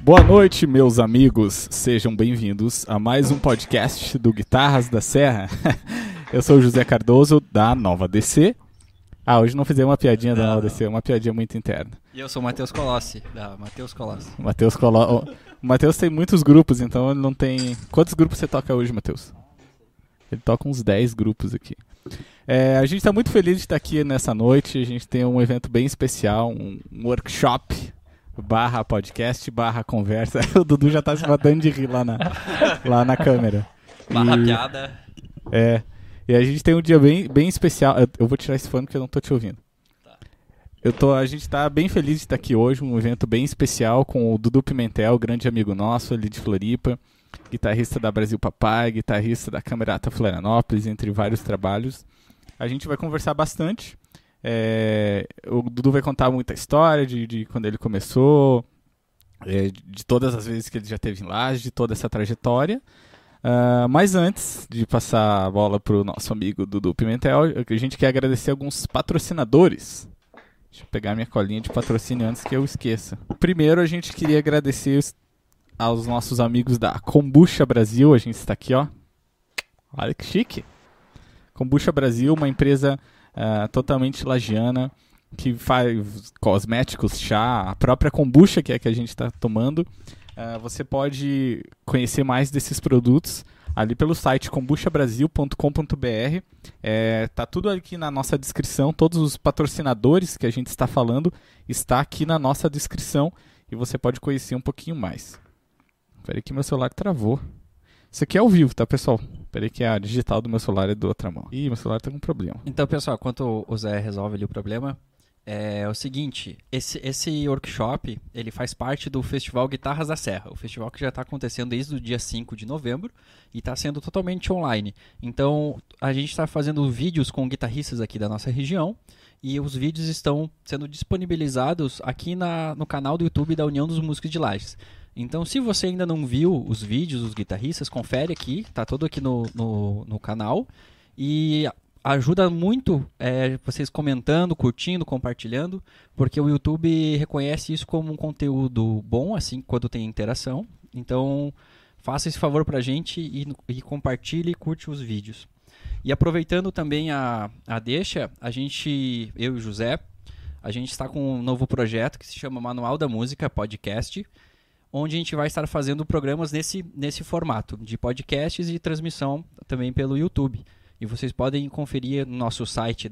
Boa noite, meus amigos. Sejam bem-vindos a mais um podcast do Guitarras da Serra. Eu sou o José Cardoso, da Nova DC. Hoje não fizemos uma piadinha da Nova DC, uma piadinha muito interna. E eu sou o Matheus Colossi, da Matheus Colossi. O Matheus tem muitos grupos, então ele não tem... Quantos grupos você toca hoje, Matheus? Ele toca uns 10 grupos aqui. A gente está muito feliz de estar aqui nessa noite. A gente tem um evento bem especial, um workshop / podcast / conversa. O Dudu já tá se matando de rir lá na câmera. Piada. E a gente tem um dia bem especial. Eu vou tirar esse fone porque eu não tô te ouvindo. Tá. A gente tá bem feliz de estar aqui hoje, um evento bem especial com o Dudu Pimentel, grande amigo nosso ali de Floripa, guitarrista da Brasil Papai, guitarrista da Camerata Florianópolis, entre vários trabalhos. A gente vai conversar bastante. O Dudu vai contar muita história de quando ele começou, de todas as vezes que ele já esteve em Laje, de toda essa trajetória. Mas antes de passar a bola para o nosso amigo Dudu Pimentel, a gente quer agradecer alguns patrocinadores. Deixa eu pegar minha colinha de patrocínio antes que eu esqueça. Primeiro, a gente queria agradecer aos nossos amigos da Kombucha Brasil. A gente está aqui, ó. Olha que chique. Kombucha Brasil, uma empresa totalmente lagiana, que faz cosméticos, chá, a própria kombucha que a gente está tomando. Você pode conhecer mais desses produtos ali pelo site kombuchabrasil.com.br. Tá tudo aqui na nossa descrição, todos os patrocinadores que a gente está falando está aqui na nossa descrição e você pode conhecer um pouquinho mais. Espera aí que meu celular travou. Isso aqui é ao vivo, tá, pessoal? Peraí que a digital do meu celular é da outra mão. Ih, meu celular tá com problema. Então, pessoal, enquanto o Zé resolve ali o problema, é o seguinte, esse workshop, ele faz parte do Festival Guitarras da Serra, o festival que já está acontecendo desde o dia 5 de novembro e está sendo totalmente online. Então, a gente está fazendo vídeos com guitarristas aqui da nossa região e os vídeos estão sendo disponibilizados aqui no canal do YouTube da União dos Músicos de Lages. Então, se você ainda não viu os vídeos dos guitarristas, confere aqui, tá todo aqui no canal. E ajuda muito vocês comentando, curtindo, compartilhando, porque o YouTube reconhece isso como um conteúdo bom, assim, quando tem interação. Então, faça esse favor pra gente e compartilhe e curte os vídeos. E aproveitando também a deixa, eu e o José, a gente está com um novo projeto que se chama Manual da Música Podcast, onde a gente vai estar fazendo programas nesse formato de podcasts e transmissão também pelo YouTube. E vocês podem conferir no nosso site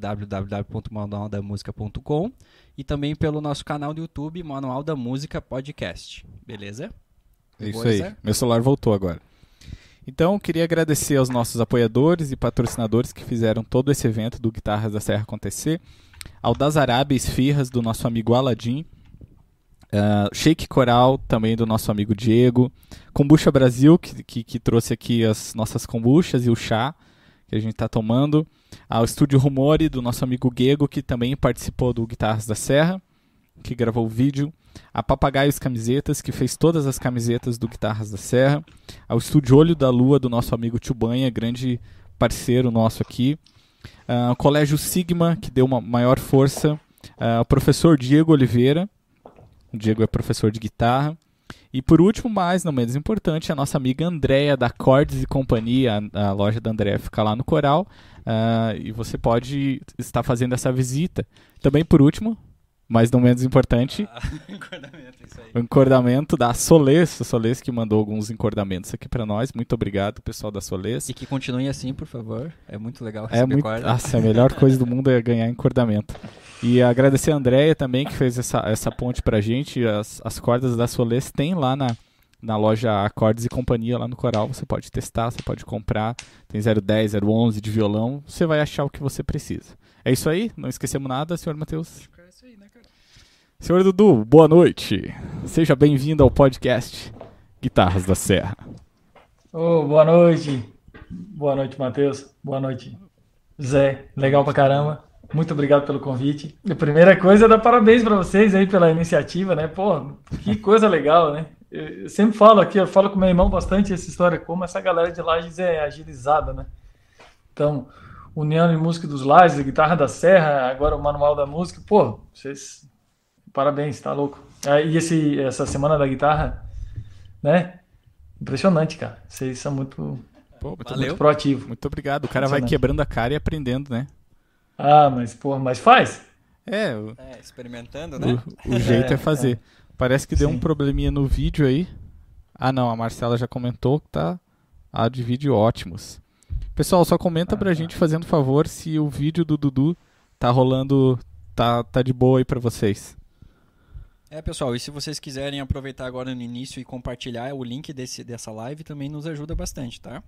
www.manualdamusica.com e também pelo nosso canal do YouTube, Manual da Música Podcast. Beleza? É isso aí. Meu celular voltou agora. Então, queria agradecer aos nossos apoiadores e patrocinadores que fizeram todo esse evento do Guitarras da Serra acontecer. Ao Das Arábia Esfirras, do nosso amigo Aladim. Shake Coral, também do nosso amigo Diego. Kombucha Brasil, que trouxe aqui as nossas kombuchas e o chá que a gente está tomando. Ao Estúdio Rumore, do nosso amigo Gego, que também participou do Guitarras da Serra, que gravou o vídeo. A Papagaios Camisetas, que fez todas as camisetas do Guitarras da Serra. Ao Estúdio Olho da Lua, do nosso amigo Tubanha, grande parceiro nosso aqui. O Colégio Sigma, que deu uma maior força. O professor Diego Oliveira. O Diego é professor de guitarra. E por último, mas não menos importante, a nossa amiga Andréia da Cordes e Companhia. A loja da Andréia fica lá no Coral. E você pode estar fazendo essa visita. Também por último, mas não menos importante, o encordamento da Solês. A Solês que mandou alguns encordamentos aqui para nós. Muito obrigado, pessoal da Solês. E que continue assim, por favor. É muito legal receber corda. Nossa, a melhor coisa do mundo é ganhar encordamento. E agradecer a Andréia também, que fez essa ponte pra gente. As cordas da Solês tem lá na loja Acordes e Companhia, lá no Coral. Você pode testar, você pode comprar. Tem 010, 011 de violão. Você vai achar o que você precisa. É isso aí? Não esquecemos nada, senhor Matheus? Acho que é isso aí, né, cara? Senhor Dudu, boa noite. Seja bem-vindo ao podcast Guitarras da Serra. Boa noite. Boa noite, Matheus. Boa noite, Zé. Legal pra caramba. Muito obrigado pelo convite. A primeira coisa é dar parabéns para vocês aí pela iniciativa, né? Pô, que coisa legal, né? Eu sempre falo aqui, eu falo com meu irmão bastante essa história, como essa galera de Lages é agilizada, né? Então, União de Música dos Lages, a Guitarra da Serra, agora o Manual da Música, pô, vocês, parabéns, tá louco. E essa Semana da Guitarra né? Impressionante, cara. Vocês são muito, Pô, muito proativos. muito obrigado. O cara vai quebrando a cara e aprendendo, né? Ah, mas, porra, mas faz? Experimentando, né? O jeito é fazer. Parece que deu um Sim. probleminha no vídeo aí. Ah, não, a Marcela já comentou que tá áudio e vídeo ótimos. Pessoal, só comenta pra gente, fazendo favor, se o vídeo do Dudu tá rolando, tá de boa aí pra vocês. Pessoal, e se vocês quiserem aproveitar agora no início e compartilhar o link dessa live, também nos ajuda bastante, tá?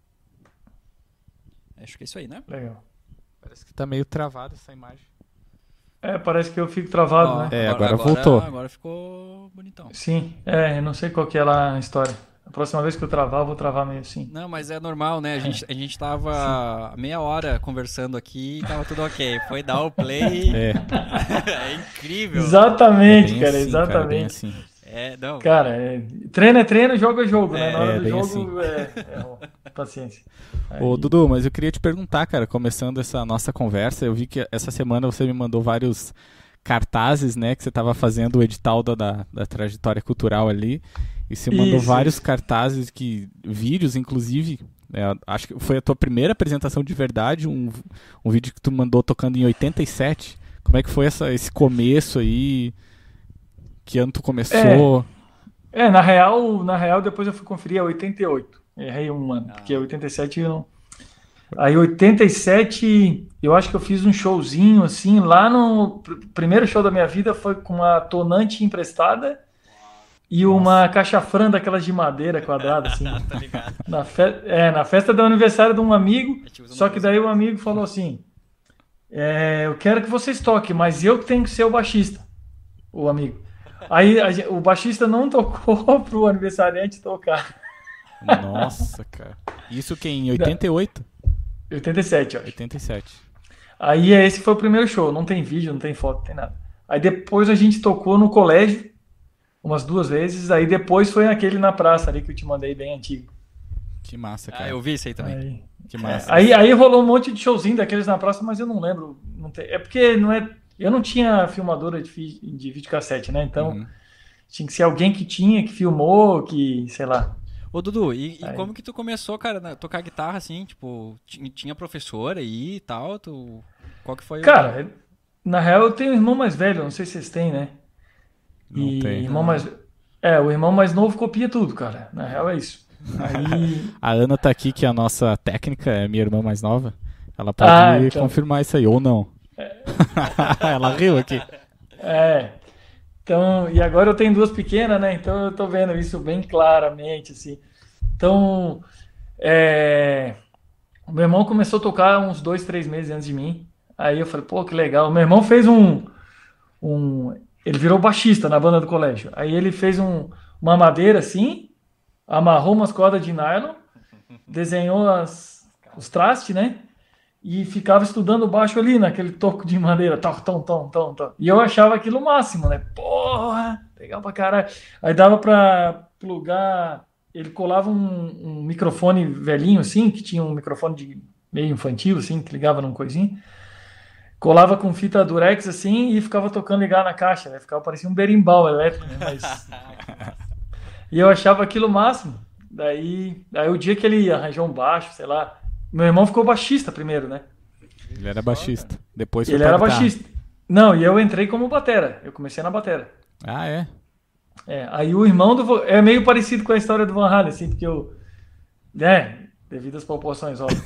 Acho que é isso aí, né? Legal. Parece que tá meio travado essa imagem. Parece que eu fico travado, né? Agora voltou. Agora ficou bonitão. Sim, eu não sei qual que é lá a história. A próxima vez que eu travar, eu vou travar meio assim. Não, mas é normal, né? A gente tava meia hora conversando aqui e tava tudo ok. Foi dar o play. É incrível. Exatamente, cara, assim, exatamente. Cara, bem assim. Não. Cara, treino é treino, jogo é jogo, né? Na hora do bem jogo, paciência. Ô, Dudu, mas eu queria te perguntar, cara, começando essa nossa conversa, eu vi que essa semana você me mandou vários cartazes, né, que você estava fazendo o edital da trajetória cultural ali, e você mandou vários cartazes, vídeos, inclusive, acho que foi a tua primeira apresentação de verdade, um vídeo que tu mandou tocando em 87. Como é que foi esse começo aí? Que ano tu começou? Na real, depois eu fui conferir, 88. Errei um ano, porque 87 eu não... Aí 87, eu acho que eu fiz um showzinho, assim, lá no... Primeiro show da minha vida foi com uma tonante emprestada e uma caixa fran daquelas de madeira quadrada, assim. Tá ligado. Na festa do aniversário de um amigo, só que daí o amigo falou assim, eu quero que vocês toquem, mas eu tenho que ser o baixista, o amigo. Aí o baixista não tocou pro aniversariante tocar. Nossa, cara. Isso que em 88? 87, eu acho. 87. Aí esse foi o primeiro show. Não tem vídeo, não tem foto, não tem nada. Aí depois a gente tocou no colégio umas 2 vezes. Aí depois foi aquele na praça ali que eu te mandei, bem antigo. Que massa, cara. Eu vi isso aí também. Que massa. Aí rolou um monte de showzinho daqueles na praça, mas eu não lembro. É porque eu não tinha filmadora de videocassete, né? Então tinha que ser alguém que filmou, que, sei lá. Ô, Dudu, e como que tu começou, cara, a tocar guitarra, assim, tipo, tinha professora aí e tal, qual que foi Cara, na real eu tenho um irmão mais velho, não sei se vocês têm, né? Não tem. O irmão mais novo copia tudo, cara, na real é isso. Aí... A Ana tá aqui, que é a nossa técnica, é minha irmã mais nova, ela pode confirmar isso aí, ou não. Ela riu aqui. Então, e agora eu tenho 2 pequenas, né? Então eu tô vendo isso bem claramente, assim. Então, o meu irmão começou a tocar uns 2, 3 meses antes de mim. Aí eu falei, pô, que legal. Meu irmão fez ele virou baixista na banda do colégio. Aí ele fez uma madeira assim, amarrou umas cordas de nylon, desenhou os trastes, né? E ficava estudando baixo ali, naquele toco de madeira. Tom. E eu achava aquilo o máximo, né? Porra, legal pra caralho. Aí dava pra plugar... Ele colava um microfone velhinho, assim, que tinha um microfone meio infantil, assim, que ligava num coisinho. Colava com fita durex, assim, e ficava tocando ligar na caixa, né? Parecia um berimbau elétrico, né? E eu achava aquilo o máximo. Daí o dia que ele arranjou um baixo, sei lá... Meu irmão ficou baixista primeiro, né? Ele era baixista. Depois foi Ele era baixista. Não, e eu entrei como batera. Eu comecei na batera. Ah, é? Aí o irmão é meio parecido com a história do Van Halen, assim, porque devido às proporções, óbvio.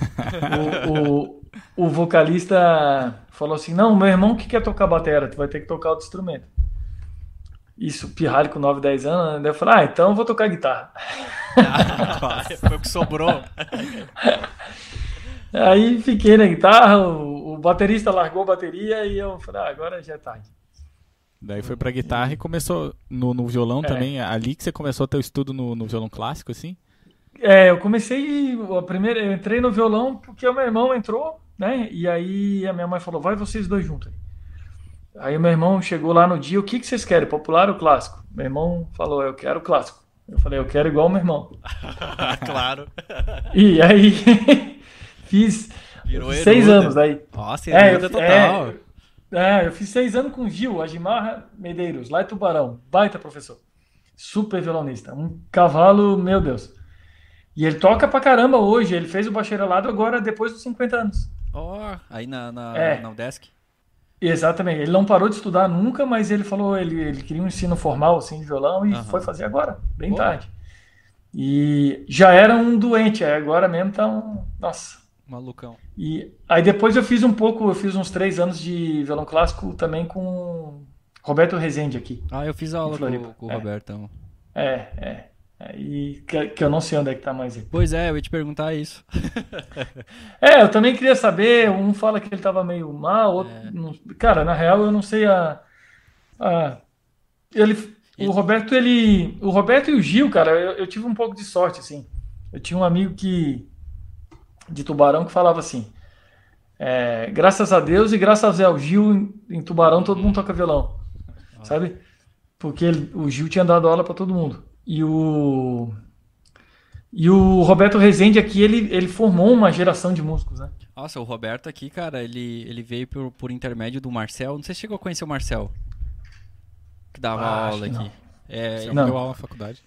O vocalista falou assim, não, meu irmão que quer tocar batera, tu vai ter que tocar outro instrumento. Isso, pirralho com 9, 10 anos, né? Daí eu falei, então eu vou tocar guitarra. Foi o que sobrou. Aí fiquei na guitarra, o baterista largou a bateria e eu falei, agora já é tarde. Daí foi pra guitarra e começou no violão também, ali que você começou o teu estudo no violão clássico, assim? Eu comecei, eu entrei no violão porque o meu irmão entrou, né? E aí a minha mãe falou, vai vocês dois juntos. Aí o meu irmão chegou lá no dia, o que vocês querem, popular ou clássico? Meu irmão falou, eu quero clássico. Eu falei, eu quero igual o meu irmão. Claro. E aí... Fiz 6 anos daí. Nossa, eruda total. Eu fiz 6 anos com o Gil, Agimar Medeiros, lá em Tubarão. Baita professor. Super violonista. Um cavalo, meu Deus. E ele toca pra caramba hoje. Ele fez o bacharelado agora depois dos 50 anos. Aí na É, UDESC. exatamente. Ele não parou de estudar nunca, mas ele falou, ele queria um ensino formal assim de violão e foi Aham. fazer agora, bem Pô, tarde. E já era um doente, agora mesmo tá um, nossa. malucão. E aí depois eu fiz uns 3 anos de violão clássico também com Roberto Rezende aqui Eu fiz em aula Floripa. com o Robertão. É, é. Aí que eu não sei onde é que tá mais ele. Pois é, eu ia te perguntar isso. Eu também queria saber. Um fala que ele tava meio mal, outro, É, cara, na real eu não sei a ele, o ele- Roberto, o Roberto e o Gil, cara, eu tive um pouco de sorte, assim. Eu tinha um amigo de Tubarão que falava assim, graças a Deus e graças ao Gil em Tubarão todo mundo Uhum. toca violão, Ó. sabe? Porque o Gil tinha dado aula pra todo mundo. E o Roberto Rezende aqui, ele formou uma geração de músicos, né? Nossa, o Roberto aqui, cara, ele veio por intermédio do Marcel. Não sei se chegou a conhecer o Marcel, que dava Acho aula que não. aqui. Você É, me deu Não. aula na faculdade.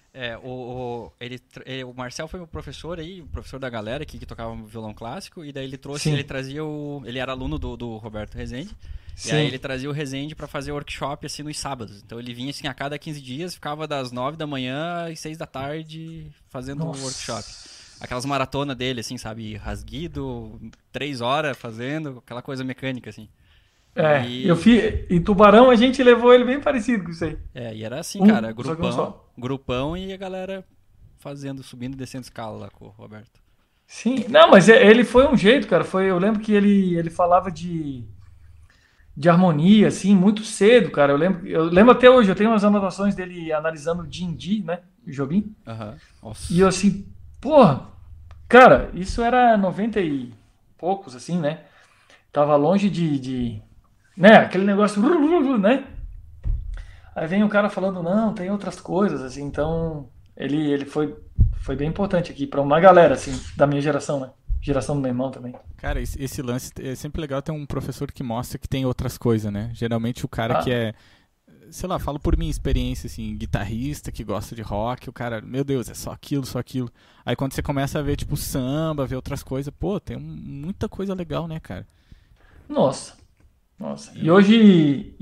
o Marcel foi meu professor aí, o professor da galera aqui que tocava violão clássico, e daí ele Sim. trazia ele era aluno do Roberto Rezende, e aí Sim. ele trazia o Rezende pra fazer workshop assim nos sábados. Então ele vinha assim a cada 15 dias, ficava das 9 da manhã às 6 da tarde fazendo o workshop. Nossa. Aquelas maratonas dele, assim, sabe, rasguido, 3 horas fazendo, aquela coisa mecânica, assim. Eu E, fiz. Em Tubarão a gente levou ele bem parecido com isso aí. e era assim, cara, Só que um só. grupão e a galera fazendo, subindo e descendo escala lá com o Roberto. Sim, não, mas ele foi um jeito, cara. Eu lembro que ele falava de harmonia, assim, muito cedo, cara. Eu lembro até hoje, eu tenho umas anotações dele analisando o Dindi, né? O Jobim. Aham. E eu Nossa. assim, porra, cara, isso era 90 e poucos, assim, né? Tava longe né? Aquele negócio, né? Aí vem o cara falando, não, tem outras coisas, assim, então ele foi bem importante aqui pra uma galera, assim, da minha geração, né? Geração do meu irmão também. Cara, esse lance é sempre legal ter um professor que mostra que tem outras coisas, né? Geralmente o cara que Ah, é, sei lá, falo por minha experiência, assim, guitarrista que gosta de rock, o cara, meu Deus, é só aquilo, só aquilo. Aí quando você começa a ver, tipo, samba, ver outras coisas, pô, tem muita coisa legal, né, cara? nossa, nossa. E E, hoje,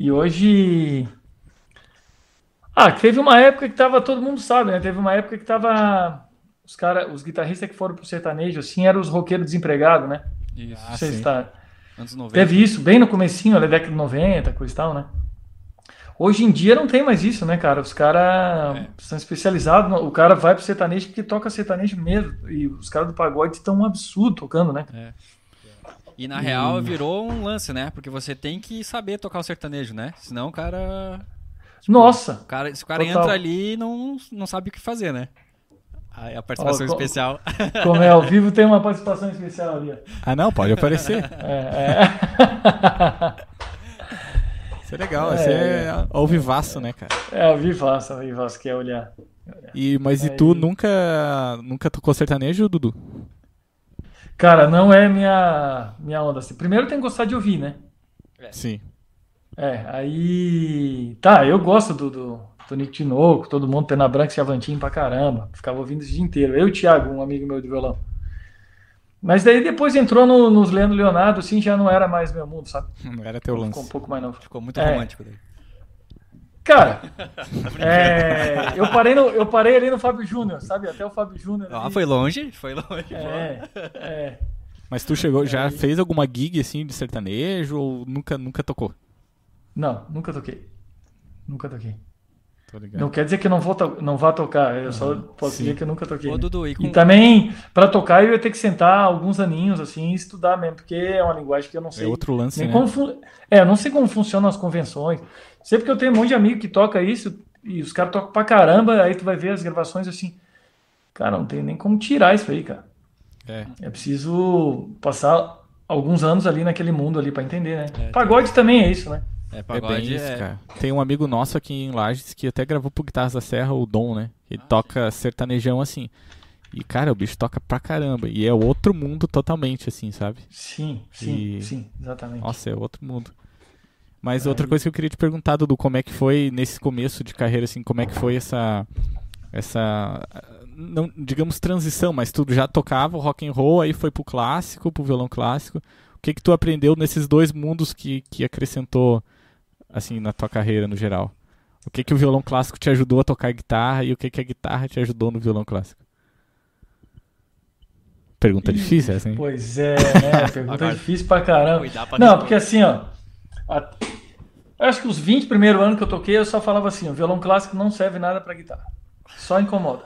teve uma época que tava, todo mundo sabe, né? Teve uma época que tava os guitarristas que foram pro sertanejo, assim, eram os roqueiros desempregados, né? Isso. Não ah, sei se sim. tá. Anos Teve 90. isso bem no comecinho, ali, década de 90, coisa e tal, né? Hoje em dia não tem mais isso, né, cara? Os caras É. são especializados. O cara vai pro sertanejo porque toca sertanejo mesmo. E os caras do pagode estão um absurdo tocando, né? É. E na real E. virou um lance, né? Porque você tem que saber tocar o sertanejo, né? Senão o cara. Tipo, Nossa, se o cara entra total. ali não sabe o que fazer, né? Aí a Ó, participação especial. como é ao vivo, tem uma participação especial ali. Ó. Ah, não, pode aparecer. É, Isso é legal, isso é, é ao vivaço, né, cara? ao vivaço que é olhar. Mas e tu Aí, nunca tocou sertanejo, Dudu? cara, não é minha onda assim. Primeiro tem que gostar de ouvir, né? Sim. Aí. Tá, eu gosto do Nick Tinoco, todo mundo, Pena Branca e Chavantinho pra caramba. Ficava ouvindo isso o dia inteiro. Eu e o Thiago, um amigo meu de violão. Mas daí depois entrou nos Leandro Leonardo, assim, já não era mais meu mundo, sabe? Não era teu Ficou um lance. pouco mais novo. Ficou muito É. romântico daí. Cara, Tá brincando. eu parei ali no Fábio Júnior, sabe? Até o Fábio Júnior ali. Foi longe, foi longe. É, é. Mas tu já fez alguma gig assim de sertanejo ou nunca tocou? Não, nunca toquei. Nunca toquei. Tô ligado. Não quer dizer que eu não vá tocar, eu só posso Sim. dizer que eu nunca toquei. Ô, Né? Dudu, E também, pra tocar, eu ia ter que sentar alguns aninhos, assim, e estudar mesmo, porque é uma linguagem que eu não É sei outro lance, nem né? como. Eu não sei como funcionam as convenções. Sempre que eu tenho um monte de amigo que toca isso, e os caras tocam pra caramba, aí tu vai ver as gravações assim, cara, não tem nem como tirar isso aí, cara. É. É preciso passar alguns anos ali naquele mundo ali pra entender, né? É, Pagode também é isso, né? É, É pagode bem isso, cara. Tem um amigo nosso aqui em Lages que até gravou pro Guitarras da Serra, o Dom, né? Ele toca sertanejão assim. E, cara, o bicho toca pra caramba. E é outro mundo totalmente, assim, sabe? Sim, E- sim, exatamente. Nossa, é outro mundo. Mas outra coisa que eu queria te perguntar, Dudu, como é que foi nesse começo de carreira, assim, como é que foi essa não, digamos, transição, mas tu já tocava o rock and roll, aí foi pro clássico, pro violão clássico. O que tu aprendeu nesses dois mundos que acrescentou, assim, na tua carreira no geral? O que o violão clássico te ajudou a tocar guitarra e o que a guitarra te ajudou no violão clássico? Pergunta difícil, assim? Pois é, né? Pergunta difícil pra caramba. Não, porque assim, ó, eu acho que os 20 primeiros anos que eu toquei, eu só falava assim, o violão clássico não serve nada pra guitarra. Só incomoda.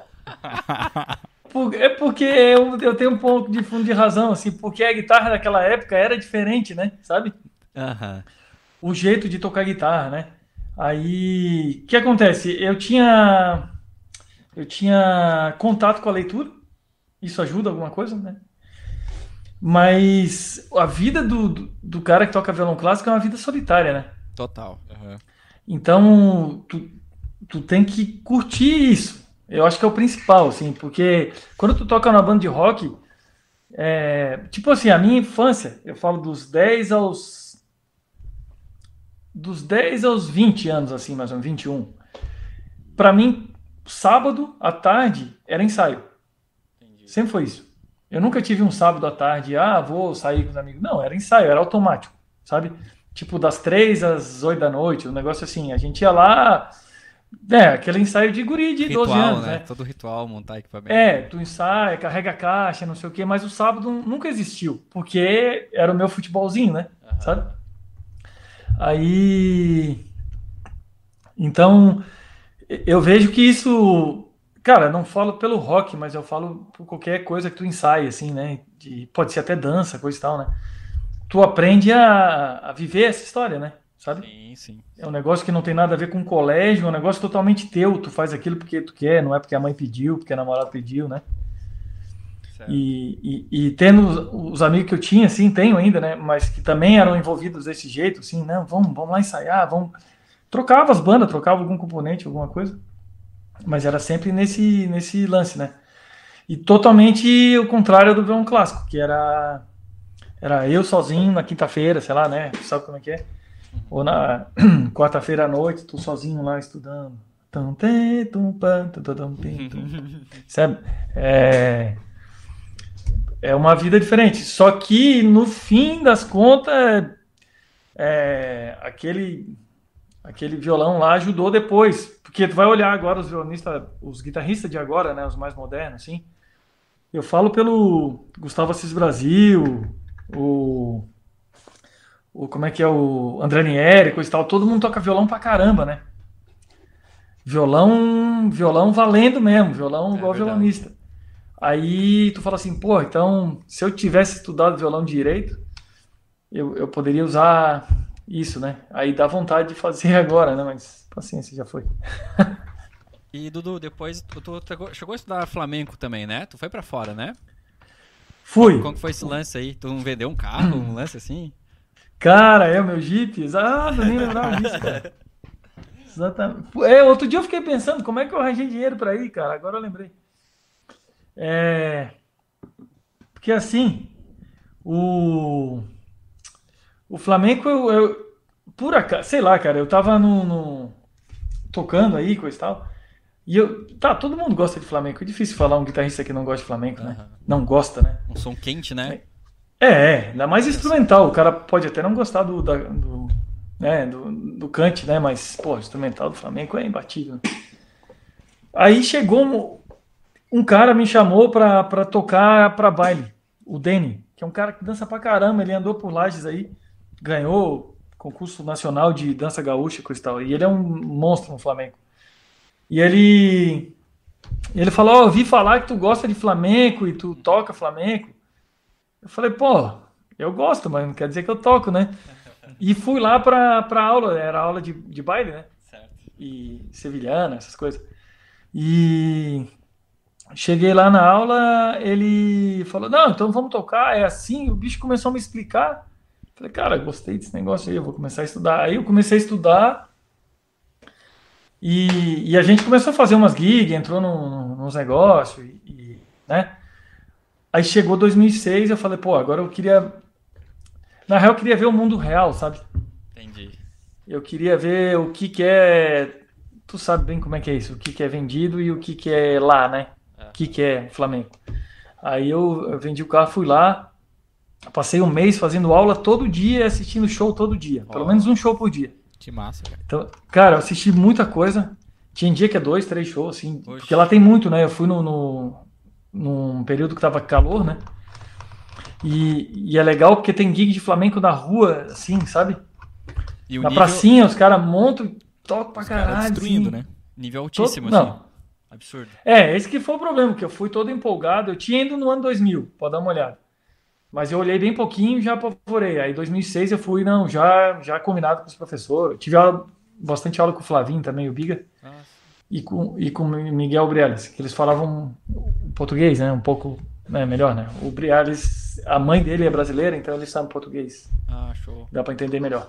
É porque eu tenho um pouco de fundo de razão, assim, porque a guitarra daquela época era diferente, né? Sabe? O jeito de tocar guitarra, né? Aí, o que acontece? Eu tinha contato com a leitura, isso ajuda alguma coisa, né? Mas a vida do cara que toca violão clássico é uma vida solitária, né? Total. Então, tu tem que curtir isso. Eu acho que é o principal, assim, porque quando tu toca numa banda de rock, tipo assim, a minha infância, eu falo dos 10 aos 20 anos, assim, mais ou menos, 21. Pra mim, sábado à tarde era ensaio. Entendi. Sempre foi isso. Eu nunca tive um sábado à tarde, vou sair com os amigos. Não, era ensaio, era automático, sabe? Tipo, das 3 às 8 da noite, um negócio assim. A gente ia lá, aquele ensaio de guri de ritual, 12 anos, né? Todo ritual, montar equipamento. Tu ensaia, carrega a caixa, não sei o quê, mas o sábado nunca existiu, porque era o meu futebolzinho, né? Sabe? Aí, então, eu vejo que isso, cara, não falo pelo rock, mas eu falo por qualquer coisa que tu ensaia, assim, né? Pode ser até dança, coisa e tal, né? Tu aprende a viver essa história, né? Sabe? Sim. É um negócio que não tem nada a ver com colégio, é um negócio totalmente teu. Tu faz aquilo porque tu quer, não é porque a mãe pediu, porque a namorada pediu, né? Certo. E tendo os amigos que eu tinha, assim, tenho ainda, né? Mas que também eram envolvidos desse jeito, assim, né? Vamos lá ensaiar, vamos... Trocava as bandas, trocava algum componente, alguma coisa. Mas era sempre nesse lance, né? E totalmente o contrário do violão clássico, que era eu sozinho na quinta-feira, sei lá, né? Sabe como é que é? Ou na quarta-feira à noite, tô sozinho lá estudando. Sabe? É uma vida diferente. Só que, no fim das contas, aquele violão lá ajudou depois. Porque tu vai olhar agora os violonistas, os guitarristas de agora, né? Os mais modernos, assim. Eu falo pelo Gustavo Assis Brasil, como é que é, o André Nieri, coisa e tal. Todo mundo toca violão pra caramba, né? Violão valendo mesmo, violão igual verdade. Violonista. Aí tu fala assim, pô, então se eu tivesse estudado violão direito, eu poderia usar isso, né? Aí dá vontade de fazer agora, né? Mas paciência, já foi. E Dudu, depois tu chegou a estudar flamenco também, né? Tu foi pra fora, né? Fui. Como foi esse lance aí? Tu não vendeu um carro, um lance assim? Cara, o meu Jeep? Não nem lembrava disso, cara. Exatamente. Outro dia eu fiquei pensando, como é que eu arranjei dinheiro pra ir, cara? Agora eu lembrei. Porque assim, o Flamengo, por acaso, sei lá, cara, eu tava tocando aí, coisa e tal, e todo mundo gosta de flamenco, é difícil falar um guitarrista que não gosta de flamenco, né? Não gosta, né? Um som quente, né? Ainda mais instrumental, o cara pode até não gostar do cante, né? Mas, pô, o instrumental do flamenco é imbatível. Aí chegou um cara me chamou pra tocar pra baile, o Deni, que é um cara que dança pra caramba, ele andou por Lages aí, ganhou concurso nacional de dança gaúcha e coisa e tal, e ele é um monstro no flamenco. E ele falou, eu ouvi falar que tu gosta de flamenco e tu toca flamenco. Eu falei, pô, eu gosto, mas não quer dizer que eu toco, né? E fui lá pra aula, era aula de baile, né? Certo. E sevilhana, essas coisas. E cheguei lá na aula, ele falou, não, então vamos tocar, é assim. O bicho começou a me explicar. Falei, cara, gostei desse negócio aí, eu vou começar a estudar. Aí eu comecei a estudar e a gente começou a fazer umas gigs, entrou nos negócios, né? Aí chegou 2006, eu falei, pô, agora eu queria... Na real, eu queria ver o mundo real, sabe? Entendi. Eu queria ver o que é. Tu sabe bem como é que é isso, o que é vendido e o que é lá, né? O que é Flamengo. Aí eu vendi o carro, fui lá, passei um mês fazendo aula todo dia e assistindo show todo dia. Pelo menos um show por dia. Que massa, cara. Então, cara, eu assisti muita coisa. Tinha dia que é 2, 3 shows, assim. Oxe. Porque lá tem muito, né? Eu fui num período que tava calor, né? E é legal porque tem gig de flamenco na rua, assim, sabe? E o Na nível, pracinha, os caras montam e tocam pra Os caras caralho. destruindo, assim. né? nível altíssimo, Todo- assim. Não. Absurdo. Esse que foi o problema, que eu fui todo empolgado. Eu tinha ido no ano 2000, pode dar uma olhada. Mas eu olhei bem pouquinho e já apavorei. Aí em 2006 eu fui, não, já combinado com os professores. Eu tive bastante aula com o Flavinho também, o Biga, Nossa. e com o Miguel Briales, que eles falavam português, né? Um pouco melhor, né? O Briales, a mãe dele é brasileira, então eles sabem português. Ah, show. Dá pra entender melhor.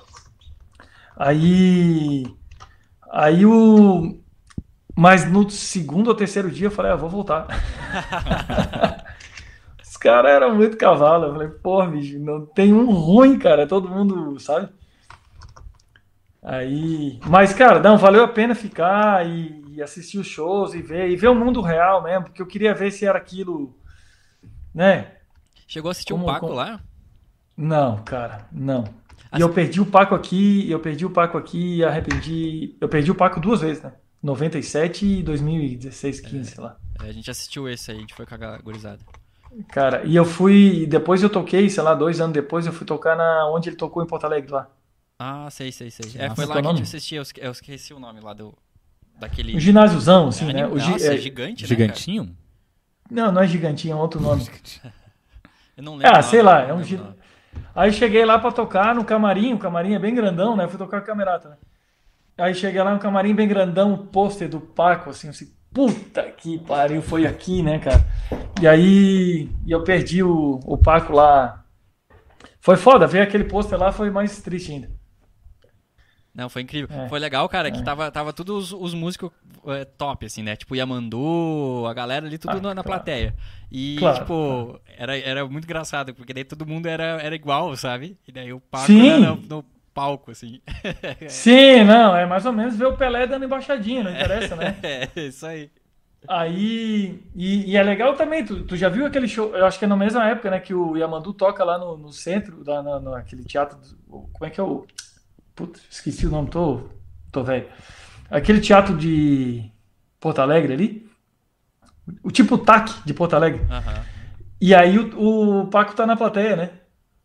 Aí o. Mas no segundo ou terceiro dia eu falei, vou voltar. Os caras eram muito cavalo. Eu falei, pô, bicho, não tem um ruim, cara. Todo mundo, sabe? Mas, cara, não, valeu a pena ficar e assistir os shows e ver o mundo real mesmo, porque eu queria ver se era aquilo, né? Chegou a assistir o Paco lá? Não, cara, não. E eu perdi o Paco aqui, e arrependi. Eu perdi o Paco 2 vezes, né? 97 e 2016, 15, sei lá. A gente assistiu esse aí, a gente foi com a gurizada. Cara, e eu fui. Depois eu toquei, sei lá, 2 anos depois, eu fui tocar onde ele tocou em Porto Alegre lá. Ah, sei. Nossa, Foi lá qual que o a nome? gente assistia, eu esqueci o nome lá daquele... Um ginásiozão, assim, né? Nossa, é gigante, né, Gigantinho? Não é gigantinho, é outro nome. cara? Eu não lembro. Sei lá, é um gigante. ginásio. Aí cheguei lá pra tocar no camarim, o camarim é bem grandão, né? Fui tocar com a Camerata, né? Aí cheguei lá no camarim bem grandão, o pôster do Paco, assim, puta que pariu, foi aqui, né, cara? E aí eu perdi o Paco lá. Foi foda, ver aquele pôster lá foi mais triste ainda. Não, foi incrível. Foi legal, cara, que tava todos os músicos top, assim, né? Tipo, Yamandu, a galera ali, tudo na claro. plateia. E, Claro, tipo, era muito engraçado, porque daí todo mundo era igual, sabe? E daí o Paco Sim. era no palco, assim. Sim, não, é mais ou menos ver o Pelé dando embaixadinha, não interessa, né? É, isso aí. Aí, e é legal também, tu já viu aquele show, eu acho que é na mesma época, né, que o Yamandu toca lá no centro, naquele teatro, como é que é o... Putz, esqueci o nome, tô velho. Aquele teatro de Porto Alegre ali, o tipo TAC de Porto Alegre. Aham. E aí o Paco tá na plateia, né?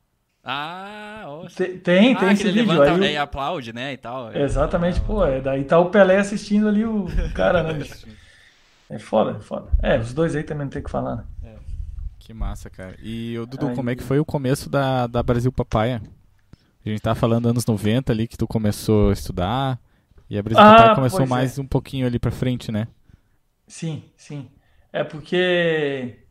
Ah, oxe. Tem que esse ele vídeo. levanta Aí e aplaude, né, e tal. exatamente, pô, daí tá o Pelé assistindo ali o cara, né, bicho? É foda, é foda. Os dois aí também não tem o que falar, né? Que massa, cara. E, Dudu, como é que foi o começo da Brasil Papaya? A gente tá falando anos 90 ali que tu começou a estudar. E a Brasil Papaya começou pois mais um pouquinho ali pra frente, né? Sim. É porque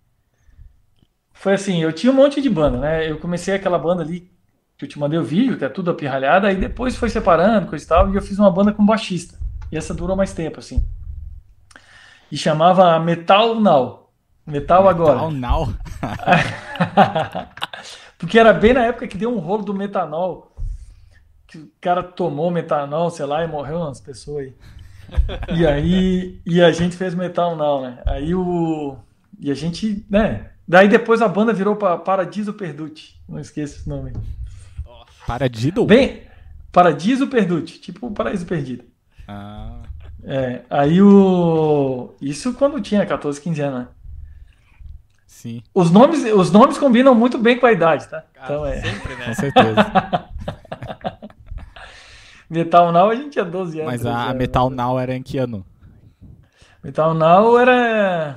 foi assim, eu tinha um monte de banda, né? Eu comecei aquela banda ali que eu te mandei o vídeo, que é tudo apirralhada, aí depois foi separando, coisa e tal, e eu fiz uma banda com baixista. E essa durou mais tempo, assim. E chamava Metal Now. Metal Agora. Metal Now. Porque era bem na época que deu um rolo do metanol. Que o cara tomou metanol, sei lá, e morreu umas pessoas aí. E a gente fez Metal Now, né? E a gente, né? Daí depois a banda virou para Paradiso Perduti. Não esqueça esse nome. Paradiddle? Bem, Paradiso Perduti, tipo o Paraíso Perdido. Ah, Aí isso quando tinha 14, 15 anos, né? sim, Os nomes combinam muito bem com a idade, tá? Então Sempre, né? com certeza. Metal Now a gente tinha 12 anos. Mas 13 a anos. Metal Now era em que ano? Metal Now era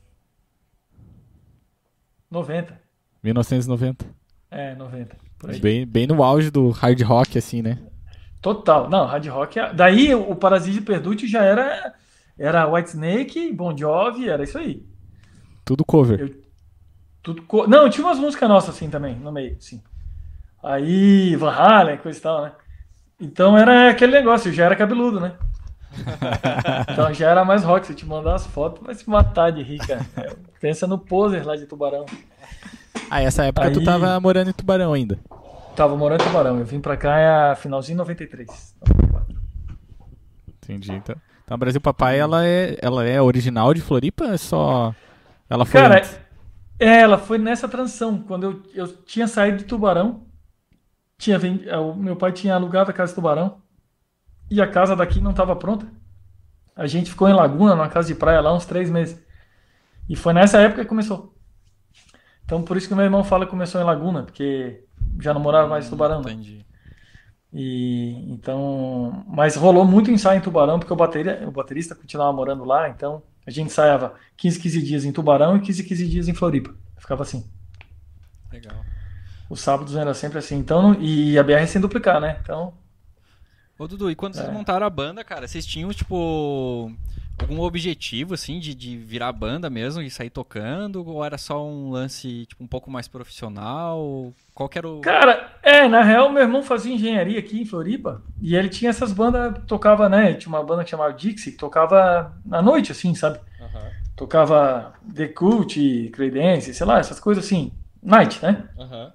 90. 1990. 90. Por aí. Bem no auge do hard rock, assim, né? Total. Não, hard rock. Daí o Parasite Perduti já era Whitesnake, Bon Jovi, era isso aí. Tudo cover. Não, tinha umas músicas nossas assim também, no meio, sim. Aí, Van Halen, coisa e tal, né? Então era aquele negócio, já era cabeludo, né? Então já era mais rock. Se eu te mandar as fotos, vai se matar de rir, cara. Pensa no poser lá de Tubarão. Essa época tu tava morando em Tubarão ainda. Tava morando em Tubarão. Eu vim pra cá finalzinho de 93. 94. Entendi. Então, a Brasil Papai, ela é original de Floripa ou é só... Ela foi Cara, antes? ela foi nessa transição. Quando eu tinha saído de Tubarão, o meu pai tinha alugado a casa de Tubarão e a casa daqui não estava pronta. A gente ficou em Laguna, numa casa de praia lá, uns 3 meses. E foi nessa época que começou. Então, por isso que o meu irmão fala que começou em Laguna, porque já não morava mais em Tubarão, né? Entendi. E então, mas rolou muito ensaio em Tubarão, porque o baterista continuava morando lá, então a gente ensaiava 15 dias em Tubarão e 15 dias em Floripa. Ficava assim. Legal. Os sábados era sempre assim. Então, e a BR sem duplicar, né? Então, Ô, Dudu, e quando vocês montaram a banda, cara, vocês tinham, tipo, algum objetivo, assim, de virar banda mesmo e sair tocando? Ou era só um lance, tipo, um pouco mais profissional? Qual que era o... cara, na real, meu irmão fazia engenharia aqui em Floripa e ele tinha essas bandas, tocava, né? Tinha uma banda que chamava Dixie, que tocava à noite, assim, sabe? Aham, Tocava The Cult, Creedence, sei lá, essas coisas assim. Night, né? aham.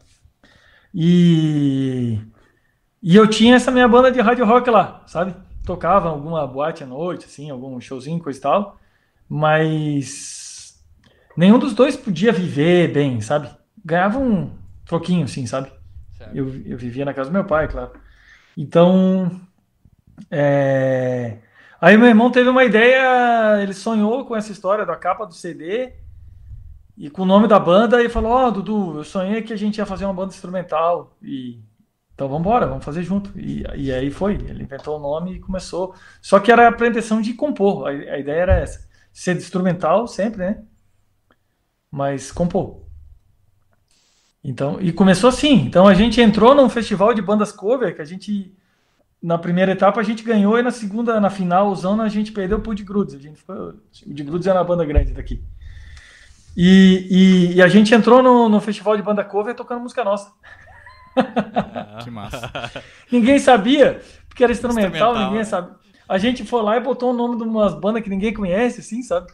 E, e eu tinha essa minha banda de hard rock lá, sabe? Tocava alguma boate à noite, assim, algum showzinho, coisa e tal. Mas nenhum dos dois podia viver bem, sabe? Ganhava um troquinho, assim, sabe? Certo. Eu vivia na casa do meu pai, claro. Então, aí meu irmão teve uma ideia, ele sonhou com essa história da capa do CD e com o nome da banda e falou: Ó, Dudu, eu sonhei que a gente ia fazer uma banda instrumental e então vamos embora, vamos fazer junto. E aí foi, ele inventou o nome e começou. Só que era a pretensão de compor, a ideia era essa. Ser instrumental sempre, né? Mas compor. Então, e começou assim. Então a gente entrou num festival de bandas cover que a gente na primeira etapa a gente ganhou e na segunda, na final, a gente perdeu pro de Grudes. O de Grudes era uma banda grande daqui. E a gente entrou no festival de banda cover tocando música nossa. Que massa. Ninguém sabia, porque era instrumental, Instrumental, ninguém né? sabe. A gente foi lá e botou o nome de umas bandas que ninguém conhece, assim, sabe?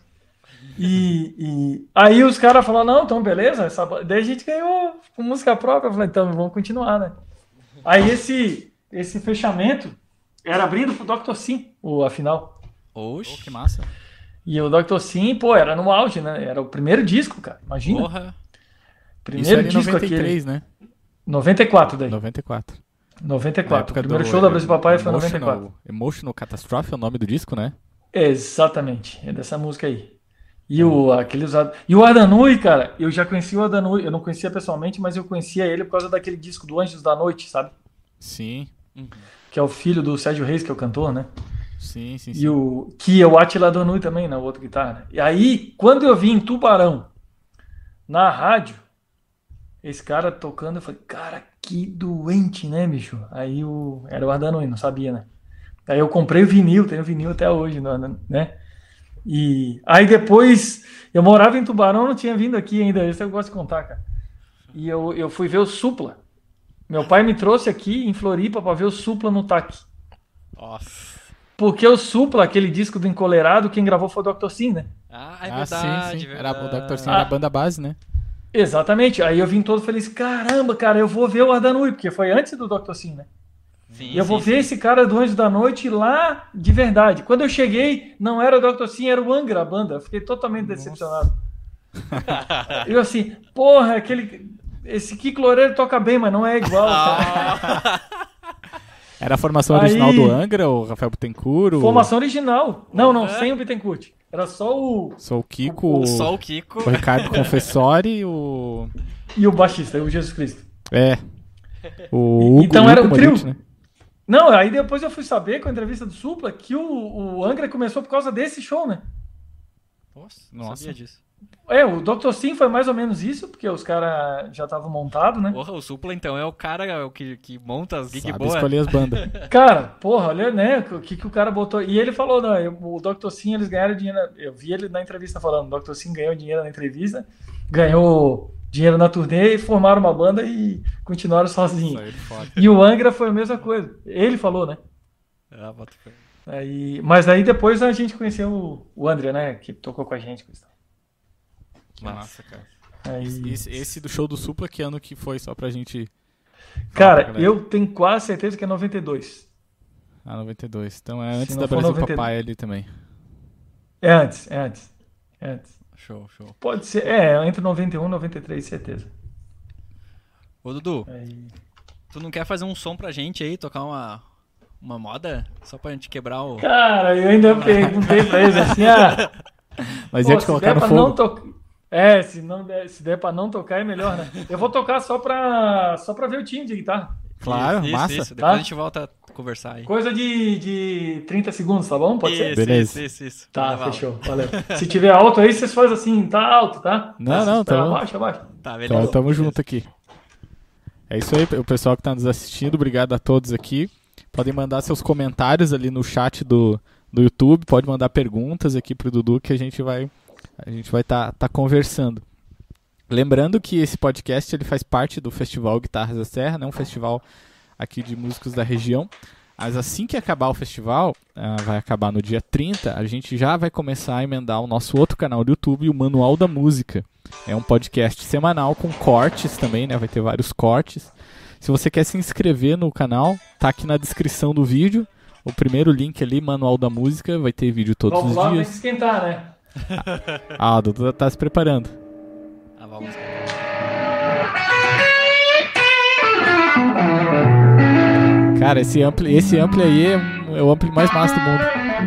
E aí os caras falaram, não, então beleza, daí a gente ganhou com música própria. Eu falei, então vamos continuar, né? Aí esse fechamento era abrindo pro Dr. Sim, a final. Oxe, Que massa. E o Dr. Sim, pô, era no auge, né? Era o primeiro disco, cara. Imagina. porra. Isso Primeiro era em disco 93, aquele. né? 94 daí. 94. 94. O Na época primeiro do show da Brasil Papai foi em 94. Emotional Catastrophe é o nome do disco, né? Exatamente. É dessa música aí. E o Ardanui, cara, eu já conheci o Ardanui, eu não conhecia pessoalmente, mas eu conhecia ele por causa daquele disco do Anjos da Noite, sabe? Sim, Que é o filho do Sérgio Reis, que é o cantor, né? sim. E que é o Attila Ardanui também, né? O outro guitarra. E aí, quando eu vi em Tubarão, na rádio, esse cara tocando, eu falei, cara, que doente, né, bicho? Aí era o Ardanui, não sabia, né? Aí eu comprei o vinil, tenho vinil até hoje, né? E aí depois, eu morava em Tubarão, não tinha vindo aqui ainda, isso eu gosto de contar, cara. E eu fui ver o Supla. Meu pai me trouxe aqui em Floripa pra ver o Supla no TAC. Nossa. Porque o Supla, aquele disco do Encolerado, quem gravou foi o Dr. Sim, né? Ah, é Ah, verdade, sim. verdade. O Dr. Sim era a banda base, né? Exatamente. Aí eu vim todo feliz. Caramba, cara, eu vou ver o Ardanui, porque foi antes do Dr. Sim, né? Sim, E eu vou sim, ver sim. esse cara do Anjo da Noite lá de verdade. Quando eu cheguei, não era o Dr. Sim, era o Angra, a banda. Eu fiquei totalmente decepcionado. Eu assim, porra, esse Kiko Loureiro toca bem, mas não é igual, cara. Era a formação Aí- original do Angra, o Rafael Bittencourt, Formação original. Não, sem o Bittencourt. Era só Sou o Kiko, Só o Kiko. o Ricardo Confessori, e o baixista, o Jesus Cristo. o Hugo, Então era Hugo o trio. Moretti, né? Não, aí depois eu fui saber com a entrevista do Supla que o Angra começou por causa desse show, né? Nossa, não Nossa. sabia disso. O Dr. Sim foi mais ou menos isso, porque os caras já estavam montados, né? Porra, o Supla então é o cara que monta as gigs Sabe boas. escolher as bandas. Cara, porra, olha, né, o que o cara botou. E ele falou, não, o Dr. Sim, eles ganharam dinheiro. Eu vi ele na entrevista falando, o Dr. Sim ganhou dinheiro na entrevista, ganhou dinheiro na turnê, formaram uma banda e continuaram sozinhos. Saiu de fora. E o Angra foi a mesma coisa. Ele falou, né? Ah, bota fé. Mas aí depois a gente conheceu o André, né, que tocou com a gente. Que massa, cara. Aí, Esse do show do Supla, que ano que foi? Só pra gente Cara, eu tenho quase certeza que é 92. Ah, 92. Então é antes Se da não for Brasil 92. Papai ali também. É antes, é antes. É antes. Show. Pode ser, entre 91 e 93, certeza. Ô, Dudu, Aí. tu não quer fazer um som pra gente aí, tocar uma moda? Só pra gente quebrar o... Cara, eu ainda perguntei pra eles assim, Mas pô, ia te se colocar der no pra fogo. não tocar. Se der pra não tocar é melhor, né? Eu vou tocar só pra ver o time de guitarra. Claro, massa. Isso. Depois Tá? a gente volta a conversar aí. Coisa de 30 segundos, tá bom? Pode ser? Beleza. Isso. Tá, Vai lá. fechou. Valeu. Se tiver alto aí, vocês fazem assim, tá alto, tá? Não, tá bom. Abaixa. Tá, beleza. Então, tamo Beleza. junto aqui. É isso aí, o pessoal que tá nos assistindo, obrigado a todos aqui. Podem mandar seus comentários ali no chat do YouTube, pode mandar perguntas aqui pro Dudu que a gente vai tá conversando. Lembrando que esse podcast ele faz parte do Festival Guitarras da Serra, né? Um festival aqui de músicos da região. Mas assim que acabar o festival, vai acabar no dia 30, a gente já vai começar a emendar o nosso outro canal do YouTube, o Manual da Música. É um podcast semanal com cortes também, né? Vai ter vários cortes. Se você quer se inscrever no canal, tá aqui na descrição do vídeo. O primeiro link ali, Manual da Música, vai ter vídeo todos Vamos os lá, tem que dias. esquentar, né? O Dudu tá se preparando. Vamos. Cara, esse ampli aí é o ampli mais massa do mundo.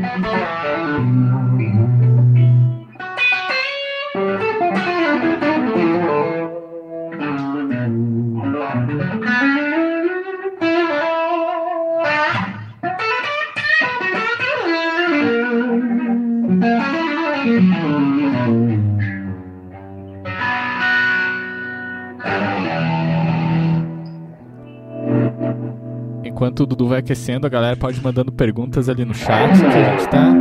Enquanto o Dudu vai aquecendo, a galera pode ir mandando perguntas ali no chat que a gente tá...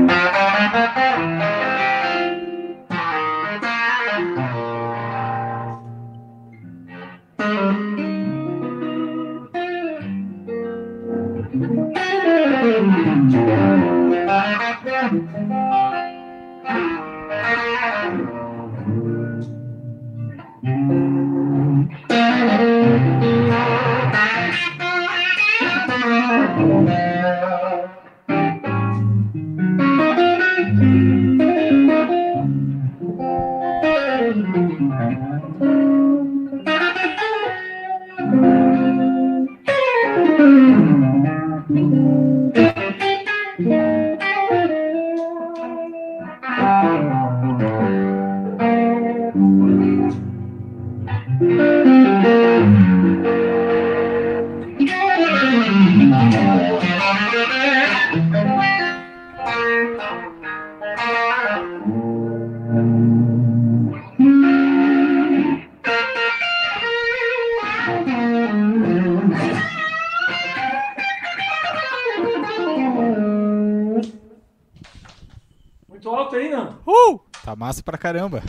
Muito alto aí, não? Tá massa pra caramba.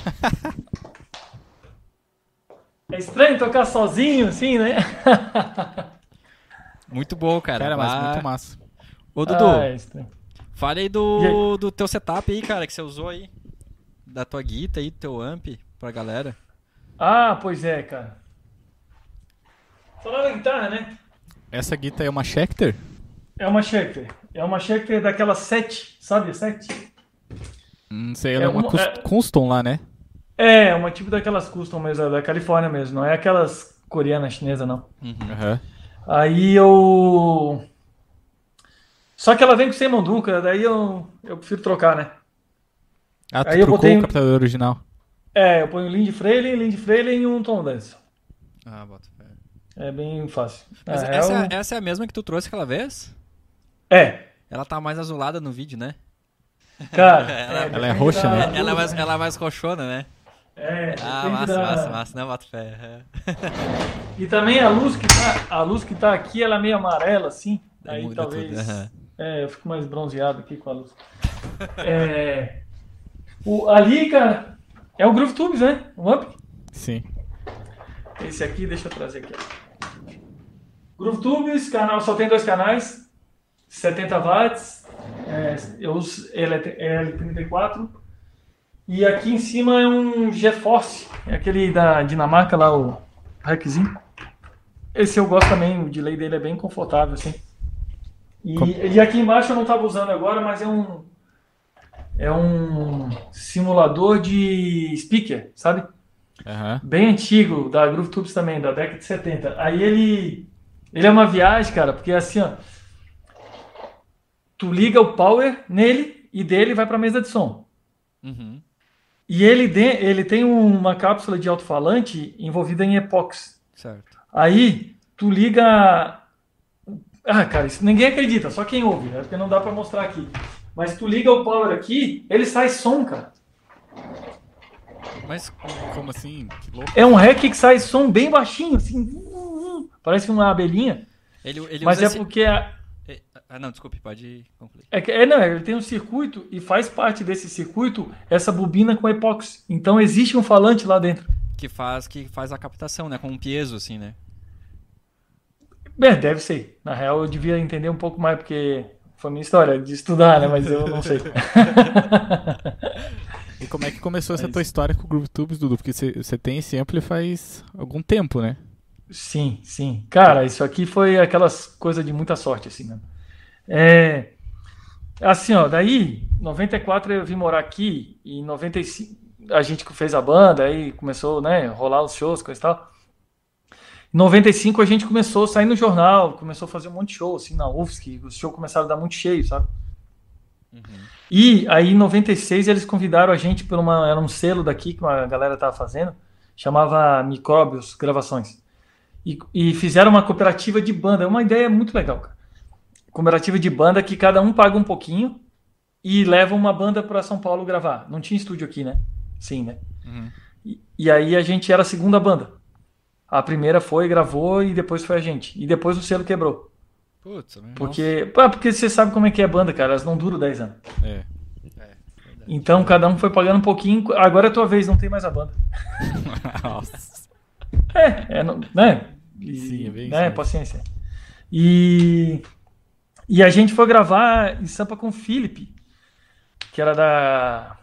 É estranho tocar sozinho, assim, né? Muito bom, cara. Cara, mas muito massa. Ô, Dudu, É estranho. fale aí do teu setup aí, cara, que você usou aí. Da tua guitarra aí, do teu amp, pra galera. Pois é, cara. Falando da guitarra, né? Essa guitarra é uma Schecter? É uma Schecter. É uma Schecter daquela 7, sabe a 7? Não sei, ela é uma custom lá, né? É, uma tipo daquelas custom mesmo, da Califórnia mesmo. Não é aquelas coreanas, chinesas, não. Uhum. Aí eu... Só que ela vem com sem mão dupla, daí eu prefiro trocar, né? Ah, tu Aí eu trocou botei o captador original. Eu ponho Lindy Fraley e um Tom Dance. Ah, bota fé. É bem fácil. Mas essa é a mesma que tu trouxe aquela vez? É, Ela tá mais azulada no vídeo, né? cara. Ela é roxa, né? Ela é mais roxona, né? Ah, massa. Não, bota fé. E também a luz que tá aqui, ela é meio amarela, assim. Aí muda talvez. tudo, aham. Eu fico mais bronzeado aqui com a luz. Ali, cara, é o Groove Tubes, né? O amp. Sim. Esse aqui, deixa eu trazer aqui. Ó. Groove Tubes, canal, só tem 2 canais, 70 watts. Eu uso L34. E aqui em cima é um GeForce, é aquele da Dinamarca lá, o rackzinho. Esse eu gosto também, o delay dele é bem confortável, assim. E aqui embaixo eu não estava usando agora, mas é um simulador de speaker, sabe? Aham. Bem antigo, da Groove Tubes também, da década de 70. Aí ele é uma viagem, cara, porque assim, ó, tu liga o power nele e dele vai para a mesa de som. Uhum. E ele tem uma cápsula de alto-falante envolvida em epox. Certo. Aí tu liga. Ah, cara, isso ninguém acredita, só quem ouve, né? Porque não dá para mostrar aqui. Mas tu liga o power aqui, ele sai som, cara. Mas como assim? Que louco. É um REC que sai som bem baixinho, assim. Parece uma abelhinha. Ele Mas usa é porque. não, desculpe, pode concluir. Não, ele tem um circuito e faz parte desse circuito essa bobina com epóxi. Então existe um falante lá dentro. Que faz a captação, né? Com um piezo, assim, né? Bem, deve ser. Na real, eu devia entender um pouco mais, porque foi minha história de estudar, né? Mas eu não sei. E como é que começou essa tua história com o Groove Tubes, Dudu? Porque você tem esse ampli faz algum tempo, né? Sim, sim. Cara, isso aqui foi aquelas coisas de muita sorte, assim, né? Assim, ó, daí, em 94 eu vim morar aqui, e em 95 a gente fez a banda, aí começou, né, rolar os shows, coisa e tal. Em 95 a gente começou a sair no jornal, começou a fazer um monte de show, assim, na UFSC, os shows começaram a dar muito cheio, sabe? E aí em 96 eles convidaram a gente por era um selo daqui que uma galera tava fazendo, chamava Micróbios Gravações. E fizeram uma cooperativa de banda, é uma ideia muito legal, cara. Cooperativa de banda que cada um paga um pouquinho e leva uma banda para São Paulo gravar. Não tinha estúdio aqui, né? Sim, né? E aí a gente era a segunda banda. A primeira foi, gravou e depois foi a gente. E depois o selo quebrou. Putz, meu Porque você sabe como é que é a banda, cara. Elas não duram 10 anos. É. Então cada um foi pagando um pouquinho. Agora é a tua vez, não tem mais a banda. Nossa. Né? Sim, é bem né? isso. Paciência. E a gente foi gravar em Sampa com o Felipe, que era da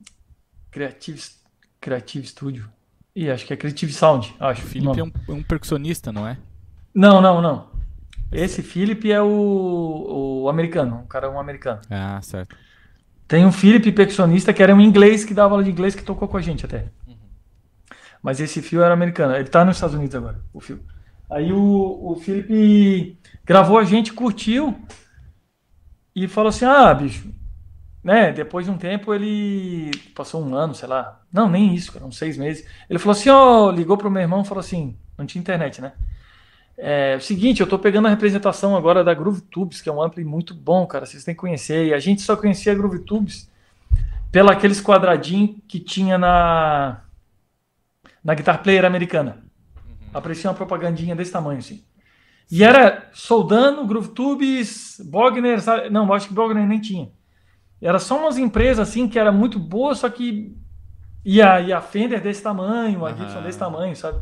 Creative Studio. Acho que é Creative Sound, acho. O Felipe é um percussionista, não é? Não. Esse Felipe é o americano, um americano. Ah, certo. Tem um Felipe percussionista que era um inglês, que dava aula de inglês, que tocou com a gente até. Mas esse Phil era americano. Ele tá nos Estados Unidos agora, o Phil. Aí o Felipe gravou a gente, curtiu e falou assim, bicho, né? Depois de um tempo ele passou um ano, sei lá. Não, nem isso, cara, uns 6 meses. Ele falou assim, ligou pro meu irmão e falou assim, não tinha internet, né? É o seguinte, eu tô pegando a representação agora da Groove Tubes, que é um ampli muito bom, cara, vocês têm que conhecer. E a gente só conhecia a Groove Tubes pela aqueles quadradinhos que tinha na Guitar Player americana. Aparecia uma propagandinha desse tamanho, assim. E era soldando, Groove Tubes, Bogner, sabe? Não, acho que Bogner nem tinha. Era só umas empresas, assim, que era muito boa, só que... E a Fender desse tamanho, a Gibson desse tamanho, sabe?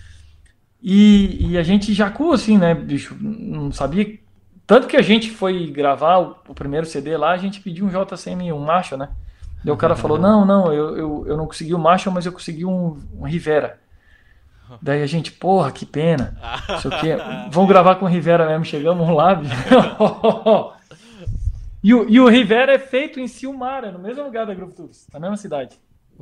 E a gente jacou, assim, né, bicho? Não sabia... Tanto que a gente foi gravar o primeiro CD lá, a gente pediu um JCM, um Marshall, né? Daí o cara falou, não, eu não consegui o Marshall, mas eu consegui um Rivera. Daí a gente, porra, que pena. Isso aqui vamos gravar com o Rivera mesmo, chegamos lá. e o Rivera é feito em Silmara, no mesmo lugar da Groove Tubes, na mesma cidade.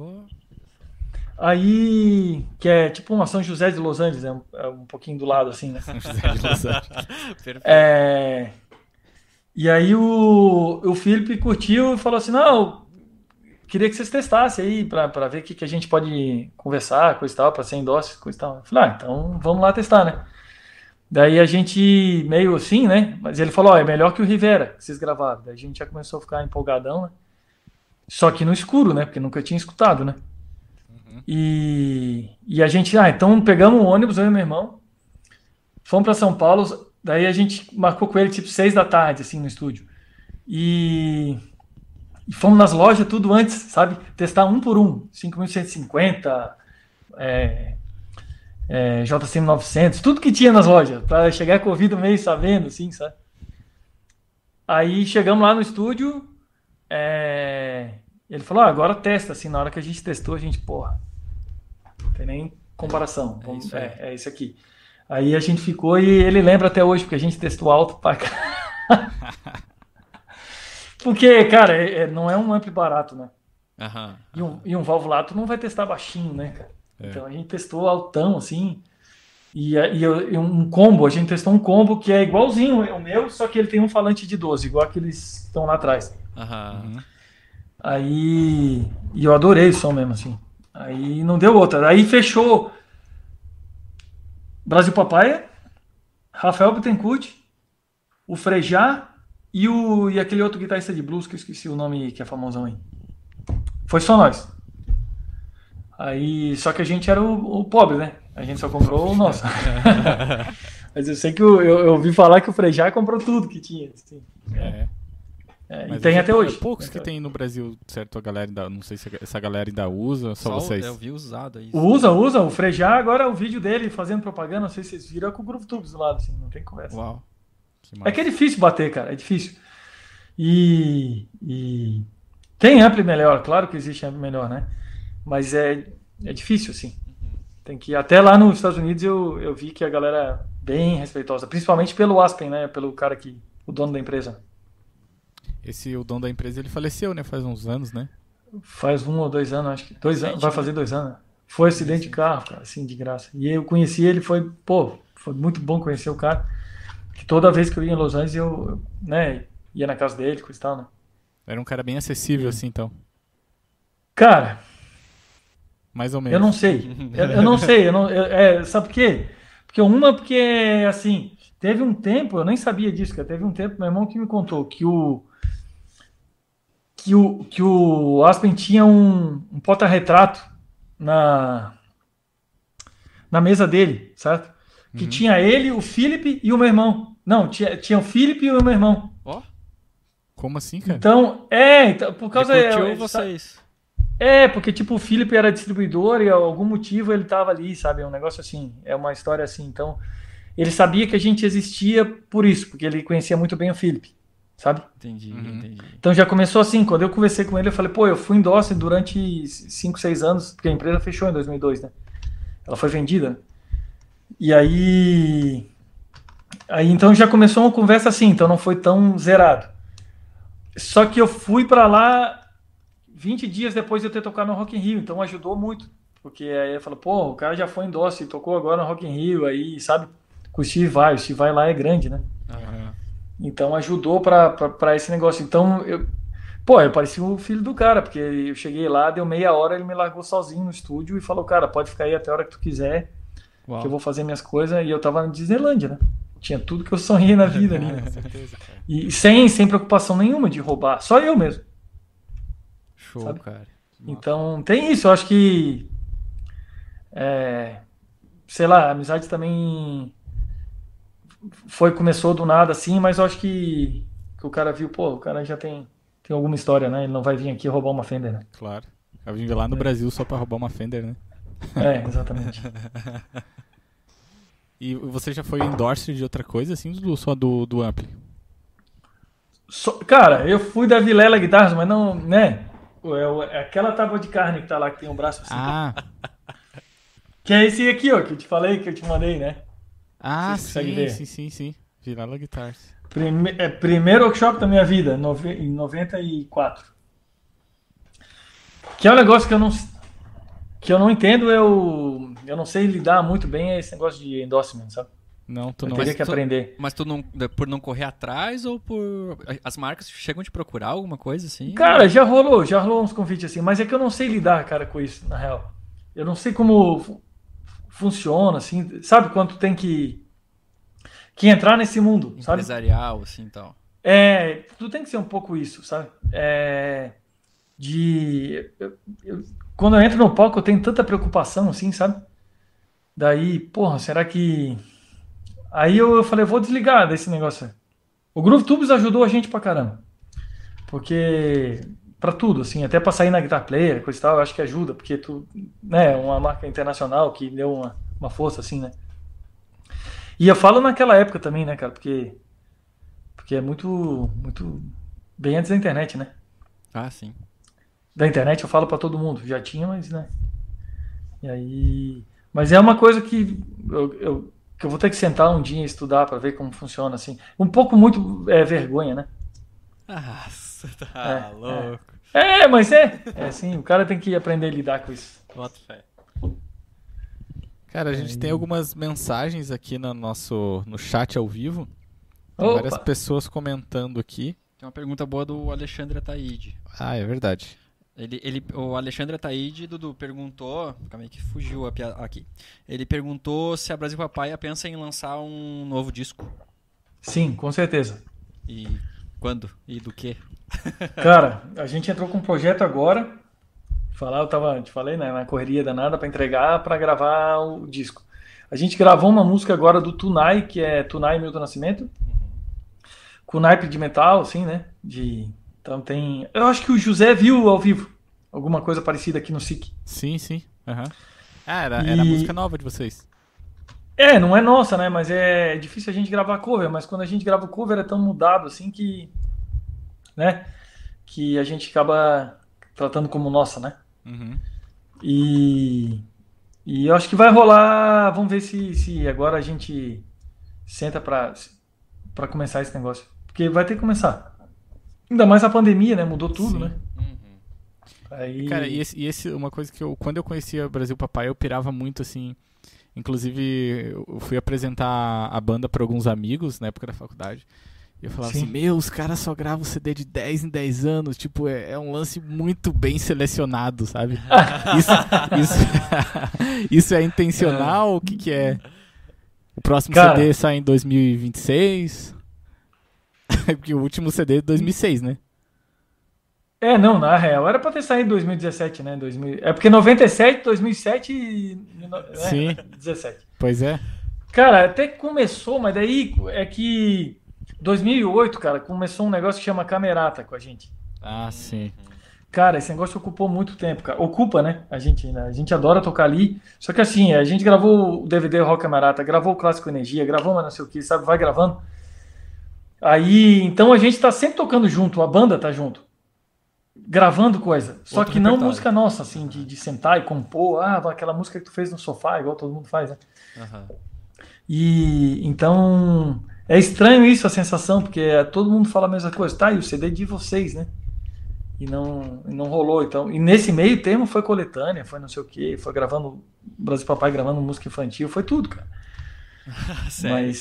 Aí, que é tipo uma São José de Los Angeles, é um pouquinho do lado, assim, né? São José de Los Angeles. Perfeito. E aí o Felipe curtiu e falou assim, não, queria que vocês testassem aí pra ver o que a gente pode conversar, coisa e tal, pra ser endosse, coisa e tal. Eu falei, então vamos lá testar, né? Daí a gente meio assim, né? Mas ele falou, é melhor que o Rivera, que vocês gravaram. Daí a gente já começou a ficar empolgadão, né? Só que no escuro, né? Porque nunca tinha escutado, né? E a gente, então pegamos um ônibus, eu e meu irmão, fomos pra São Paulo, daí a gente marcou com ele tipo 6 da tarde, assim, no estúdio. E fomos nas lojas tudo antes, sabe? Testar um por um. 5150, JCM 900, tudo que tinha nas lojas, pra chegar com o ouvido meio sabendo, assim, sabe? Aí chegamos lá no estúdio, ele falou, agora testa, assim, na hora que a gente testou, a gente, porra, não tem nem comparação, é isso aqui. Aí a gente ficou e ele lembra até hoje, porque a gente testou alto pra cá. Porque, cara, não é um ampli barato, né? Aham. E um valvulato não vai testar baixinho, né, cara? Então a gente testou altão, assim. E um combo, a gente testou um combo que é igualzinho o meu, só que ele tem um falante de 12, igual aqueles que estão lá atrás. Aham. Aí. E eu adorei o som mesmo, assim. Aí não deu outra. Aí fechou Brasil Papaya, Rafael Bittencourt, o Frejá e aquele outro guitarrista de blues que eu esqueci o nome, que é famosão aí. Foi só nós. Aí, só que a gente era o pobre, né? A gente só comprou o nosso. Mas eu sei que eu ouvi falar que o Frejá comprou tudo que tinha. Assim. E tem até hoje. Poucos que tem no Brasil, certo? A galera ainda, não sei se essa galera ainda usa, só vocês. Eu vi usado aí. Usa. O Frejá, agora o vídeo dele fazendo propaganda, não sei se vocês viram, é com o Groove Tubes do lado, assim, não tem conversa. Uau. É que é difícil bater, cara, é difícil. E tem ampli melhor, claro que existe ampli melhor, né? Mas é difícil, assim. Tem que até lá nos Estados Unidos eu vi que a galera é bem respeitosa, principalmente pelo Aspen, né? Pelo cara o dono da empresa. O dono da empresa, ele faleceu, né? Faz uns anos, né? Faz 1 ou 2 anos, acho que. 2 anos, vai fazer 2 anos. Foi acidente de carro, cara, assim, de graça. E eu conheci ele, foi muito bom conhecer o cara. Que toda vez que eu ia em Los Angeles, eu né, ia na casa dele, coisa e tal, né? Era um cara bem acessível, assim, então. Cara, mais ou menos. Eu não sei. Eu não sei. Sabe por quê? Porque, assim, teve um tempo, eu nem sabia disso, cara. Teve um tempo, meu irmão que me contou que o Aspen tinha um porta-retrato na mesa dele, certo? Que tinha ele, o Philip e o meu irmão. Não, tinha o Philip e o meu irmão. Ó. Como assim, cara? Então, por causa... vocês. Porque tipo, o Philip era distribuidor e algum motivo ele tava ali, sabe? É um negócio assim, é uma história assim. Então, ele sabia que a gente existia por isso, porque ele conhecia muito bem o Philip, sabe? Entendi. Então já começou assim, quando eu conversei com ele, eu falei, pô, eu fui em Dawson durante 5, 6 anos, porque a empresa fechou em 2002, né? Ela foi vendida. E aí então já começou uma conversa assim, então não foi tão zerado. Só que eu fui pra lá 20 dias depois de eu ter tocado no Rock in Rio, então ajudou muito. Porque aí eu falo, pô, o cara já foi em Dawson e tocou agora no Rock in Rio, aí, sabe? Com o Steve Vai lá é grande, né? Aham. Então ajudou pra esse negócio. Então, eu parecia o filho do cara, porque eu cheguei lá, deu meia hora, ele me largou sozinho no estúdio e falou, cara, pode ficar aí até a hora que tu quiser, Uau. que eu vou fazer minhas coisas. E eu tava na Disneylândia, né? Tinha tudo que eu sonhei na vida ali. Né? Com certeza, cara. E sem preocupação nenhuma de roubar, só eu mesmo. Show, Sabe? cara. Então, tem isso. Eu acho que sei lá, a amizade também começou do nada assim, mas eu acho que o cara viu, pô, o cara já tem alguma história, né? Ele não vai vir aqui roubar uma Fender, né? Claro. Eu vim lá no Brasil só pra roubar uma Fender, né? Exatamente. E você já foi endorser de outra coisa, assim, ou só do Ampli? Cara, eu fui da Vilela Guitarras, mas não, né? Aquela tábua de carne que tá lá, que tem um braço assim. Ah, Que é esse aqui, ó, que eu te falei, que eu te mandei, né? Você consegue ver? sim. Vilela Guitars. Primeiro workshop da minha vida, em 94. Que é um negócio que eu não entendo, eu não sei lidar muito bem esse negócio de endorsement, sabe? Não, tu Eu não. teria que aprender. Mas tu não, por não correr atrás ou por... As marcas chegam te procurar alguma coisa assim? Cara, já rolou uns convites assim, mas é que eu não sei lidar, cara, com isso, na real. Eu não sei como funciona, assim, sabe quando tu tem que entrar nesse mundo, sabe? Empresarial, assim, então. Tu tem que ser um pouco isso, sabe? Quando eu entro no palco, eu tenho tanta preocupação, assim, sabe? Daí, porra, será que... Aí eu falei, vou desligar desse negócio aí. O Groove Tubes ajudou a gente pra caramba. Porque... Pra tudo, assim, até pra sair na Guitar Player, coisa e tal, eu acho que ajuda, porque tu, né, uma marca internacional que deu uma força, assim, né? E eu falo naquela época também, né, cara, porque é muito bem antes da internet, né? Ah, sim. Da internet eu falo pra todo mundo, já tinha, mas, né? E aí... Mas é uma coisa que que eu vou ter que sentar um dia e estudar para ver como funciona, assim. Um pouco muito vergonha, né? Ah, você tá louco. Mas é assim, o cara tem que aprender a lidar com isso. Bota fé. Cara, a gente tem algumas mensagens aqui no chat ao vivo. Tem várias pessoas comentando aqui. Tem uma pergunta boa do Alexandre Ataíde. Ah, é verdade. O Alexandre Ataíde, Dudu, perguntou... Calma aí que fugiu aqui. Ele perguntou se a Brasil Papaya pensa em lançar um novo disco. Sim, com certeza. E quando? E do quê? Cara, a gente entrou com um projeto agora. Te falei, né, na correria danada para entregar, para gravar o disco. A gente gravou uma música agora do Tunai, que é Tunai Milton Nascimento. Com naipe de metal, assim, né? Então tem... Eu acho que o José viu ao vivo alguma coisa parecida aqui no SIC. Sim. Uhum. Ah, era a música nova de vocês. Não é nossa, né? Mas é difícil a gente gravar cover, mas quando a gente grava o cover é tão mudado assim que... né? Que a gente acaba tratando como nossa, né? Uhum. E eu acho que vai rolar... Vamos ver se agora a gente senta pra começar esse negócio. Porque vai ter que começar. Ainda mais a pandemia, né? Mudou tudo, Sim. né? Uhum. Aí... Cara, uma coisa que quando eu conhecia Brasil Papai, eu pirava muito, assim. Inclusive, eu fui apresentar a banda para alguns amigos na época da faculdade. E eu falava assim, os caras só gravam CD de 10 em 10 anos. Tipo, é um lance muito bem selecionado, sabe? Isso é intencional? O que é? O próximo CD sai em 2026? Porque o último CD é de 2006, né? Não, na real era pra ter saído em 2017, né? É porque 97, 2007 e... Sim. 17. Pois é. Cara, até começou, mas daí é que 2008, cara, começou um negócio que chama Camerata com a gente. Ah, sim. Cara, esse negócio ocupou muito tempo, cara. Ocupa, né? A gente adora tocar ali. Só que assim, a gente gravou o DVD Rock Camerata, gravou o Clássico Energia, gravou mas não sei o que, sabe? Vai gravando. Aí, então a gente tá sempre tocando junto, a banda tá junto. Gravando coisa. Só que não música nossa, assim, de sentar e compor. Aquela música que tu fez no sofá, igual todo mundo faz, né? Uhum. E então é estranho isso, a sensação, porque todo mundo fala a mesma coisa. Tá, e o CD de vocês, né? E não rolou, então. E nesse meio termo foi coletânea, foi não sei o que, foi gravando Brasil Papai, gravando música infantil, foi tudo, cara. Sério,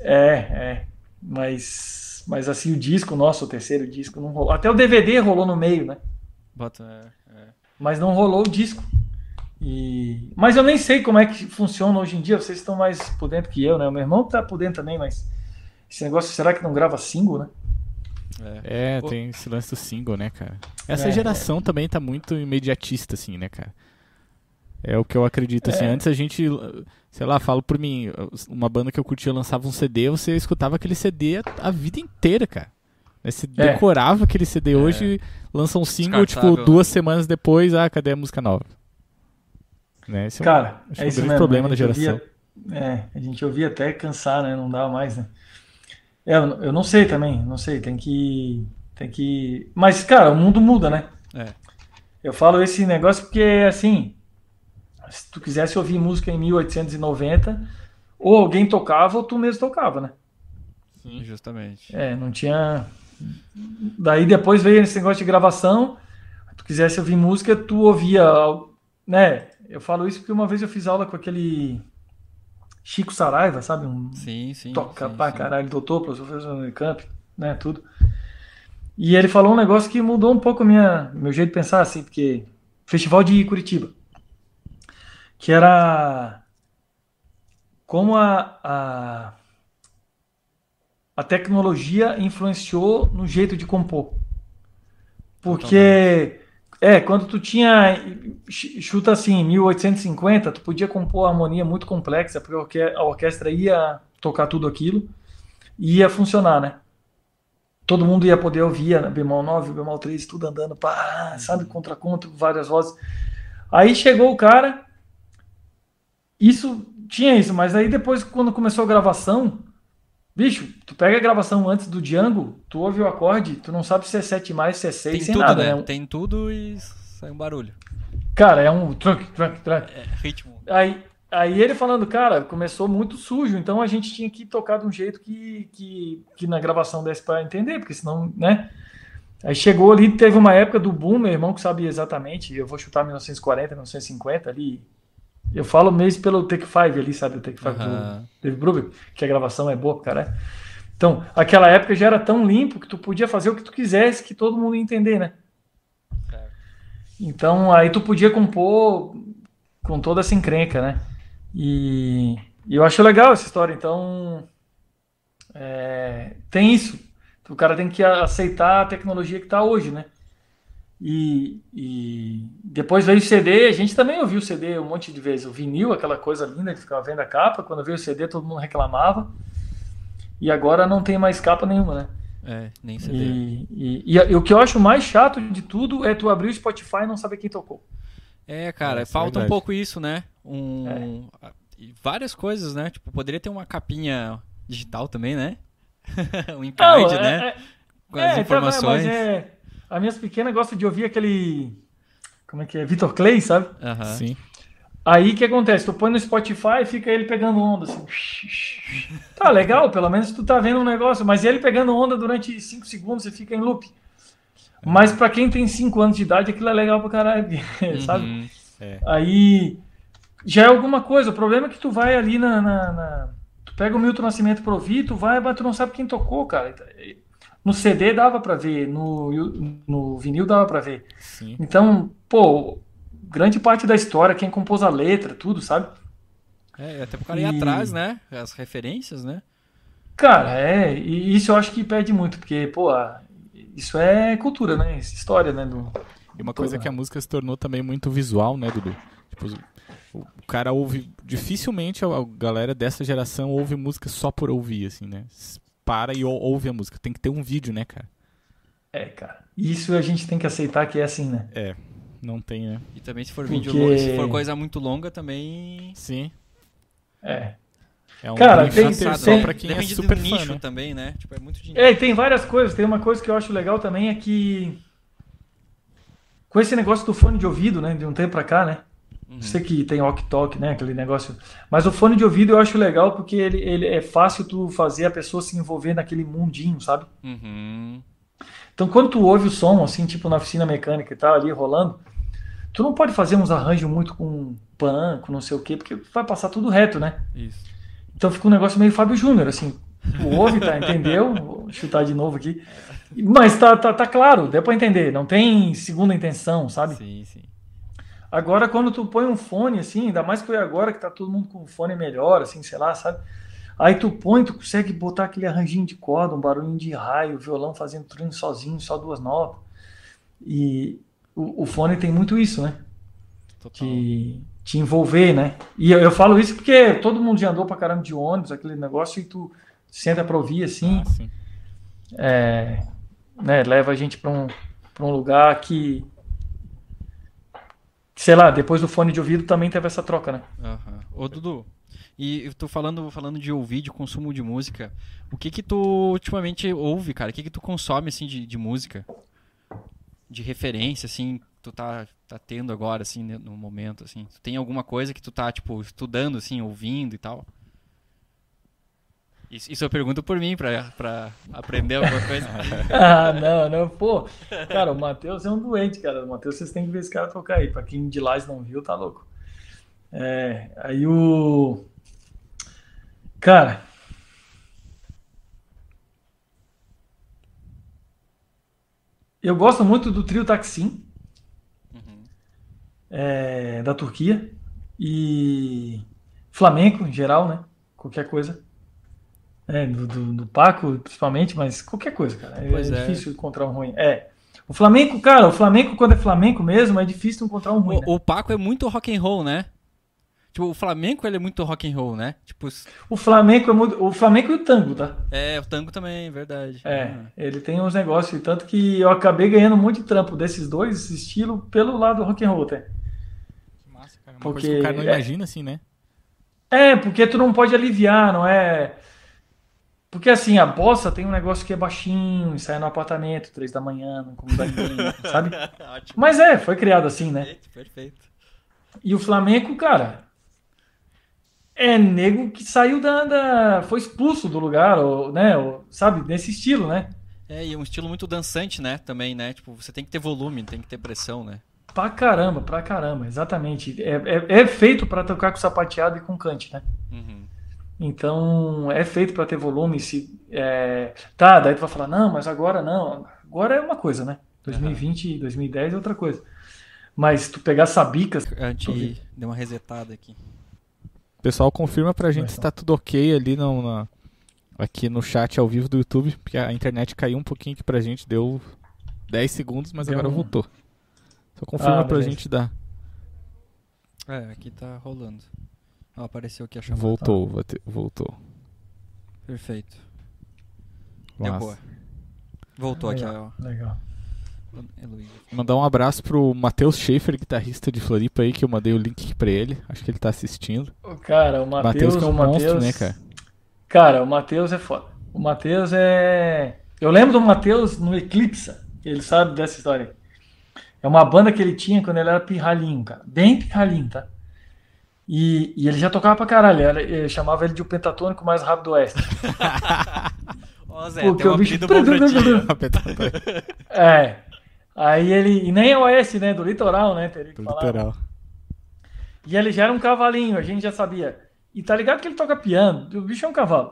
mas assim, o disco nosso, o terceiro disco, não rolou. Até o DVD rolou no meio, né? Mas não rolou o disco. Mas eu nem sei como é que funciona hoje em dia, vocês estão mais por dentro que eu, né? O meu irmão tá por dentro também, mas esse negócio, será que não grava single, né? Tem esse lance do single, né, cara? Essa geração também tá muito imediatista, assim, né, cara? É o que eu acredito, assim. Antes a gente, sei lá, falo por mim, uma banda que eu curtia lançava um CD, você escutava aquele CD a vida inteira, cara. Você decorava aquele CD. Hoje lança um single, tipo, 2 semanas depois, cadê a música nova? Né? Esse cara, é um grande problema da geração. A gente ouvia até cansar, né? Não dava mais, né? Eu não sei também, não sei, tem que... Mas, cara, o mundo muda, né? Eu falo esse negócio porque, assim, se tu quisesse ouvir música em 1890, ou alguém tocava ou tu mesmo tocava, né? Sim, justamente. Não tinha... Daí depois veio esse negócio de gravação, se tu quisesse ouvir música, tu ouvia, né? Eu falo isso porque uma vez eu fiz aula com aquele... Chico Saraiva, sabe? Sim. Toca pra caralho, doutor, professor da Unicamp, né, tudo. E ele falou um negócio que mudou um pouco meu jeito de pensar, assim, porque... Festival de Curitiba. Que era... Como a tecnologia influenciou no jeito de compor. Porque... quando tu tinha, chuta assim, 1850, tu podia compor uma harmonia muito complexa, porque a orquestra ia tocar tudo aquilo e ia funcionar, né? Todo mundo ia poder ouvir, né? Bemol 9, bemol 3, tudo andando, sabe, contraponto, várias vozes. Aí chegou o cara, tinha isso, mas aí depois, quando começou a gravação, bicho, tu pega a gravação antes do Django, tu ouve o acorde, tu não sabe se é 7 mais, se é 6, sem tudo, nada, né? né? aí ele falando, cara, começou muito sujo, então a gente tinha que tocar de um jeito que na gravação desse para entender, porque senão, né? Aí chegou ali, teve uma época do boom, meu irmão que sabia exatamente, eu vou chutar 1940, 1950 ali. Eu falo mesmo pelo Take 5 ali, sabe? O Take 5 do Dave Brubeck, que a gravação é boa, cara. Então, aquela época já era tão limpo que tu podia fazer o que tu quisesse, que todo mundo ia entender, né? Então, aí tu podia compor com toda essa encrenca, né? E eu acho legal essa história. Então, tem isso. O cara tem que aceitar a tecnologia que está hoje, né? E depois veio o CD, a gente também ouviu o CD um monte de vezes. O vinil, aquela coisa linda que ficava vendo a capa. Quando veio o CD, todo mundo reclamava. E agora não tem mais capa nenhuma, né? Nem CD. E o que eu acho mais chato de tudo é tu abrir o Spotify e não saber quem tocou. Cara, falta um pouco isso, né? Várias coisas, né? Tipo, poderia ter uma capinha digital também, né? Um encarte, né? Com as informações. Mas as minhas pequenas gostam de ouvir aquele... Como é que é? Vitor Clay, sabe? Sim. Aí o que acontece? Tu põe no Spotify e fica ele pegando onda, assim. Tá legal, pelo menos tu tá vendo um negócio. Mas ele pegando onda durante 5 segundos e fica em loop. Mas pra quem tem 5 anos de idade, aquilo é legal pra caralho, sabe? Aí já é alguma coisa. O problema é que tu vai ali tu pega o Milton Nascimento pra ouvir, mas tu não sabe quem tocou, cara. No CD dava pra ver, no vinil dava pra ver. Sim. Então, pô, grande parte da história, quem compôs a letra, tudo, sabe? Até pro cara ir atrás, né? As referências, né? Cara, e isso eu acho que perde muito, porque, pô, isso é cultura, né? Isso é história, né? E uma coisa que a música se tornou também muito visual, né, Dudu? Tipo, o cara ouve... Dificilmente a galera dessa geração ouve música só por ouvir, assim, né? Para e ouve a música. Tem que ter um vídeo, né, cara? Cara. Isso a gente tem que aceitar que é assim, né? Não tem, né? E também se for vídeo longo, se for coisa muito longa também... Sim. Um cara, tem pra quem depende é super do fã, nicho né? também, né? Tipo, é muito dinheiro. Tem várias coisas. Tem uma coisa que eu acho legal também, é que com esse negócio do fone de ouvido, né? De um tempo pra cá, né? Sei que tem walkie-talkie, né? Aquele negócio. Mas o fone de ouvido eu acho legal porque ele é fácil tu fazer a pessoa se envolver naquele mundinho, sabe? Então quando tu ouve o som, assim, tipo na oficina mecânica e tal, ali rolando, tu não pode fazer uns arranjos muito com pan, com não sei o quê, porque vai passar tudo reto, né? Isso. Então fica um negócio meio Fábio Júnior, assim. Tu ouve, tá? Entendeu? Vou chutar de novo aqui. Mas tá claro, deu pra entender. Não tem segunda intenção, sabe? Sim. Agora, quando tu põe um fone, assim, ainda mais que agora que tá todo mundo com um fone melhor, assim, sei lá, sabe? Aí tu consegue botar aquele arranjinho de corda, um barulhinho de raio, o violão fazendo trino sozinho, só 2 notas. E o fone tem muito isso, né? Total. Te envolver, né? E eu falo isso porque todo mundo já andou pra caramba de ônibus, aquele negócio, e tu senta pra ouvir, assim. Sim. Né, leva a gente pra um lugar que... Sei lá, depois do fone de ouvido também teve essa troca, né? Ô, Dudu, e eu tô falando de ouvir, de consumo de música. O que tu ultimamente ouve, cara? O que tu consome, assim, de música? De referência, assim, tu tá tendo agora, assim, no momento, assim? Tu tem alguma coisa que tu tá, tipo, estudando, assim, ouvindo e tal? Isso eu pergunto por mim, pra aprender alguma coisa. Não, pô. Cara, o Matheus é um doente, cara. O Matheus, vocês têm que ver esse cara tocar aí. Pra quem de lá não viu, tá louco. Aí Cara... Eu gosto muito do trio Taksim, da Turquia. E flamenco, em geral, né? Qualquer coisa. Do Paco, principalmente, mas qualquer coisa, cara. É difícil encontrar um ruim. O Flamengo, cara, quando é Flamengo mesmo, é difícil encontrar um ruim. O Paco é muito rock and roll, né? Tipo, o Flamengo, ele é muito rock and roll, né? Tipo... O Flamengo e o tango, tá? O tango também, verdade. Ele tem uns negócios, tanto que eu acabei ganhando muito trampo desses dois, esse estilo, pelo lado do rock and roll, até. Que massa, cara. Uma coisa que o cara não imagina, assim, né? Porque tu não pode aliviar, não é... Porque assim, a bossa tem um negócio que é baixinho, sai no apartamento, 3 da manhã, não convida ninguém, sabe? Ótimo. Mas foi criado assim, né? Perfeito. E o Flamengo, cara, É nego que saiu foi expulso do lugar, ou, né? Ou, sabe, nesse estilo, né? E um estilo muito dançante, né? Também, né? Tipo, você tem que ter volume, tem que ter pressão, né? Pra caramba, exatamente. É feito pra tocar com sapateado e com cante, né? Uhum. Então, é feito pra ter volume. Tá, daí tu vai falar, não, mas agora não. Agora é uma coisa, né? 2020 e 2010 é outra coisa. Mas se tu pegar sabicas. A gente deu uma resetada aqui. Pessoal, confirma pra gente se tá tudo ok ali aqui no chat ao vivo do YouTube, porque a internet caiu um pouquinho aqui pra gente, deu 10 segundos, mas agora voltou. Só confirma pra gente dar. Aqui tá rolando. Ó, apareceu aqui a chamada. Voltou. Perfeito. Massa. Deu boa. Voltou aqui, ó. Legal. Mandar um abraço pro Matheus Schaefer, guitarrista de Floripa aí, que eu mandei o link aqui pra ele. Acho que ele tá assistindo. Cara, o Matheus que é um monstro, né, cara? Cara, o Matheus é foda. O Matheus é... Eu lembro do Matheus no Eclipse. Ele sabe dessa história. É uma banda que ele tinha quando ele era pirralhinho, cara. Bem pirralhinho, tá? E ele já tocava pra caralho. Eu chamava ele de o pentatônico mais rápido do oeste. Ó, Zé, tem um apelido bom pra ti. Aí ele... E nem é oeste, né? Do litoral, né? Teria que falar. Litoral. E ele já era um cavalinho, a gente já sabia. E tá ligado que ele toca piano. O bicho é um cavalo.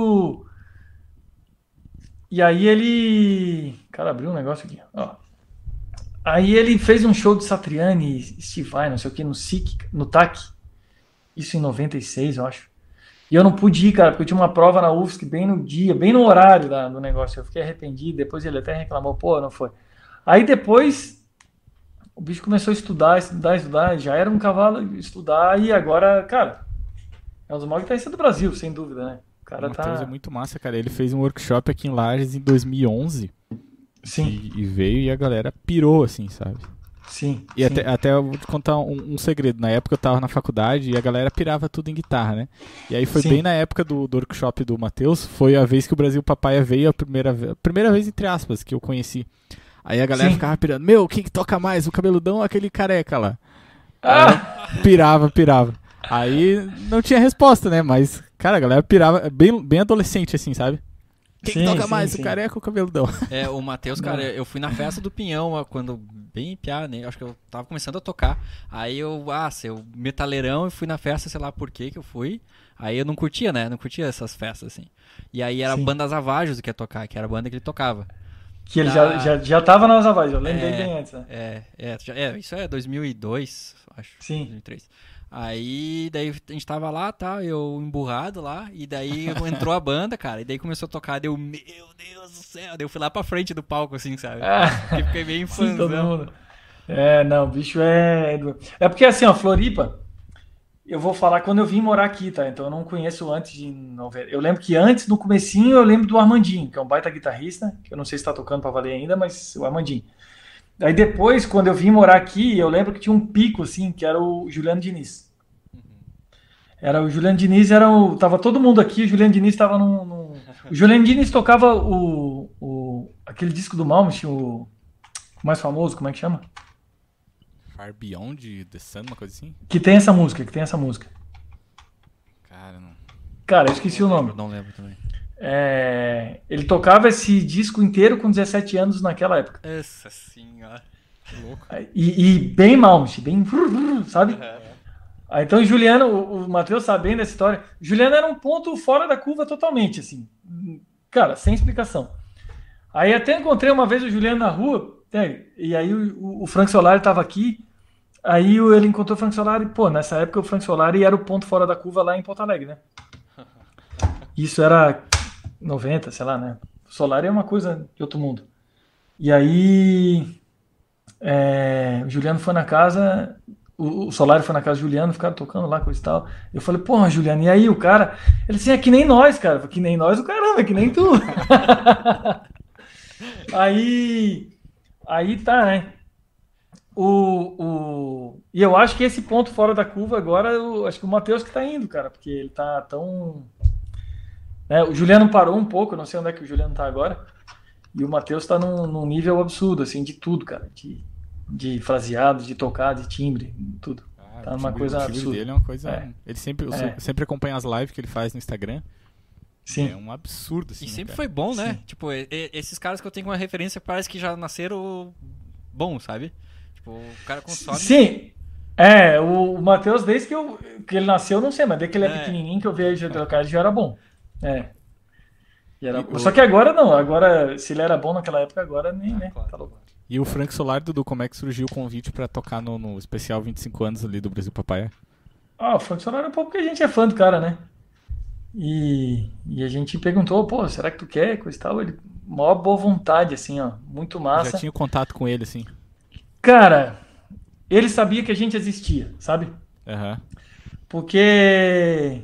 E aí ele... Cara, abriu um negócio aqui, ó. Aí ele fez um show de Satriani, Steve Vai, não sei o que, no TAC. Isso em 96, eu acho. E eu não pude ir, cara, porque eu tinha uma prova na UFSC bem no dia, bem no horário do negócio. Eu fiquei arrependido, depois ele até reclamou, pô, não foi. Aí depois o bicho começou a estudar, já era um cavalo estudar, e agora, cara, é um dos maiores guitarristas do Brasil, sem dúvida, né? O cara Matheus é muito massa, cara. Ele fez um workshop aqui em Lages em 2011. Sim. E veio e a galera pirou, assim, sabe? Sim. E sim. Até eu vou te contar um segredo. Na época eu tava na faculdade e a galera pirava tudo em guitarra, né? E aí foi bem na época do workshop do Matheus, foi a vez que o Brasil Papaya veio, a primeira vez, entre aspas, que eu conheci. Aí a galera ficava pirando, quem que toca mais, o cabeludão ou aquele careca lá? Pirava. Aí não tinha resposta, né? Mas, cara, a galera pirava, bem adolescente, assim, sabe? Quem toca mais, o careca ou o cabeludão? O Matheus, cara, eu fui na festa do Pinhão, quando bem piá, né? Acho que eu tava começando a tocar. Aí eu metaleirão, e fui na festa, sei lá por que eu fui. Aí eu não curtia, né? Não curtia essas festas, assim. E aí era a banda Zavajos que ia tocar, que era a banda que ele tocava. Que ele já tava na Zavajos, eu lembrei bem antes, né? Isso é 2002, acho. Sim. 2003. Aí, daí a gente tava lá, tá, eu emburrado lá, e daí entrou a banda, cara, e daí começou a tocar, meu Deus do céu, daí eu fui lá pra frente do palco, assim, sabe? E fiquei meio fãzão. Não, o bicho é porque assim, ó, Floripa, eu vou falar quando eu vim morar aqui, tá? Então eu não conheço antes de 90. Eu lembro que antes, no comecinho, eu lembro do Armandinho, que é um baita guitarrista, que eu não sei se tá tocando pra valer ainda, mas o Armandinho. Aí depois, quando eu vim morar aqui, eu lembro que tinha um pico, assim, que era o Juliano Diniz. Era o Juliano Diniz, tava todo mundo aqui, o Juliano Diniz tava O Juliano Diniz tocava aquele disco do Malmsteen, o mais famoso, como é que chama? Far Beyond the Sun, uma coisa assim? Que tem essa música. Cara, eu esqueci o nome. Não lembro também. Ele tocava esse disco inteiro com 17 anos naquela época. Essa senhora, que louco. E bem Malmsteen, bem, sabe? Então o Juliano, o Matheus sabe bem dessa história. O Juliano era um ponto fora da curva totalmente, assim. Cara, sem explicação. Aí até encontrei uma vez o Juliano na rua, e aí o Frank Solari estava aqui, aí ele encontrou o Frank Solari, pô, nessa época o Frank Solari era o ponto fora da curva lá em Porto Alegre, né? Isso era 90, sei lá, né? O Solari é uma coisa de outro mundo. E aí o Juliano foi na casa, o Solari foi na casa do Juliano, ficaram tocando lá, coisa e tal. Eu falei, porra, Juliano, e aí o cara? Ele disse, é que nem nós, cara. Que nem nós, o caramba, é que nem tu. Aí tá, né? E eu acho que esse ponto fora da curva agora, acho que o Matheus que tá indo, cara, porque ele tá tão... Né? O Juliano parou um pouco, eu não sei onde é que o Juliano tá agora, e o Matheus tá num nível absurdo, assim, de tudo, cara, de fraseado, de tocar, de timbre, tudo. Tá numa coisa o timbre absurda. dele é uma coisa... Ele sempre acompanha as lives que ele faz no Instagram. Sim. É um absurdo, assim. E sempre cara. foi bom, né? Sim. Tipo, esses caras que eu tenho como referência parece que já nasceram bom, sabe? Tipo, o cara consome... Sim. O Matheus, desde que ele nasceu, não sei, mas desde que ele é pequenininho, que eu vejo ele trocar, ele já era bom. Só que agora não. Agora, se ele era bom naquela época, agora nem, né? Claro. Tá louco. E o Frank Solar, Dudu, como é que surgiu o convite pra tocar no especial 25 anos ali do Brasil Papaya? O Frank Solar é um pouco porque a gente é fã do cara, né? E a gente perguntou, pô, será que tu quer? Coisa e tal. Ele, maior boa vontade, assim, ó. Muito massa. Já tinha contato com ele, assim. Cara, ele sabia que a gente existia, sabe? Aham. Porque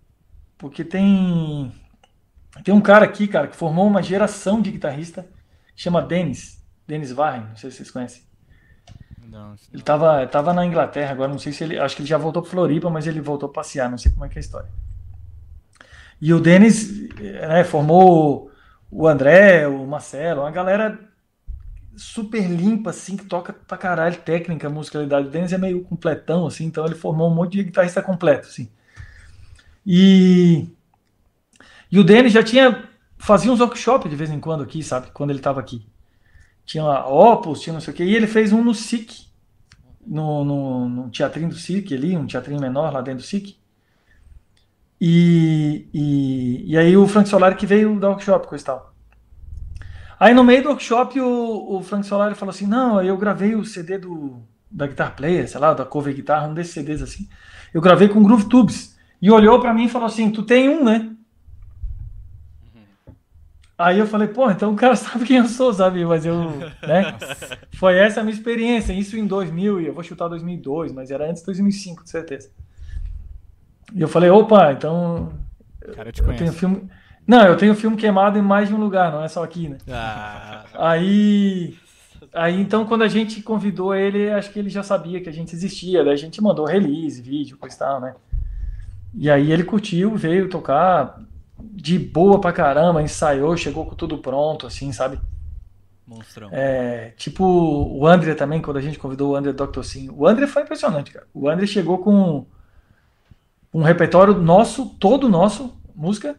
tem um cara aqui, cara, que formou uma geração de guitarrista, chama Dennis Warren, não sei se vocês conhecem. Não, Ele tava na Inglaterra agora, não sei se ele, acho que ele já voltou pro Floripa, mas ele voltou a passear, não sei como é que é a história. E o Dennis, né, formou o André, o Marcelo, uma galera super limpa, assim, que toca pra caralho, técnica, musicalidade. O Dennis é meio completão, assim, então ele formou um monte de guitarrista completo, assim. E o Dennis fazia uns workshops de vez em quando aqui, sabe? Quando ele tava aqui. Tinha a Opus, tinha não sei o quê, e ele fez um no SIC, no teatrinho do SIC ali, um teatrinho menor lá dentro do SIC. E aí o Frank Solari que veio dar workshop, coisa e tal. Aí no meio do workshop o Frank Solari falou assim, não, eu gravei o CD da Guitar Player, sei lá, da Cover Guitar, um desses CDs assim. Eu gravei com Groove Tubes. E olhou pra mim e falou assim, tu tem um, né? Aí eu falei, pô, então o cara sabe quem eu sou, sabe? Mas né? Foi essa a minha experiência, isso em 2000, e eu vou chutar 2002, mas era antes de 2005, com certeza. E eu falei, opa, então O cara te eu conhece. tenho filme... Não, eu tenho filme queimado em mais de um lugar, não é só aqui, né? Aí então quando a gente convidou ele, acho que ele já sabia que a gente existia, daí a gente mandou release, vídeo, coisa e tal, né? E aí ele curtiu, veio tocar de boa pra caramba, ensaiou, chegou com tudo pronto, assim, sabe? Monstrão. Tipo o André também, quando a gente convidou o André Dr. Sim. O André foi impressionante, cara. O André chegou com um repertório nosso, todo nosso, música,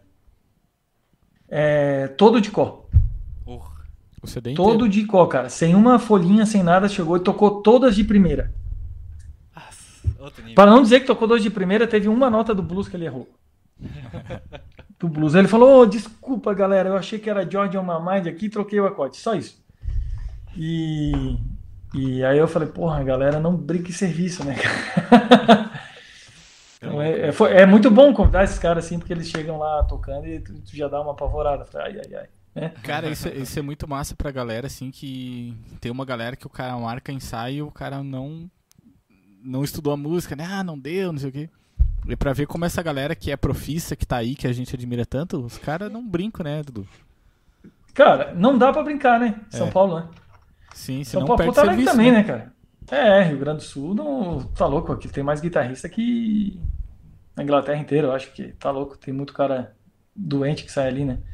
todo de cor. O CD Todo inteiro. de cor, cara. Sem uma folhinha, sem nada, chegou e tocou todas de primeira. Outro nível. Para não dizer que tocou todas de primeira, teve uma nota do blues que ele errou. Do blues. Ele falou, desculpa, galera, eu achei que era George on My Mind aqui, troquei o acorde. Só isso. E aí eu falei, porra, galera, não brinque em serviço, né, cara? Então, é muito bom convidar esses caras assim, porque eles chegam lá tocando e tu já dá uma apavorada. Ai, ai, ai. Né? Cara, isso é muito massa pra galera, assim, que tem uma galera que o cara marca ensaio e o cara não estudou a música, né? Ah, não deu, não sei o quê. E pra ver como essa galera que é profissa, que tá aí, que a gente admira tanto, os caras não brincam, né, Dudu? Cara, não dá pra brincar, né? São Paulo, né? Sim, São senão Paulo, perde Porto Alegre serviço, também, né? né, cara? Rio Grande do Sul, não, tá louco, aqui tem mais guitarrista que na Inglaterra inteira, eu acho que tá louco, tem muito cara doente que sai ali, né?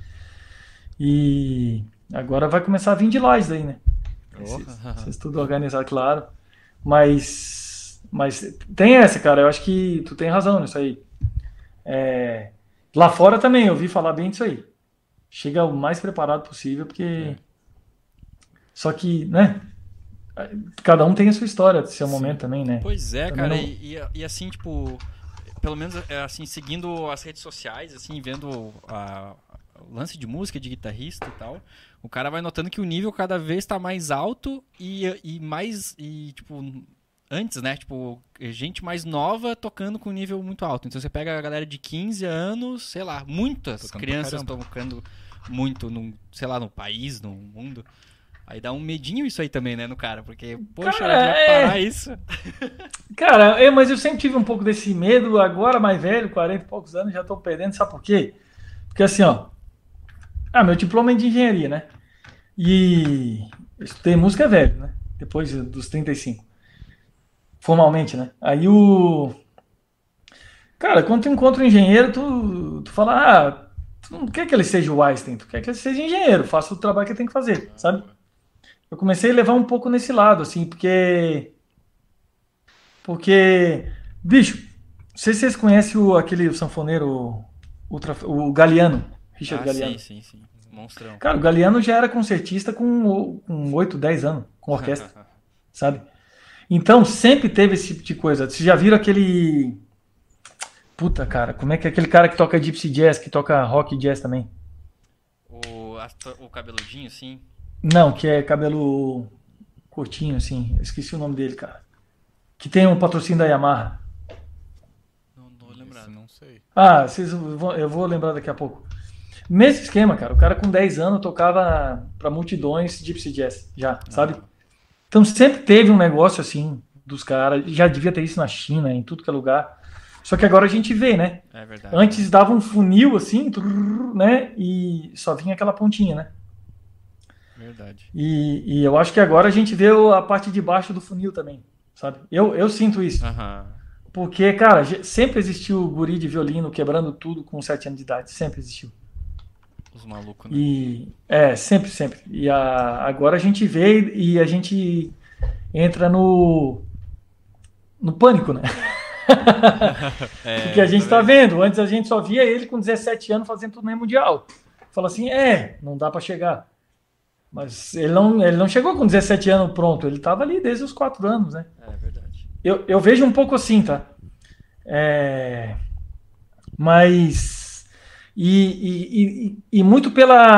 E agora vai começar a vir de lá isso daí, né? Vocês tudo organizado, claro. Mas tem essa, cara, eu acho que tu tem razão nisso aí. Lá fora também, eu ouvi falar bem disso aí. Chega o mais preparado possível, porque... Só que, né? Cada um tem a sua história, seu momento também, né? Pois é, Também cara, não- e assim, tipo, pelo menos assim, seguindo as redes sociais, assim, vendo o lance de música, de guitarrista e tal, o cara vai notando que o nível cada vez tá mais alto e mais, tipo, antes, né, tipo, gente mais nova tocando com nível muito alto. Então você pega a galera de 15 anos, sei lá, muitas Tocando pra crianças caramba. tocando muito, sei lá, no país, no mundo. Aí dá um medinho isso aí também, né, no cara, porque, poxa, Cara, vai parar isso. Cara, mas eu sempre tive um pouco desse medo, agora mais velho, 40 e poucos anos, já tô perdendo, sabe por quê? Porque assim, ó, meu diploma é de engenharia, né? E eu estudei música velho, né? Depois dos 35. Formalmente, né? Aí Cara, quando tu encontra um engenheiro, tu fala, tu não quer que ele seja o Einstein, tu quer que ele seja engenheiro, faça o trabalho que ele tem que fazer, sabe? Eu comecei a levar um pouco nesse lado, assim, porque Porque, bicho, não sei se vocês conhecem aquele sanfoneiro, o Galiano, Richard Galiano. Sim. Monstrão. Cara, o Galiano já era concertista com 8, 10 anos, com orquestra, sabe? Então, sempre teve esse tipo de coisa. Vocês já viram aquele... Puta, cara, como é que é aquele cara que toca Gypsy Jazz, que toca rock e jazz também? O cabeludinho, sim? Não, que é cabelo curtinho, assim. Eu esqueci o nome dele, cara. Que tem um patrocínio da Yamaha. Não tô lembrado. Não sei. Eu vou lembrar daqui a pouco. Mesmo esquema, cara. O cara com 10 anos tocava pra multidões Gypsy Jazz, já, sabe? Então sempre teve um negócio assim dos caras. Já devia ter isso na China, em tudo que é lugar. Só que agora a gente vê, né? É verdade. Antes dava um funil assim, né? E só vinha aquela pontinha, né? Verdade. E eu acho que agora a gente vê a parte de baixo do funil também, sabe? Eu sinto isso. Porque, cara, sempre existiu o guri de violino quebrando tudo com 7 anos de idade. Sempre existiu. Os malucos, né? Sempre. E agora a gente vê e a gente entra no pânico, né? Porque a gente tá vendo. Antes a gente só via ele com 17 anos fazendo turnê mundial. Fala assim, não dá pra chegar. Mas ele não chegou com 17 anos pronto. Ele tava ali desde os 4 anos, né? É verdade. Eu vejo um pouco assim, tá? Mas... E muito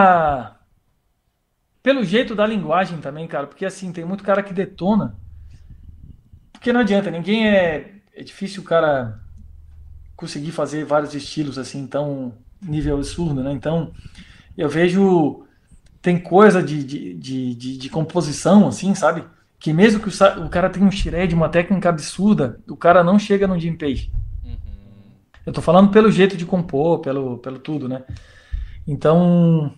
pelo jeito da linguagem também, cara. Porque assim, tem muito cara que detona. Porque não adianta, ninguém é difícil o cara conseguir fazer vários estilos assim, tão nível absurdo, né? Então, eu vejo... Tem coisa de composição, assim, sabe? Que mesmo que o cara tenha um shred, uma técnica absurda, o cara não chega no Jimmy Page. Eu tô falando pelo jeito de compor, pelo tudo, né? Então,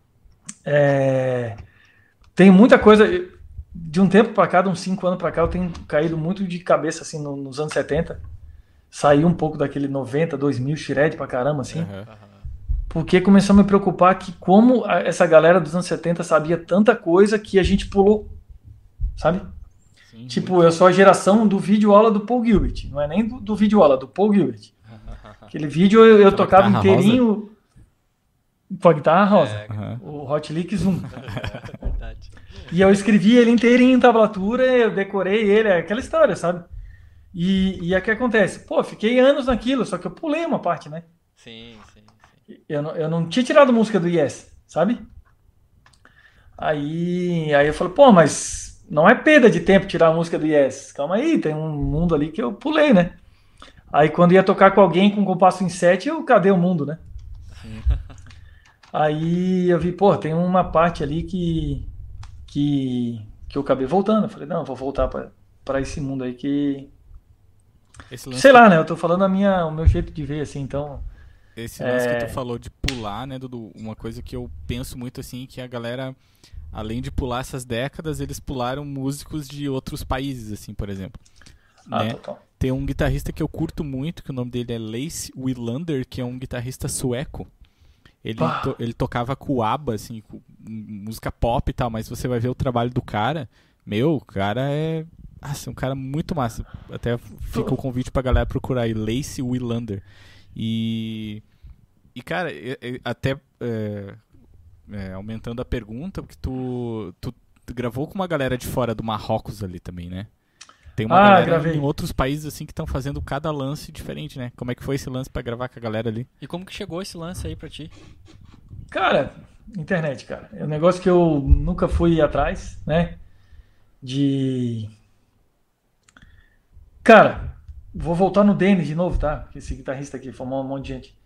tem muita coisa... De um tempo pra cá, de uns 5 anos pra cá, eu tenho caído muito de cabeça, assim, nos anos 70. Saí um pouco daquele 90, 2000, shred pra caramba, assim. Porque começou a me preocupar que como essa galera dos anos 70 sabia tanta coisa que a gente pulou, sabe? Sim, tipo, muito. Eu sou a geração do vídeo aula do Paul Gilbert. Não é nem do vídeo aula, do Paul Gilbert. Aquele vídeo eu tocava inteirinho com a guitarra rosa. O Hot Licks 1. Verdade. E eu escrevi ele inteirinho em tablatura, eu decorei ele, aquela história, sabe? E o que acontece? Pô, fiquei anos naquilo, só que eu pulei uma parte, né? Sim. Eu não tinha tirado música do Yes, sabe? Aí eu falei, pô, mas não é perda de tempo tirar a música do Yes. Calma aí, tem um mundo ali que eu pulei, né? Aí quando ia tocar com alguém com compasso em 7, cadê o mundo, né? Aí eu vi, pô, tem uma parte ali que eu acabei voltando. Eu falei, não, eu vou voltar pra esse mundo aí que... Sei lá, né? Eu tô falando o meu jeito de ver, assim, então... Esse lance que tu falou de pular, né, Dudu? Uma coisa que eu penso muito, assim, que a galera, além de pular essas décadas, eles pularam músicos de outros países, assim, por exemplo. Né? Total. Tem um guitarrista que eu curto muito, que o nome dele é Lasse Wilander, que é um guitarrista sueco. Ele tocava com o ABBA, assim, com música pop e tal, mas você vai ver o trabalho do cara, o cara é... Nossa, um cara muito massa. Até fica o convite pra galera procurar aí, Lasse Wilander. E cara, até aumentando a pergunta, porque tu gravou com uma galera de fora do Marrocos ali também, né? Tem uma galera em outros países assim que estão fazendo cada lance diferente, né? Como é que foi esse lance pra gravar com a galera ali? E como que chegou esse lance aí pra ti? Cara, internet, cara. É um negócio que eu nunca fui atrás, né? Cara... Vou voltar no Dennis de novo, tá? Esse guitarrista aqui, formou um monte de gente.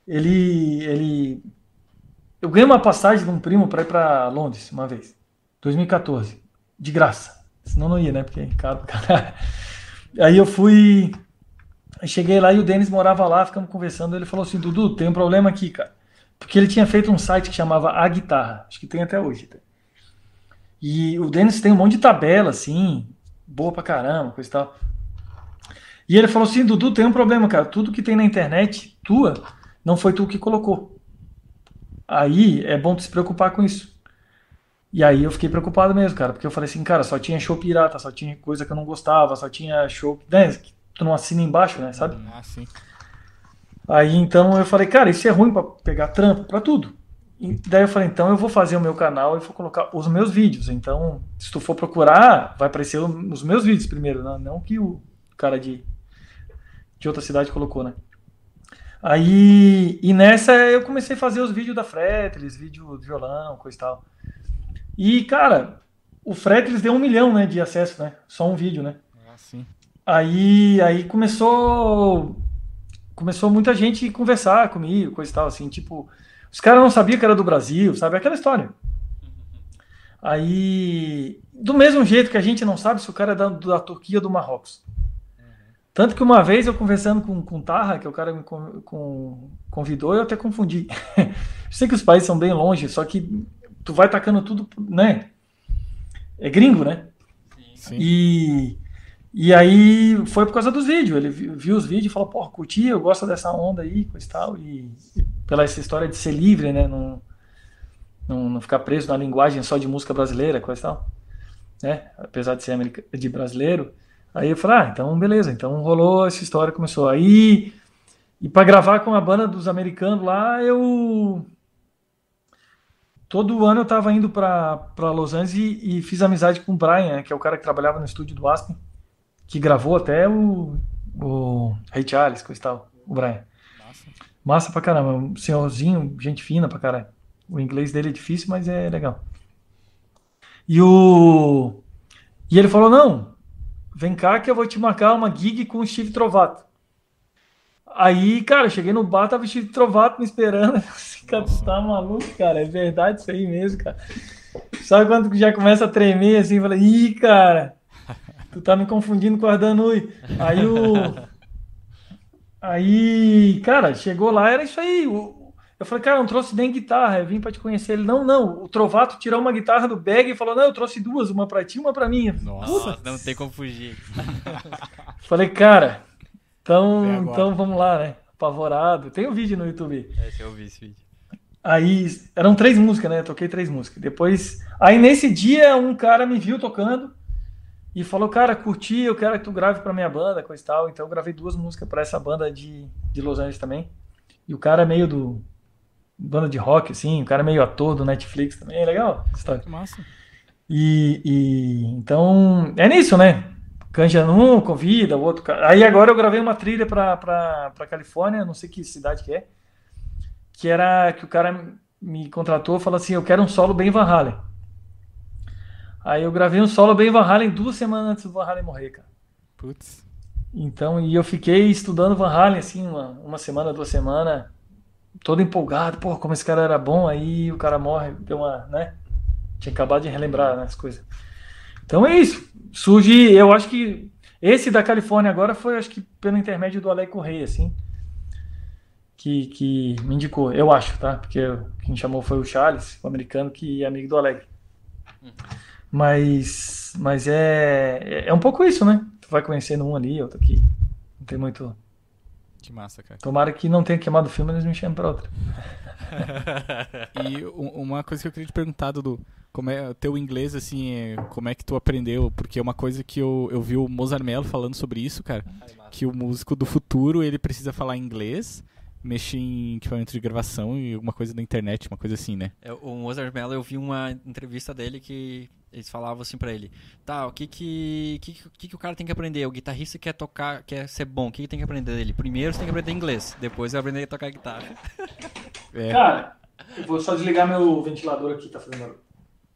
Eu ganhei uma passagem de um primo pra ir pra Londres uma vez. 2014. De graça. Senão não ia, né? Porque é caro pra caralho. Aí eu fui... Cheguei lá e o Dennis morava lá, ficamos conversando. Ele falou assim, Dudu, tem um problema aqui, cara. Porque ele tinha feito um site que chamava A Guitarra. Acho que tem até hoje. Tá? E o Dennis tem um monte de tabela, assim, boa pra caramba, coisa e tal. E ele falou assim, Dudu, tem um problema, cara. Tudo que tem na internet, tua, não foi tu que colocou. Aí é bom tu se preocupar com isso. E aí eu fiquei preocupado mesmo, cara, porque eu falei assim, cara, só tinha show pirata, só tinha coisa que eu não gostava, só tinha show, né, que tu não assina embaixo, né, sabe? Ah, sim. Aí então eu falei, cara, isso é ruim pra pegar trampo, pra tudo. E daí eu falei, então eu vou fazer o meu canal e vou colocar os meus vídeos. Então, se tu for procurar, vai aparecer os meus vídeos primeiro, né? Não que o cara de outra cidade colocou, né? Aí, e nessa eu comecei a fazer os vídeos da Fretless, vídeo de violão, coisa e tal. E, cara, o Fretless deu 1 milhão, né, de acesso, né? Só um vídeo, né? Ah, sim. Aí começou muita gente conversar comigo, coisa e tal, assim, tipo, os caras não sabiam que era do Brasil, sabe? Aquela história. Aí, do mesmo jeito que a gente não sabe se o cara é da Turquia ou do Marrocos. Tanto que uma vez eu conversando com o Tarra, que o cara me convidou, eu até confundi. Eu sei que os países são bem longe, só que tu vai tacando tudo, né? É gringo, né? Sim. E aí foi por causa dos vídeos. Ele viu os vídeos e falou, pô, curti, eu gosto dessa onda aí, coisa e tal. E pela essa história de ser livre, né? Não ficar preso na linguagem só de música brasileira, coisa e tal. Né? Apesar de ser de brasileiro. Aí eu falei, então beleza. Então rolou essa história, começou. Aí, e pra gravar com a banda dos americanos lá, todo ano eu tava indo pra Los Angeles e fiz amizade com o Brian, né, que é o cara que trabalhava no estúdio do Aspen, que gravou até o Ray Charles, coisa e tal, o Brian. Massa pra caramba, um senhorzinho, gente fina pra caralho. O inglês dele é difícil, mas é legal. E ele falou, não, vem cá que eu vou te marcar uma gig com o Steve Trovato. Aí, cara, eu cheguei no bar, tava o Steve Trovato me esperando. Esse cara, tu tá maluco, cara? É verdade isso aí mesmo, cara. Sabe quando já começa a tremer assim? Fala, ih, cara, tu tá me confundindo com o Ardanui. Aí, cara, chegou lá, era isso aí. Eu falei, cara, eu não trouxe nem guitarra, eu vim pra te conhecer. Ele, não, o Trovato tirou uma guitarra do bag e falou, não, eu trouxe duas, uma pra ti e uma pra mim. Nossa, não tem como fugir. Falei, cara, então vamos lá, né? Apavorado. Tem um vídeo no YouTube. Eu vi esse vídeo. Aí, eram 3 músicas, né? Eu toquei 3 músicas. Depois, aí nesse dia, um cara me viu tocando e falou, cara, curti, eu quero que tu grave pra minha banda, coisa e tal. Então eu gravei 2 músicas pra essa banda de Los Angeles também. E o cara é meio do banda de rock, assim, o cara é meio ator do Netflix também. É legal a história. Que massa. Então, é nisso, né? Canja um, convida, o outro. Aí agora eu gravei uma trilha pra Califórnia, não sei que cidade que é. Que era que o cara me contratou e falou assim: eu quero um solo bem Van Halen. Aí eu gravei um solo bem Van Halen 2 semanas antes do Van Halen morrer, cara. Putz. Então, e eu fiquei estudando Van Halen, assim, uma semana, 2 semanas, todo empolgado. Pô, como esse cara era bom, aí o cara morre, deu uma, né? Tinha acabado de relembrar, né, as coisas. Então é isso. Surge, eu acho que esse da Califórnia agora foi, acho que pelo intermédio do Alec Correia, assim, que me indicou, eu acho, tá? Porque quem chamou foi o Charles, o americano, que é amigo do Alec. Mas é um pouco isso, né? Tu vai conhecendo um ali, outro aqui. Não tem muito. Que massa, cara. Tomara que não tenha queimado o filme, eles me chamem pra outra. E uma coisa que eu queria te perguntar, Dudu, como é o teu inglês, assim, como é que tu aprendeu? Porque é uma coisa que eu vi o Mozart Mello falando sobre isso, cara, que o músico do futuro, ele precisa falar inglês, mexer em equipamento de gravação e alguma coisa da internet, uma coisa assim, né? O Mozart Mello, eu vi uma entrevista dele que eles falavam assim pra ele, tá, o que o cara tem que aprender? O guitarrista quer tocar, quer ser bom, o que tem que aprender dele? Primeiro você tem que aprender inglês, depois vai aprender a tocar guitarra. Cara, eu vou só desligar meu ventilador aqui, tá fazendo barulho.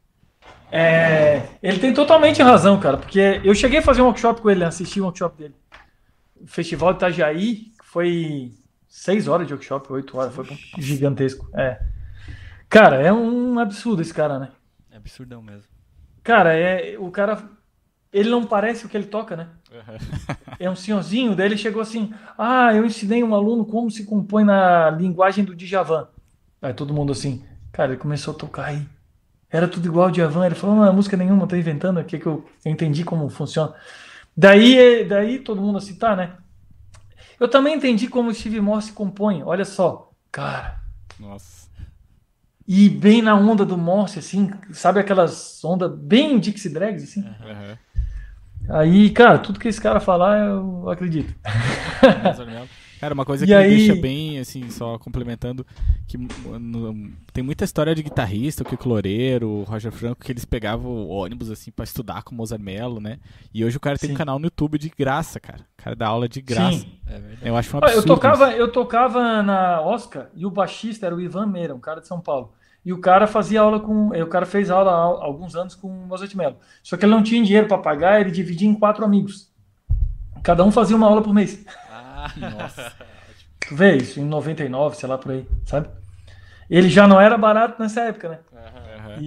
Ele tem totalmente razão, cara, porque eu cheguei a fazer um workshop com ele, assisti um workshop dele. O Festival de Itajaí foi 6 horas de workshop, 8 horas, foi gigantesco. Cara, é um absurdo esse cara, né? É absurdão mesmo. Cara, o cara, ele não parece o que ele toca, né? É um senhorzinho, daí ele chegou assim, eu ensinei um aluno como se compõe na linguagem do Djavan. Aí todo mundo assim, cara, ele começou a tocar aí. Era tudo igual ao Djavan, ele falou, não é música nenhuma, tô inventando aqui que eu entendi como funciona. Daí todo mundo assim, tá, né? Eu também entendi como o Steve Morse compõe, olha só. Cara, nossa. e bem na onda do Morse, assim, sabe aquelas ondas bem Dixie Drags, assim? Aham. Aí, cara, tudo que esse cara falar, eu acredito. Cara, uma coisa E que me aí- deixa bem, assim, só complementando, que tem muita história de guitarrista, o Kiko Loureiro, o Roger Franco, que eles pegavam o ônibus, assim, pra estudar com o Mozart Mello, né? E hoje o cara tem um Sim. canal no YouTube de graça, cara. O cara dá aula de graça. Sim. É verdade. Eu acho um Olha, absurdo isso. eu tocava na Oscar e o baixista era o Ivan Meira, um cara de São Paulo. E o cara fazia aula com. O cara fez aula há alguns anos com o Mozart Mello. Só que ele não tinha dinheiro para pagar, ele dividia em 4 amigos. Cada um fazia uma aula por mês. Ah, Nossa. Tu vê isso em 99, sei lá por aí, sabe? Ele já não era barato nessa época, né? Aham.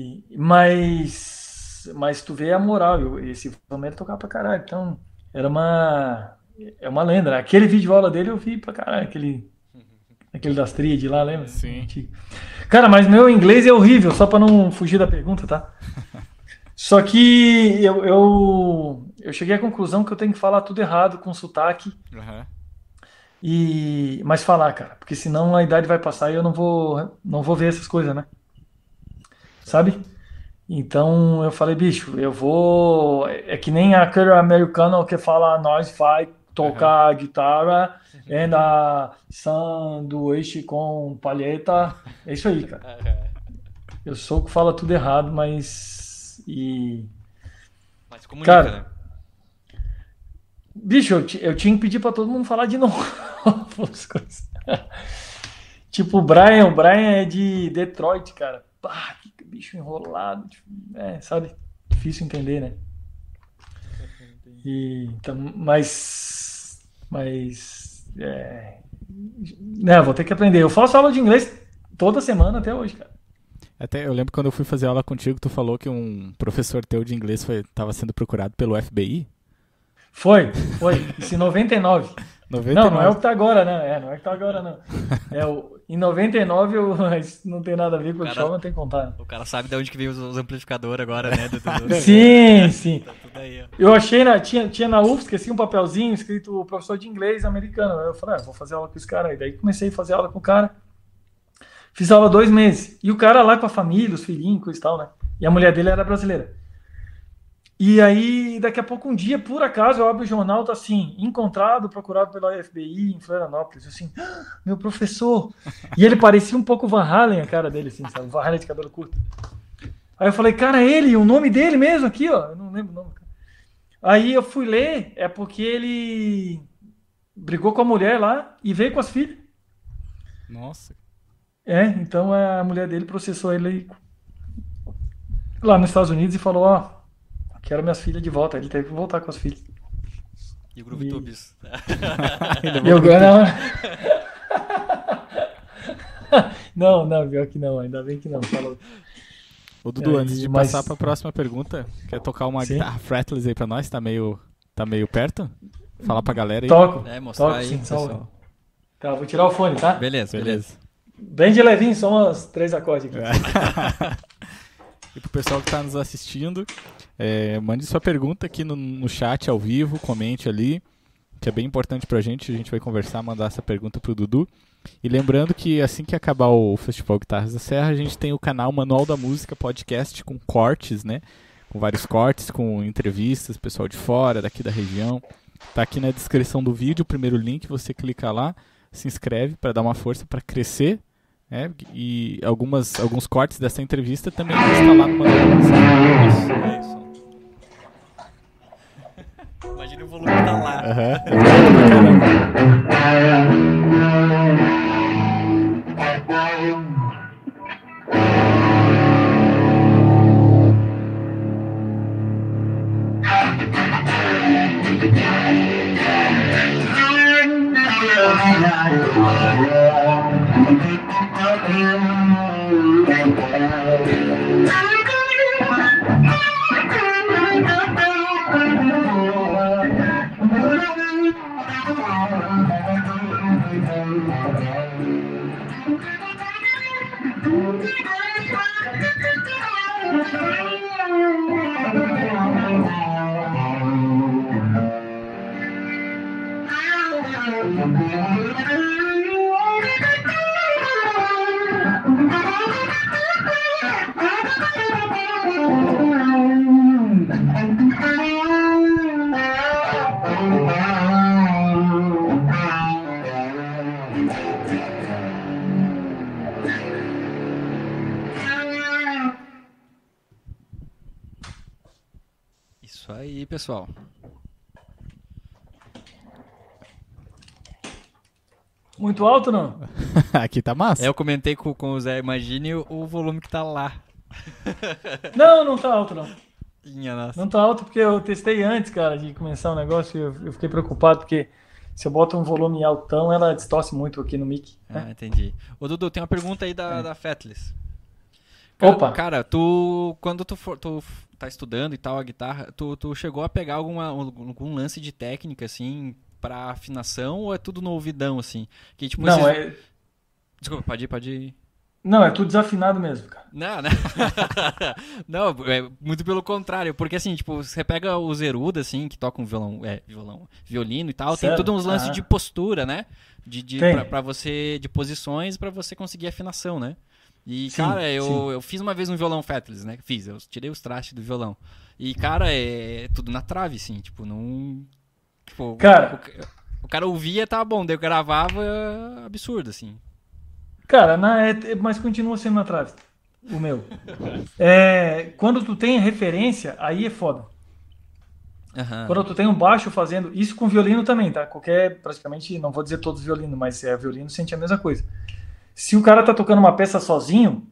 Mas tu vê a moral. Esse Ivan Meira tocava pra caralho. Então, é uma lenda, né? Aquele vídeo aula dele eu vi pra caralho. Aquele das tríades lá, lembra? Sim. Antigo. Cara, mas meu inglês é horrível, só pra não fugir da pergunta, tá? Só que eu cheguei à conclusão que eu tenho que falar tudo errado, com sotaque, Aham. mas falar, cara, porque senão a idade vai passar e eu não vou ver essas coisas, né? Sabe? Então eu falei, bicho, eu vou. É que nem aquele americano que fala, nós vai tocar guitarra e dar sanduíche com palheta. É isso aí, cara. Eu sou o que fala tudo errado, mas. mas comunica, Cara, né? bicho, eu tinha que pedir pra todo mundo falar de novo as coisas. Tipo, o Brian é de Detroit, cara. Pá, que bicho enrolado. Sabe? Difícil entender, né? Então, né, vou ter que aprender. Eu faço aula de inglês toda semana até hoje, cara. Até eu lembro quando eu fui fazer aula contigo, tu falou que um professor teu de inglês estava sendo procurado pelo FBI. Foi. Isso em 99. 99. Não é o que tá agora, né? Não é o que tá agora, não. Em 99, isso não tem nada a ver com o Cara- show, não tem que contar. O cara sabe de onde que veio os amplificadores agora, né? Do- Sim. Tá tudo aí, ó. Eu achei, tinha na UFSC assim, um papelzinho escrito professor de inglês americano. Aí eu falei, vou fazer aula com esse cara. E daí comecei a fazer aula com o cara. Fiz aula 2 meses. E o cara lá com a família, os filhinhos, coisa e tal, né? E a mulher dele era brasileira. E aí, daqui a pouco, um dia, por acaso, eu abro o jornal, tá assim, encontrado, procurado pela FBI em Florianópolis. Assim, meu professor. E ele parecia um pouco Van Halen, a cara dele, assim, sabe? Van Halen de cabelo curto. Aí eu falei, cara, o nome dele mesmo aqui, ó. Eu não lembro o nome, cara. Aí eu fui ler, é porque ele brigou com a mulher lá e veio com as filhas. Nossa. Então a mulher dele processou ele lá nos Estados Unidos e falou, ó, quero minhas filhas de volta. Ele teve que voltar com as filhas. E o Groove Tubes. E eu não, pior que não, ainda bem que não. Falou. Ô Dudu, É, antes de mas- passar pra próxima pergunta, quer tocar uma Sim. guitarra fretless aí pra nós? Tá meio perto? Falar pra galera aí. Toco. É, mostrar Toco, aí, sim, só- pessoal. Tá, vou tirar o fone, tá? Beleza. Bem de levinho, são os 3 acordes aqui. E pro pessoal que tá nos assistindo, mande sua pergunta aqui no chat ao vivo, comente ali, que é bem importante pra gente. A gente vai conversar, mandar essa pergunta pro Dudu. E lembrando que assim que acabar o Festival Guitarras da Serra, a gente tem o canal Manual da Música Podcast com cortes, né? Com vários cortes, com entrevistas, pessoal de fora, daqui da região. Tá aqui na descrição do vídeo, o primeiro link, você clica lá, se inscreve para dar uma força para crescer. E alguns cortes dessa entrevista também vão estar lá no Manual da Música. É isso. Imagina o volume que tá lá. Aham. Thank you. Isso aí, pessoal. Muito alto, não? Aqui tá massa. Eu comentei com o Zé, imagine o volume que tá lá. Não tá alto, não. Minha nossa. Não tá alto porque eu testei antes, cara, de começar o negócio e eu fiquei preocupado porque se eu boto um volume altão, ela distorce muito aqui no mic. Ah, Né? entendi. Ô, Dudu, tem uma pergunta aí da Fatless. Opa! Cara, quando tu tá estudando e tal a guitarra, tu chegou a pegar algum lance de técnica, assim, pra afinação ou é tudo no ouvidão, assim? Que, tipo, Não, Desculpa, pode ir. Não, é tudo desafinado mesmo, cara. Não, não. Não, é muito pelo contrário. Porque assim, tipo, você pega os Eruda, assim, que tocam violino e tal, Sério? tem todos uns lances de postura, né? Tem. Pra você, de posições pra você conseguir afinação, né? E, Sim, cara, sim. eu fiz uma vez um violão Fatless, né? Eu tirei os trastes do violão. E, cara, é tudo na trave, assim, tipo, não... Tipo, Cara, o cara ouvia, tá bom, daí eu gravava, absurdo, assim. cara, mas continua sendo na trave, o meu. Quando tu tem referência, aí é foda. Aham. Quando tu tem um baixo fazendo, isso com violino também, tá? Praticamente, não vou dizer todos violinos, mas violino sente a mesma coisa. Se o cara tá tocando uma peça sozinho,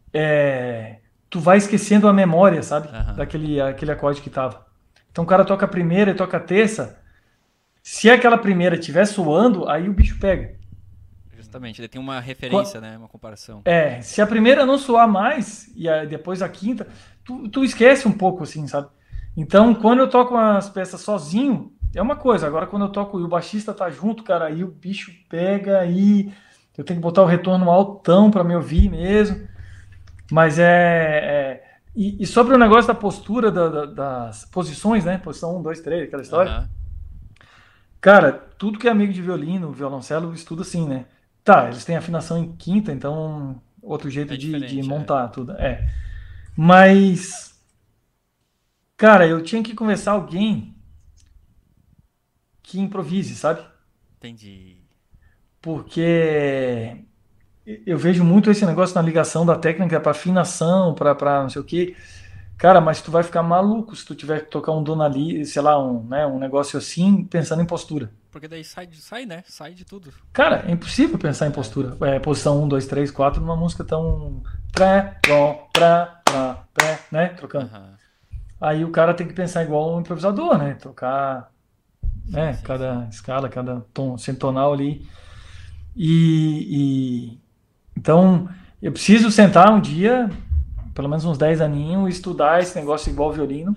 tu vai esquecendo a memória, sabe? Aham. Aquele acorde que tava. Então o cara toca a primeira e toca a terça. Se aquela primeira estiver soando, aí o bicho pega. Justamente, ele tem uma referência, né? Uma comparação. Se a primeira não soar mais, e depois a quinta, tu esquece um pouco, assim, sabe? Então, quando eu toco as peças sozinho, é uma coisa. Agora, quando eu toco e o baixista tá junto, cara, aí o bicho pega e eu tenho que botar o retorno altão pra me ouvir mesmo. Mas E sobre o negócio da postura, das posições, né? Posição 1, 2, 3, aquela história. Aham. Cara, tudo que é amigo de violino, violoncelo, estuda assim, né? Tá, eles têm afinação em quinta, então outro jeito É de diferente, montar tudo. Mas, cara, eu tinha que conversar alguém que improvise, sabe? Entendi. Porque eu vejo muito esse negócio na ligação da técnica para afinação, para não sei o quê. Cara, mas tu vai ficar maluco se tu tiver que tocar um Donali, sei lá, um negócio assim, pensando em postura. Porque daí sai, né? Sai de tudo. Cara, é impossível pensar em postura. Posição 1, 2, 3, 4 numa música tão. Pré, dó, pré, né? Trocando. Aham. Aí o cara tem que pensar igual um improvisador, né? Tocar, né? Sim, Cada escala, cada tom centonal ali. Então, eu preciso sentar um dia, pelo menos uns 10 aninhos, e estudar esse negócio igual violino,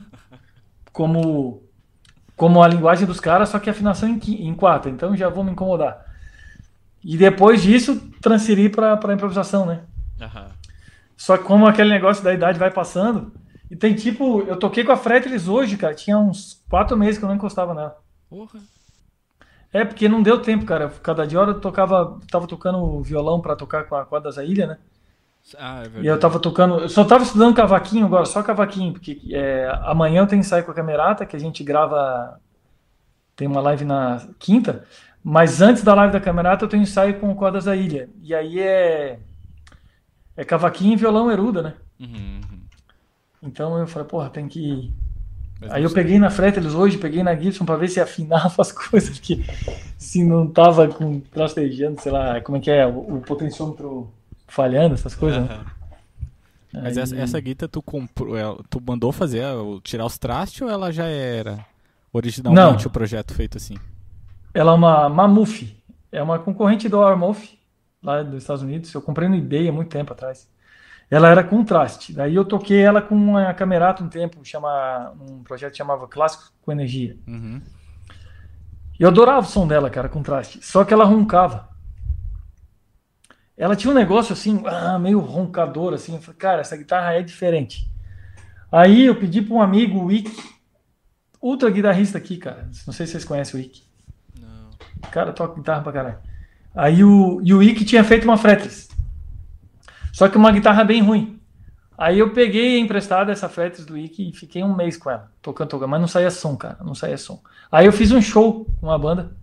como a linguagem dos caras, só que afinação em quarta. Então já vou me incomodar. E depois disso, transferir para improvisação, né? Aham. Só que como aquele negócio da idade vai passando, e tem tipo, eu toquei com a Fretless hoje, cara, tinha uns 4 meses que eu não encostava nela. Porra. Porque não deu tempo, cara. Cada dia eu tava tocando violão para tocar com a corda da ilha, né? Ah, é verdade. E eu só tava estudando cavaquinho agora, só cavaquinho, porque amanhã eu tenho ensaio com a Camerata, que a gente grava, tem uma live na quinta, mas antes da live da Camerata eu tenho ensaio com cordas da ilha. E aí é cavaquinho e violão Eruda, né? Uhum. Então eu falei, porra, tem que... Mas Aí não eu peguei na Fretless hoje, peguei na Gibson pra ver se afinava as coisas, porque se não tava trastejando, sei lá, como é que é, o potenciômetro falhando, essas coisas, né? Aham. Mas Aí- essa guitarra tu comprou, tu mandou fazer, tirar os trastes ou ela já era originalmente Não. o projeto feito assim? Ela é uma Mammoth, é uma concorrente do Armoth, lá dos Estados Unidos. Eu comprei no eBay há muito tempo atrás. Ela era contraste. Daí eu toquei ela com a Camerata um tempo, um projeto que chamava Clássico com Energia. Uhum. E eu adorava o som dela, cara, contraste. Só que ela roncava. Ela tinha um negócio assim, meio roncador, assim. Eu falei, cara, essa guitarra é diferente. Aí eu pedi para um amigo, o Wick, ultra guitarrista aqui, cara. Não sei se vocês conhecem o Wick. Não. O cara toca guitarra pra caralho. Aí o Wick tinha feito uma Fretless. Só que uma guitarra bem ruim. Aí eu peguei emprestada essa Fretless do Wick e fiquei um mês com ela, tocando, mas não saía som, cara, não saía som. Aí eu fiz um show com uma banda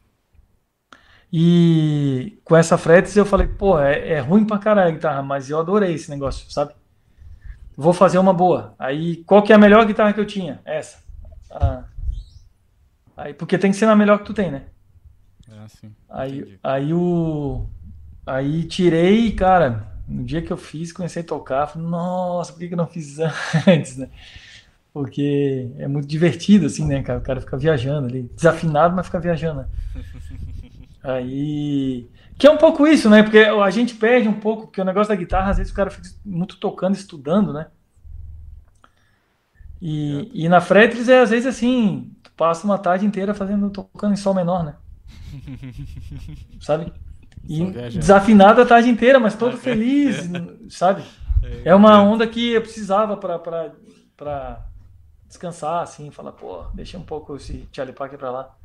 e com essa Fretless eu falei, pô, é ruim pra caralho a guitarra, mas eu adorei esse negócio, sabe? Vou fazer uma boa. Aí, qual que é a melhor guitarra que eu tinha? Essa. Ah, aí, porque tem que ser na melhor que tu tem, né? Sim. Aí, aí tirei, cara, no dia que eu fiz, comecei a tocar, falei, nossa, por que que eu não fiz antes, né? Porque é muito divertido, assim, né, cara? O cara fica viajando ali, desafinado, mas fica viajando, né? Aí. Que é um pouco isso, né? Porque a gente perde um pouco, porque o negócio da guitarra, às vezes o cara fica muito tocando, estudando, né? E na fretless é às vezes assim, tu passa uma tarde inteira tocando em sol menor, né? Sabe? E desafinado a tarde inteira, mas todo feliz, sabe? É uma onda que eu precisava pra descansar, assim, falar, pô, deixa um pouco esse Charlie Parker pra lá.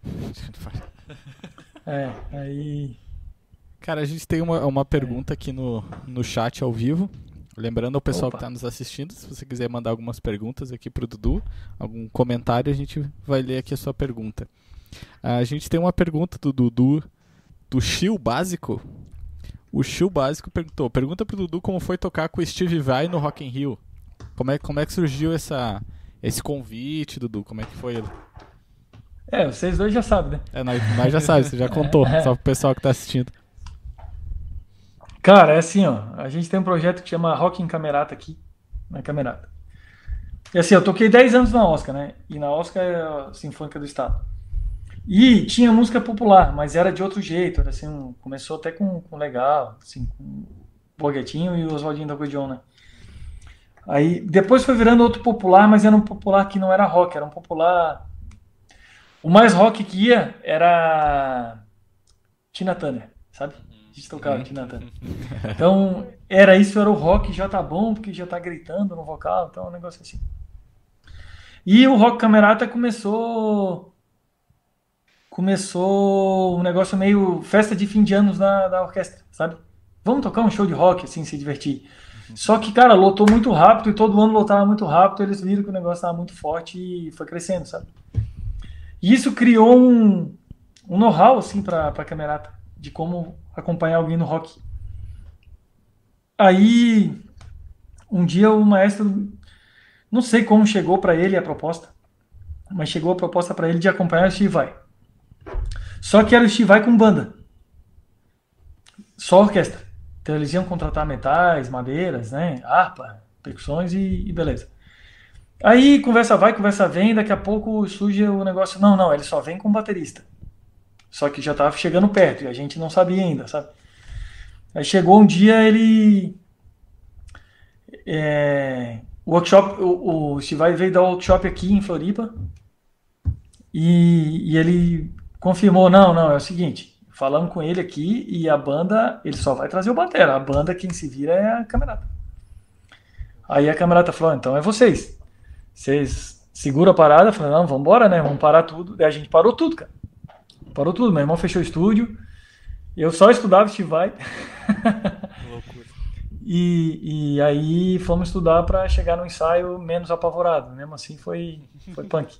Aí... Cara, a gente tem uma pergunta aqui no chat ao vivo. Lembrando ao pessoal que está nos assistindo, se você quiser mandar algumas perguntas aqui pro Dudu, algum comentário, a gente vai ler aqui a sua pergunta. A gente tem uma pergunta do Dudu, do Chiu Básico. O Chiu Básico perguntou, pergunta pro Dudu como foi tocar com o Steve Vai no Rock in Rio. Como é que surgiu esse convite, Dudu? Como é que foi? Vocês dois já sabem, né? Nós já sabemos, você já contou, só pro pessoal que está assistindo. Cara, é assim, ó, a gente tem um projeto que chama Rock em Camerata aqui, na Camerata. E assim, eu toquei 10 anos na Oscar, né? E na Oscar é a Sinfônica do Estado. E tinha música popular, mas era de outro jeito, era assim, começou até com legal, assim, com o Boguetinho e o Oswaldinho da Acordeon, né? Aí depois foi virando outro popular, mas era um popular que não era rock, era um popular... O mais rock que ia era Tina Turner, sabe? A gente tocava Tina Turner. Então, era o rock, já tá bom, porque já tá gritando no vocal, então é um negócio assim. E o Rock Camerata começou um negócio meio festa de fim de anos da orquestra, sabe? Vamos tocar um show de rock, assim, se divertir. Só que, cara, lotou muito rápido e todo ano lotava muito rápido, eles viram que o negócio estava muito forte e foi crescendo, sabe? E isso criou um know-how, assim, pra Camerata, de como acompanhar alguém no rock. Aí, um dia o maestro, não sei como chegou para ele a proposta, mas chegou a proposta para ele de acompanhar o Steve Vai. Só que era o Steve Vai com banda. Só orquestra. Então eles iam contratar metais, madeiras, né, harpa, percussões e beleza. Aí conversa vai, conversa vem, daqui a pouco surge o negócio, não, ele só vem com baterista. Só que já tava chegando perto e a gente não sabia ainda, sabe? Aí chegou um dia o workshop, o Steve Vai veio dar o workshop aqui em Floripa e ele confirmou, não, é o seguinte, falamos com ele aqui e a banda, ele só vai trazer o batera, a banda quem se vira é a Camerata. Aí a Camerata falou, então é vocês seguram a parada, falou, não, vamos embora, né, vamos parar tudo. Daí a gente parou tudo, cara. Parou tudo, meu irmão fechou o estúdio, eu só estudava Steve Vai. Loucura. E aí fomos estudar para chegar no ensaio menos apavorado. Mesmo assim foi punk.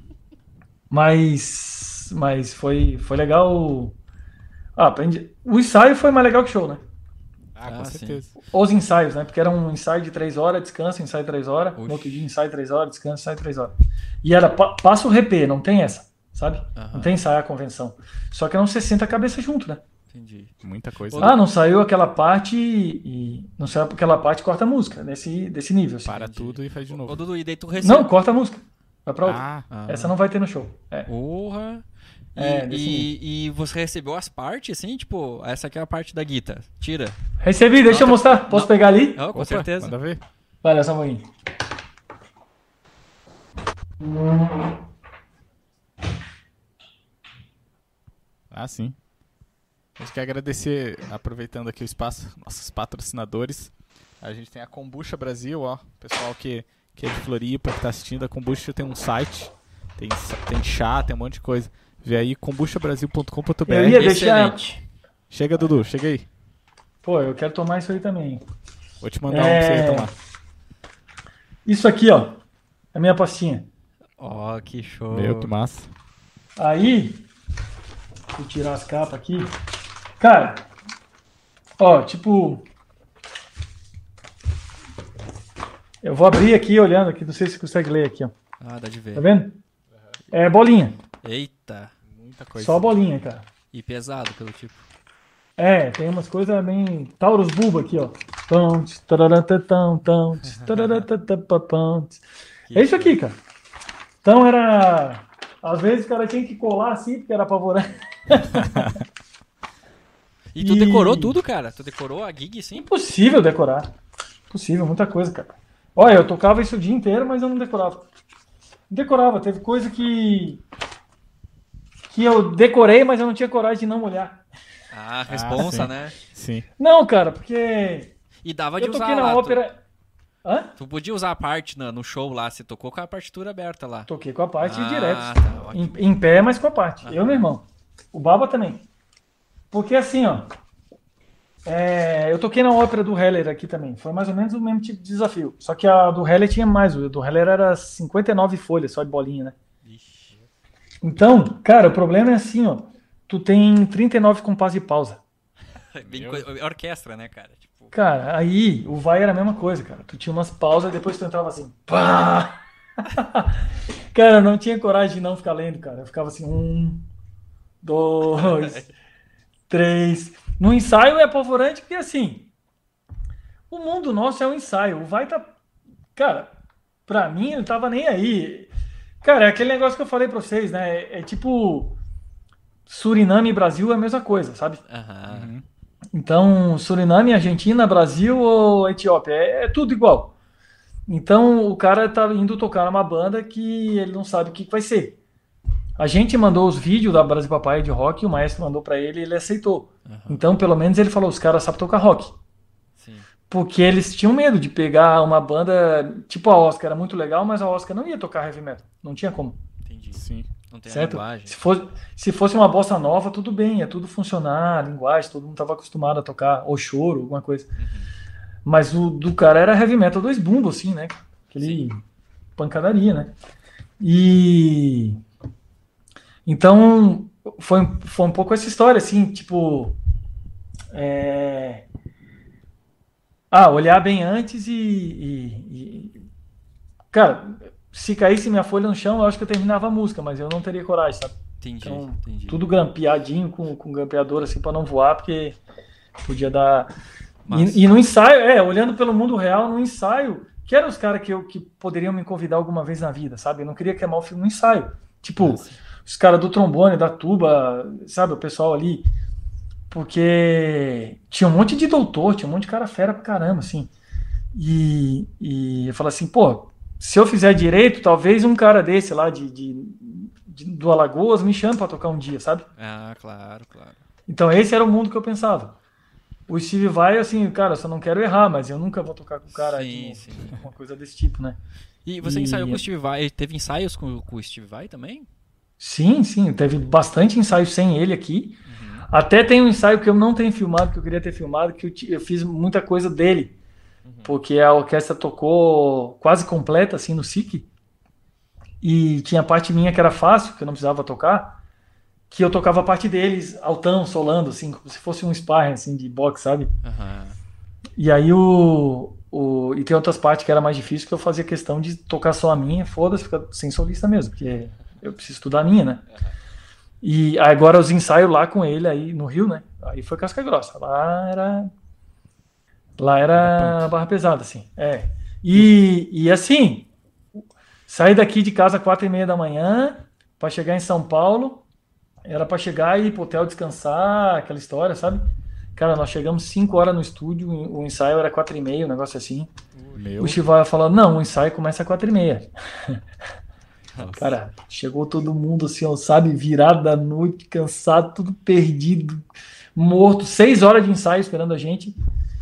Mas foi legal. Aprendi. O ensaio foi mais legal que o show, né? Com certeza. Os ensaios, né? Porque era um ensaio de 3 horas, descansa, ensaio 3 horas. No outro dia ensaio 3 horas, descansa, ensaio 3 horas. E era passa o repê, não tem essa, sabe? Não tem ensaio a convenção. Só que eram 60 cabeças junto, né? Entendi. Muita coisa. Não saiu aquela parte e não saiu aquela parte, corta a música desse nível. Assim. Para tudo e faz de novo. Ô, Dudu, e daí tu recebeu... Não, corta a música. Vai pra outra. Essa não vai ter no show. Porra. E você recebeu as partes, assim? Tipo, essa aqui é a parte da guitarra. Tira. Recebi, deixa eu mostrar. Posso pegar ali? Com certeza. Manda ver. Vai, olha só um pouquinho. Sim. A gente quer agradecer, aproveitando aqui o espaço, nossos patrocinadores. A gente tem a Kombucha Brasil, ó. Pessoal que é de Floripa, que tá assistindo. A Kombucha tem um site, tem chá, tem um monte de coisa. Vê aí, kombuchabrasil.com.br. Eu ia deixar... Chega, Dudu, chega aí. Pô, eu quero tomar isso aí também. Vou te mandar um pra você tomar. Isso aqui, ó. É a minha pastinha. Ó, que show. Meu, que massa. Aí, vou tirar as capas aqui. Cara, ó, tipo... Eu vou abrir aqui, olhando aqui, não sei se você consegue ler aqui, ó. Dá de ver. Tá vendo? É bolinha. Eita. Muita coisa. Só bolinha, cara. E pesado, pelo tipo. Tem umas coisas bem. Taurus Bulba aqui, ó. Tons, tararatão, tons, tararatatapapãos. É isso aqui, cara. Então era. Às vezes o cara tinha que colar assim, porque era apavorante. E tu decorou tudo, cara? Tu decorou a gig, sim? Impossível decorar. Impossível, muita coisa, cara. Olha, eu tocava isso o dia inteiro, mas eu não decorava. Decorava, teve coisa que eu decorei, mas eu não tinha coragem de não olhar. Ah, responsa, sim. né? Sim. Não, cara, porque E dava de eu usar toquei na lá. ópera. Hã? Tu podia usar a parte no show lá, você tocou com a partitura aberta lá. Toquei com a parte direto. Tá, ótimo. Em pé, mas com a parte. Eu e meu irmão. O Baba também. Porque assim, ó. Eu toquei na ópera do Heller aqui também. Foi mais ou menos o mesmo tipo de desafio. Só que a do Heller tinha mais. O do Heller era 59 folhas só de bolinha, né? Ixi. Então, cara, o problema é assim, ó. Tu tem 39 compassos de pausa. Orquestra, né, cara? Tipo... Cara, aí o vai era a mesma coisa, cara. Tu tinha umas pausas e depois tu entrava assim. Pá! Cara, eu não tinha coragem de não ficar lendo, cara. Eu ficava assim, 1, 2, 3. No ensaio é apavorante porque assim, o mundo nosso é um ensaio. O vai tá. Cara, pra mim eu tava nem aí. Cara, é aquele negócio que eu falei pra vocês, né? É tipo. Suriname e Brasil é a mesma coisa, sabe? Aham. Então, Suriname, Argentina, Brasil ou Etiópia, é tudo igual. Então, o cara tá indo tocar numa banda que ele não sabe o que vai ser. A gente mandou os vídeos da Brasil Papai de rock, o maestro mandou pra ele e ele aceitou. Então, pelo menos ele falou, os caras sabem tocar rock. Sim. Porque eles tinham medo de pegar uma banda, tipo a Oscar, era muito legal, mas a Oscar não ia tocar heavy metal. Não tinha como. Entendi. Sim. Não tem a Certo? linguagem. Se fosse uma bossa nova, tudo bem, ia tudo funcionar, a linguagem, todo mundo estava acostumado a tocar, ou choro, alguma coisa. Mas o do cara era heavy metal 2 bumbo, assim, né? Aquele pancadaria, né? E então foi um pouco essa história, assim, tipo. Olhar bem antes cara, se caísse minha folha no chão, eu acho que eu terminava a música, mas eu não teria coragem, sabe? Entendi, Então, entendi. tudo grampeadinho com grampeador assim para não voar, porque podia dar. Mas- E no ensaio, olhando pelo mundo real, no ensaio, que eram os caras que poderiam me convidar alguma vez na vida, sabe? Eu não queria queimar o filme no ensaio. Tipo, os caras do trombone, da tuba, sabe? O pessoal ali. Porque tinha um monte de doutor, tinha um monte de cara fera pra caramba, assim. E eu falo assim, pô, se eu fizer direito, talvez um cara desse lá do Alagoas me chame pra tocar um dia, sabe? Ah, claro, claro. Então esse era o mundo que eu pensava. O Steve Vai, assim, cara, eu só não quero errar, mas eu nunca vou tocar com o cara de novo, Sim. uma coisa desse tipo, né? E você ensaiou com o Steve Vai? Teve ensaios com o Steve Vai também? Sim, teve bastante ensaio sem ele aqui. Até tem um ensaio que eu não tenho filmado, que eu queria ter filmado, que eu fiz muita coisa dele. Porque a orquestra tocou quase completa, assim, no SIC. E tinha parte minha que era fácil, que eu não precisava tocar, que eu tocava a parte deles, altão, solando, assim, como se fosse um sparring, assim, de boxe, sabe? E aí e tem outras partes que era mais difícil, que eu fazia questão de tocar só a minha, foda-se, fica sem solista mesmo, porque eu preciso estudar a minha, né? E agora os ensaios lá com ele aí no Rio, né? Aí foi casca grossa. Lá era barra pesada, assim. E assim, sair daqui de casa às 4h30 da manhã para chegar em São Paulo, era para chegar e ir pro hotel descansar, aquela história, sabe? Cara, nós chegamos 5 horas no estúdio, o ensaio era 4h30, um negócio assim. O Chival falou, não, o ensaio começa às 4h30. Cara, chegou todo mundo assim, ó, sabe, virado da noite, cansado, tudo perdido, morto, 6 horas de ensaio esperando a gente.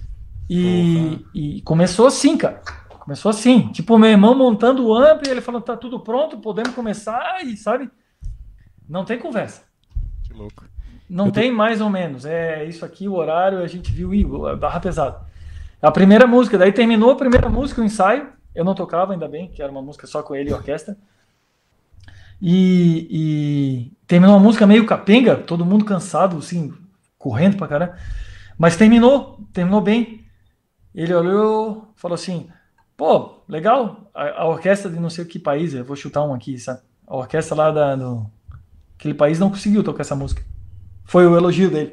E começou assim, cara. Começou assim. Tipo, meu irmão montando o amp, e ele falou, tá tudo pronto, podemos começar, e sabe? Não tem conversa. Que louco. Não tem mais ou menos. É isso aqui, o horário, a gente viu, barra pesada. A primeira música, daí terminou a primeira música, o ensaio. Eu não tocava, ainda bem, que era uma música só com ele e orquestra. E terminou uma música meio capenga, todo mundo cansado, assim, correndo pra caramba. Mas terminou bem. Ele olhou, falou assim, pô, legal, a orquestra de não sei que país, eu vou chutar um aqui, sabe? A orquestra lá aquele país não conseguiu tocar essa música. Foi o elogio dele.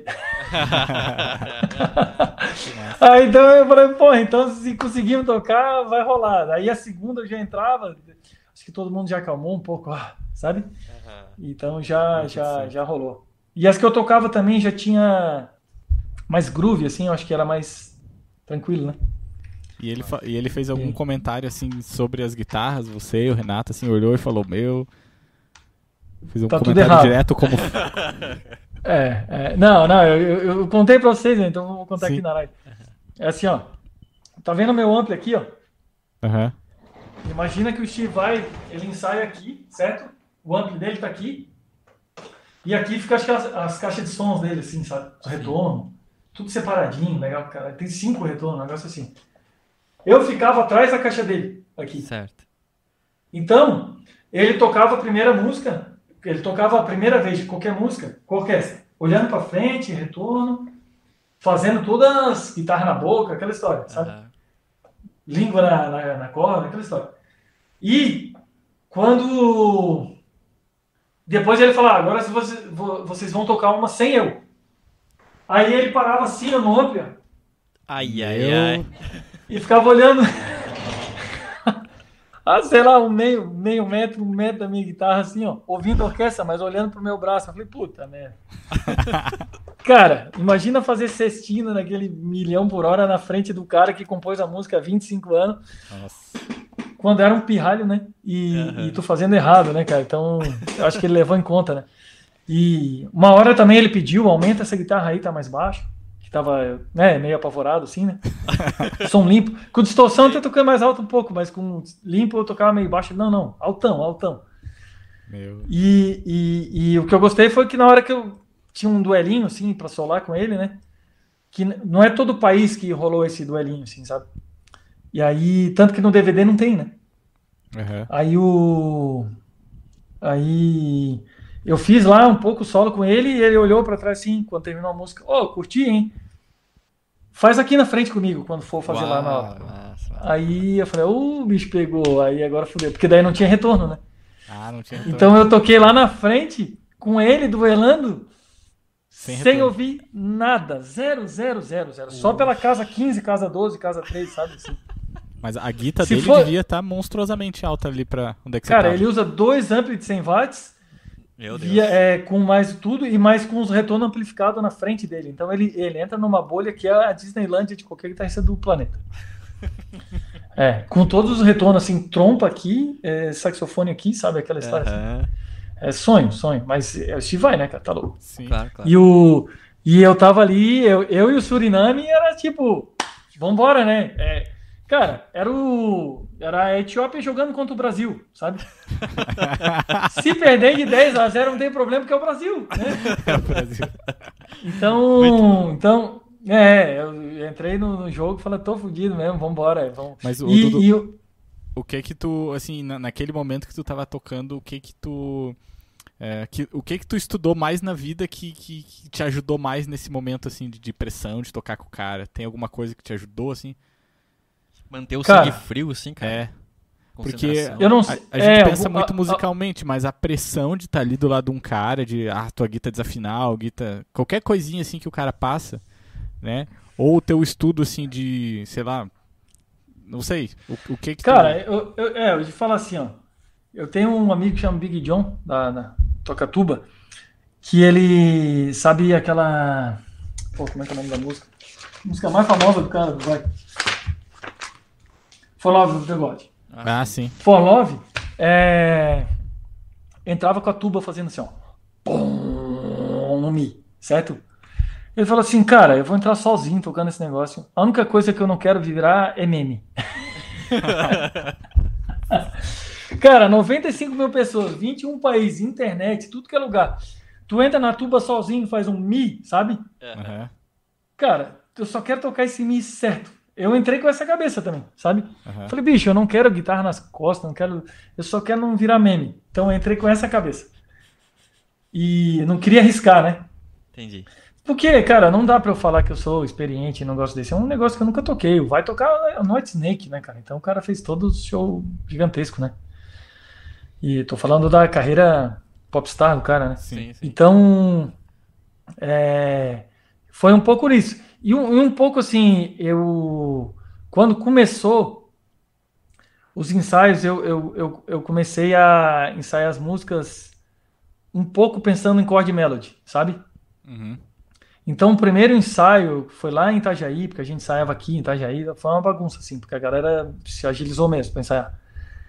Aí então eu falei, pô, então se conseguimos tocar, vai rolar. Aí a segunda eu já entrava, acho que todo mundo já acalmou um pouco, sabe? Então já rolou. E as que eu tocava também já tinha mais groove, assim, eu acho que era mais tranquilo, né? E ele fez algum comentário, assim, sobre as guitarras, você e o Renato, assim, olhou e falou, fez um tá comentário direto como... Não, eu contei pra vocês, né? Então vou contar Sim. aqui na live. É assim, ó. Tá vendo meu ampli aqui, ó? Imagina que o Steve ele ensaia aqui, certo? O ampli dele tá aqui. E aqui fica as caixas de sons dele, assim, sabe? O retorno. Tudo separadinho, legal, cara. Tem 5 retornos, um negócio assim. Eu ficava atrás da caixa dele, aqui. Certo. Então, ele tocava a primeira música, ele tocava a primeira vez de qualquer música, com a orquestra, olhando pra frente, retorno, fazendo todas as guitarras na boca, aquela história, sabe? Língua na corda, aquela história. E quando... Depois ele falava, agora vocês vão tocar uma sem eu. Aí ele parava assim, no ampli, Ai. e ficava olhando... sei lá, meio metro, 1 metro da minha guitarra, assim, ó, ouvindo a orquestra, mas olhando pro meu braço. Eu falei, puta merda. Cara, imagina fazer cestina naquele 1.000 por hora na frente do cara que compôs a música há 25 anos. Nossa. Quando era um pirralho, né? E tô fazendo errado, né, cara? Então, eu acho que ele levou em conta, né? E uma hora também ele pediu, aumenta essa guitarra aí, tá mais baixo. Que tava, né, meio apavorado, assim, né? Som limpo. Com distorção eu até toquei mais alto um pouco, mas com limpo eu tocava meio baixo. Não, altão. E o que eu gostei foi que na hora que eu tinha um duelinho, assim, pra solar com ele, né? Que não é todo país que rolou esse duelinho, assim, sabe? E aí, tanto que no DVD não tem, né? Aí eu fiz lá um pouco solo com ele e ele olhou pra trás assim, quando terminou a música. Curti, hein? Faz aqui na frente comigo, quando for fazer lá na hora. Aí eu falei, o bicho pegou, aí agora fudeu. Porque daí não tinha retorno, né? Não tinha retorno. Então eu toquei lá na frente, com ele duelando, sem ouvir nada. Zero. Só pela casa 15, casa 12, casa 13, sabe? Assim. Mas a guitarra dele devia estar monstruosamente alta ali pra onde é que você Cara, tava. ele usa 2 ampli de 100 watts. Meu Deus. Com mais tudo e mais com os retornos amplificados na frente dele. Então ele entra numa bolha que é a Disneylândia de qualquer guitarrista do planeta. Com todos os retornos, assim, trompa aqui, saxofone aqui, sabe? Aquela história assim. É sonho. Mas se vai, né, cara? Tá louco. Sim. Claro. E eu tava ali, eu e o Suriname, era tipo, vambora, né? Cara, era a Etiópia jogando contra o Brasil, sabe? Se perder de 10-0 não tem problema, porque é o Brasil, né? É o Brasil. Então, eu entrei no jogo e falei, tô fudido mesmo, vambora. Mas o que que tu, assim, naquele momento que tu tava tocando, o que que tu estudou mais na vida que te ajudou mais nesse momento, assim, de pressão, de tocar com o cara? Tem alguma coisa que te ajudou, assim? Manter o sangue frio, assim, cara. Porque eu não, a gente pensa muito musicalmente, mas a pressão de estar ali do lado de um cara, de tua guitarra desafinar, qualquer coisinha assim que o cara passa, né? Ou o teu estudo assim de, sei lá, não sei, o que cara, eu te falo assim, ó. Eu tenho um amigo que chama Big John, da Tocatuba, que ele sabe aquela... como é que é o nome da música? A música mais famosa do cara, vai. For Love do The God. Sim. For Love, entrava com a tuba fazendo assim, ó. Pum, no Mi, certo? Ele falou assim, cara, eu vou entrar sozinho tocando esse negócio. A única coisa que eu não quero virar é meme. Cara, 95 mil pessoas, 21 países, internet, tudo que é lugar. Tu entra na tuba sozinho, faz um Mi, sabe? Cara, eu só quero tocar esse Mi certo. Eu entrei com essa cabeça também, sabe? Falei, bicho, eu não quero guitarra nas costas, eu só quero não virar meme. Então eu entrei com essa cabeça. E não queria arriscar, né? Entendi. Porque, cara, não dá pra eu falar que eu sou experiente e não gosto desse. É um negócio que eu nunca toquei. Vai tocar no White Snake, né, cara? Então o cara fez todo o show gigantesco, né? E tô falando da carreira popstar do cara, né? Sim, sim. Então, foi um pouco isso. E um pouco assim, quando começou os ensaios, eu comecei a ensaiar as músicas um pouco pensando em chord melody, sabe? Uhum. Então, o primeiro ensaio foi lá em Itajaí, porque a gente ensaiava aqui em Itajaí, foi uma bagunça, assim, porque a galera se agilizou mesmo pra ensaiar.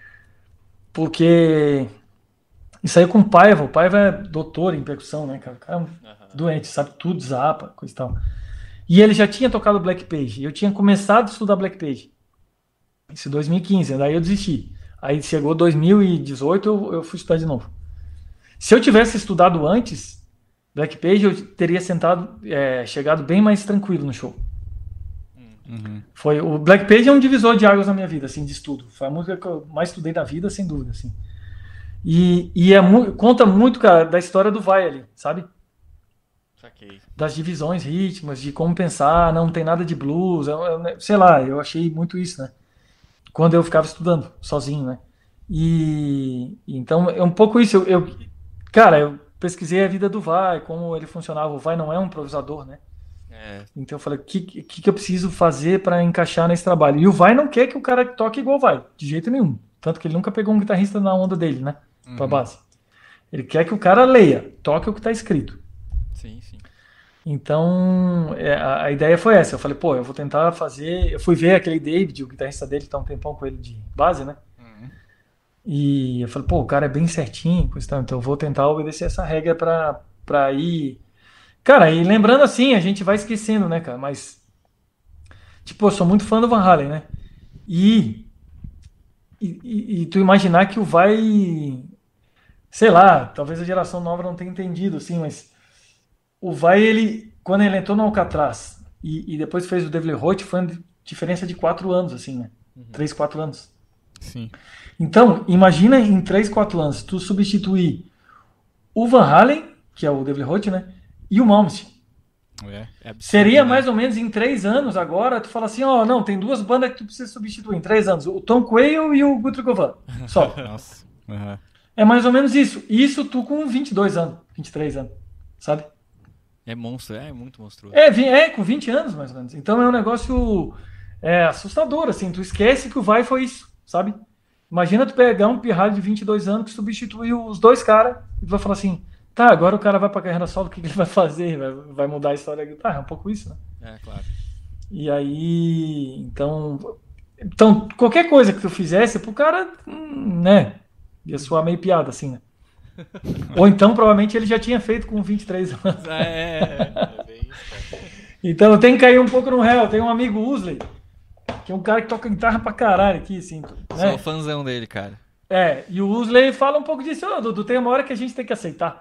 Porque ensaiei com o Paiva é doutor em percussão, né, cara? O cara é doente, sabe tudo, zapa, coisa e tal. E ele já tinha tocado Black Page, eu tinha começado a estudar Black Page. Isso em 2015, daí eu desisti. Aí chegou 2018, eu fui estudar de novo. Se eu tivesse estudado antes, Black Page, eu teria chegado bem mais tranquilo no show. Uhum. O Black Page é um divisor de águas na minha vida, assim, de estudo. Foi a música que eu mais estudei na vida, sem dúvida, assim. Conta muito, cara, da história do Vai ali, sabe? Saquei. Das divisões rítmicas, de como pensar, não tem nada de blues, sei lá, eu achei muito isso, né? Quando eu ficava estudando, sozinho, né? Então, é um pouco isso. Cara, eu pesquisei a vida do Vai, como ele funcionava. O Vai não é um improvisador, né? Então eu falei, o que eu preciso fazer para encaixar nesse trabalho? E o Vai não quer que o cara toque igual o Vai, de jeito nenhum. Tanto que ele nunca pegou um guitarrista na onda dele, né? Pra base. Ele quer que o cara leia, toque o que tá escrito. Sim, sim. Então, a ideia foi essa. Eu falei, pô, eu vou tentar fazer. Eu fui ver aquele David, o guitarrista dele, que tá um tempão com ele de base, né? E eu falei, pô, o cara é bem certinho, então eu vou tentar obedecer essa regra pra ir. Cara, e lembrando assim, a gente vai esquecendo, né, cara? Mas, tipo, eu sou muito fã do Van Halen, né? E tu imaginar que o Vai. Sei lá, talvez a geração nova não tenha entendido, assim, mas o Vai, quando ele entrou no Alcatraz e depois fez o Devil Roach, foi uma diferença de 4 anos, assim, né? 3, 4 anos. Sim. Então, imagina em 3, 4 anos, tu substituir o Van Halen, que é o Devil Roach, né? E o Malmsteen. É absurdo, Seria né? mais ou menos em 3 anos agora, tu fala assim, ó, não, tem 2 bandas que tu precisa substituir em 3 anos, o Tom Quayle e o Guthrie Govan, só. Nossa. Uhum. É mais ou menos isso. Isso tu com 22 anos, 23 anos, sabe? É monstro, é muito monstruoso. Com 20 anos mais ou menos. Então é um negócio assustador, assim, tu esquece que o Vai foi isso, sabe? Imagina tu pegar um pirralho de 22 anos que substituiu os 2 caras e tu vai falar assim, tá, agora o cara vai pra carreira solo, o que ele vai fazer? Vai mudar a história da guitarra? É um pouco isso, né? É, claro. E aí, então, qualquer coisa que tu fizesse pro cara, né, ia soar meio piada, assim, né? Ou então, provavelmente, ele já tinha feito com 23 anos. É bem isso, cara. Então, eu tenho que cair um pouco no réu. Eu tenho um amigo Usley, que é um cara que toca guitarra pra caralho aqui, assim. Né? Sou fãzão dele, cara. E o Usley fala um pouco disso. Ô, Dudu, tem uma hora que a gente tem que aceitar.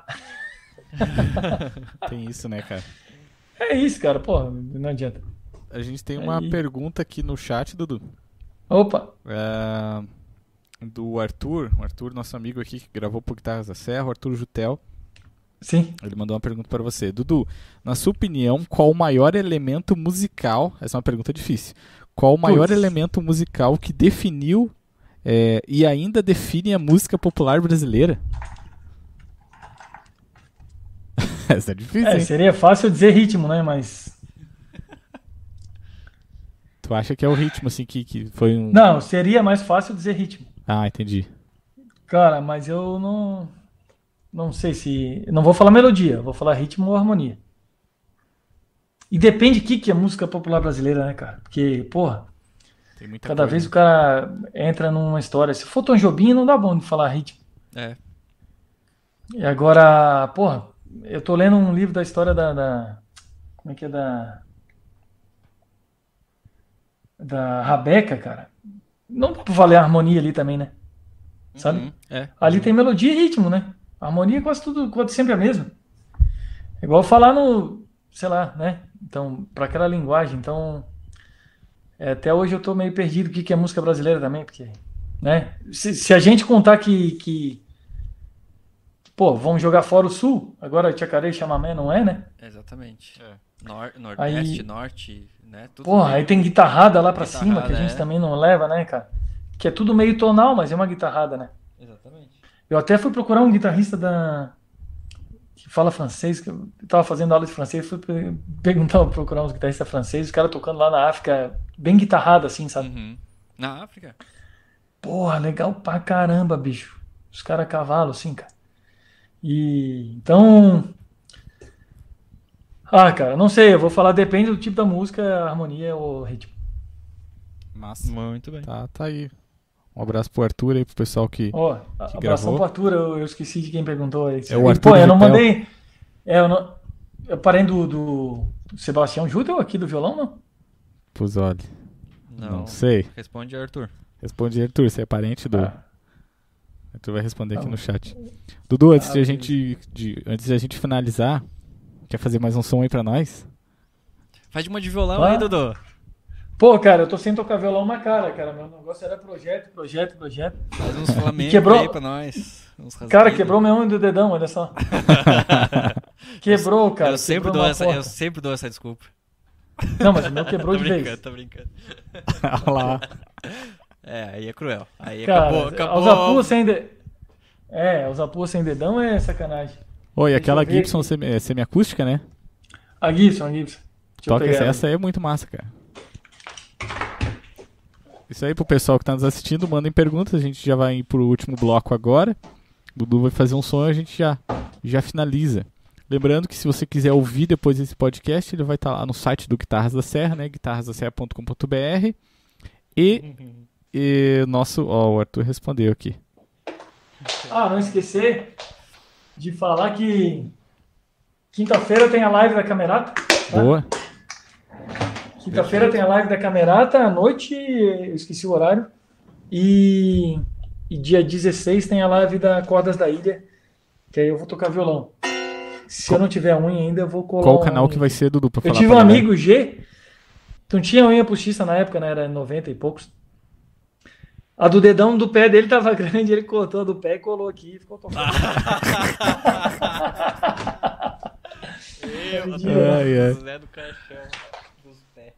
Tem isso, né, cara? É isso, cara. Porra, não adianta. A gente tem uma pergunta aqui no chat, Dudu. Opa. Do Arthur. O Arthur, nosso amigo aqui, que gravou por Guitarras da Serra, o Arthur Jutel. Sim. Ele mandou uma pergunta para você. Dudu, na sua opinião, qual o maior elemento musical... Essa é uma pergunta difícil. Qual o maior elemento musical que definiu e ainda define a música popular brasileira? Essa é difícil, hein? Seria fácil dizer ritmo, né? Mas... Tu acha que é o ritmo, assim, que foi um... Não, seria mais fácil dizer ritmo. Ah, entendi. Cara, mas eu não sei se... Não vou falar melodia, vou falar ritmo ou harmonia. E depende do que é música popular brasileira, né, cara? Porque, porra, Tem muita cada coisa. vez o cara entra numa história. Se for Tom Jobim, não dá bom de falar ritmo. É. E agora, porra, eu tô lendo um livro da história como é que é da Rabeca, cara. Não dá pra valer a harmonia ali também, né? Sabe? Ali tem melodia e ritmo, né? A harmonia é quase sempre a mesma. É igual falar sei lá, né? Então, pra aquela linguagem. Então, até hoje eu tô meio perdido o que é música brasileira também, porque, né? Se a gente contar que pô, vamos jogar fora o Sul, agora Tchacaré e Chamamé não é, né? Exatamente. Nordeste, Aí- Norte, né? Tudo Porra, meio- aí tem guitarrada lá pra cima, que a Guitarrada, gente também não leva, né, cara? Que é tudo meio tonal, mas é uma guitarrada, né? Exatamente. Eu até fui procurar um guitarrista que fala francês, que eu tava fazendo aula de francês, fui procurar uns guitarristas franceses, os caras tocando lá na África, bem guitarrado assim, sabe? Uhum. Na África? Porra, legal pra caramba, bicho. Os caras a cavalo, assim, cara. E então, cara, não sei, eu vou falar, depende do tipo da música, a harmonia ou o ritmo. Massa. Muito bem. Tá aí. Um abraço pro Arthur aí, pro pessoal que Abração gravou. pro Arthur, eu esqueci de quem perguntou aí. É o Arthur Pô, eu não Vitel. mandei. Eu parei do Sebastião Júlio aqui do violão, não? Pus, olha. Não sei. Responde, Arthur. Responde, Arthur, você é parente do... Ah. Arthur vai responder aqui Tá no bom. chat. Dudu, antes de a beleza. antes de a gente finalizar, quer fazer mais um som aí pra nós? Faz de uma de violão Ah. aí, Dudu. Pô, cara, eu tô sem tocar violão na cara, cara. Meu negócio era projeto. Faz uns flamencos quebrou- aí pra nós. Uns Cara, rasguidos. quebrou meu unha do dedão, olha só. Quebrou, cara. eu sempre quebrou uma eu porta. sempre dou essa desculpa. Não, mas o meu quebrou Tô de vez. tô brincando. Olha lá. É, aí é cruel. Aí Cara, acabou. Os apuas sem dedão é sacanagem. Oi, Deixa aquela eu ver Gibson aqui. semiacústica, né? A Gibson. Deixa eu Toca pegar essa aí é muito massa, cara. Isso aí pro pessoal que tá nos assistindo, mandem perguntas, a gente já vai ir pro último bloco agora. O Dudu vai fazer um som e a gente já finaliza. Lembrando que se você quiser ouvir depois desse podcast, ele vai estar lá no site do Guitarras da Serra, né? guitarrasdaserra.com.br e o Arthur respondeu aqui. não esquecer de falar que quinta-feira tem a live da Camerata. Tá? Boa. Quinta-feira tem a live da Camerata, à noite, eu esqueci o horário. E dia 16 tem a live da Cordas da Ilha, que aí eu vou tocar violão. Se eu não tiver unha ainda, eu vou colar Qual o canal unha que vai aqui. ser, Dudu, pra Eu falar tive pra um galera? amigo, G, que não tinha unha postiça na época, né? Era 90 e poucos. A do dedão do pé dele tava grande, ele cortou a do pé e colou aqui e ficou tocando. Ai, ai. Zé do Caixão dos pés.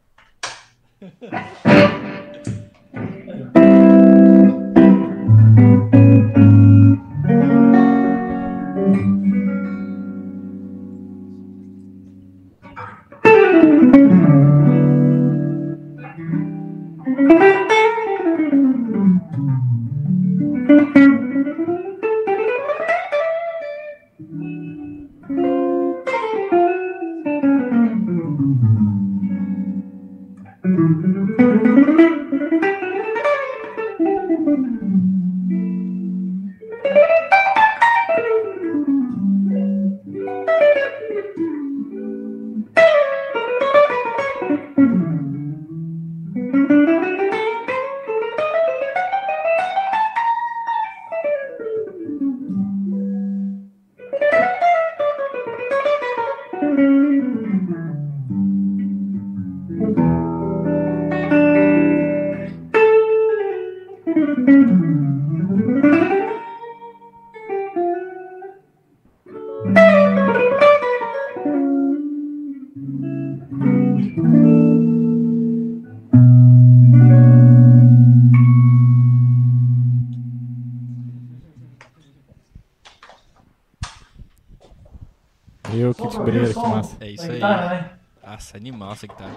Eu, Kit Breira, que massa. É isso Da aí. guitarra, né? Nossa, animal essa guitarra.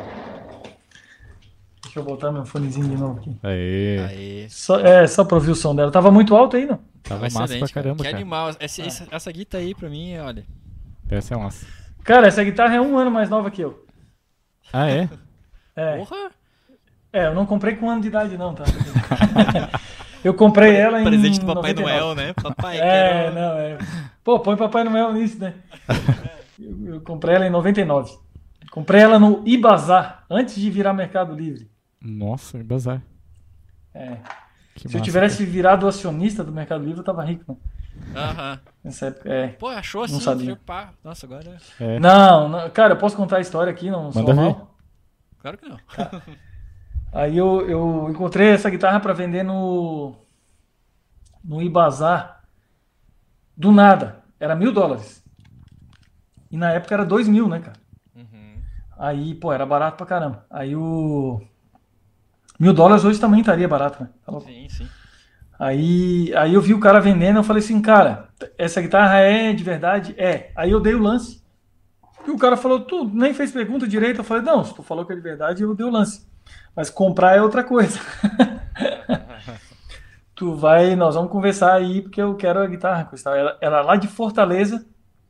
Deixa eu botar meu fonezinho de novo aqui. Aê. Aí. Só pra ouvir o som dela. Tava muito alto aí, não? Tava Tava massa pra excelente, cara. caramba, Que cara. animal. Essa guitarra aí pra mim, olha. Essa é massa. Cara, essa guitarra é um ano mais nova que eu. Ah, é? Porra! Eu não comprei com um ano de idade, não, tá? Eu comprei ela em Presente do Papai 99. Noel, né? Papai, quero... Pô, põe Papai Noel nisso, né? Eu comprei ela em 99. Comprei ela no Ibazar, antes de virar Mercado Livre. Nossa, em bazar. É. Que Se eu massa, tivesse virado acionista do Mercado Livre, eu tava rico, né? Aham. Nessa época, Pô, achou assim? Não sabia. Pá. Nossa, agora... É. Não, cara, eu posso contar a história aqui, não sou Manda ver. mal. Claro que não. Aí eu encontrei essa guitarra para vender no Ibazar do nada. Era $1.000. E na época era 2.000, né, cara? Uhum. Aí, pô, era barato pra caramba. Aí $1.000 hoje também estaria barato, né? Tá louco? Sim, sim. Aí eu vi o cara vendendo, eu falei assim, cara, essa guitarra é de verdade? É. Aí eu dei o lance. E o cara falou, tu nem fez pergunta direito. Eu falei, não, se tu falou que é de verdade, eu dei o lance. Mas comprar é outra coisa. Nós vamos conversar aí, porque eu quero a guitarra. Ela era lá de Fortaleza.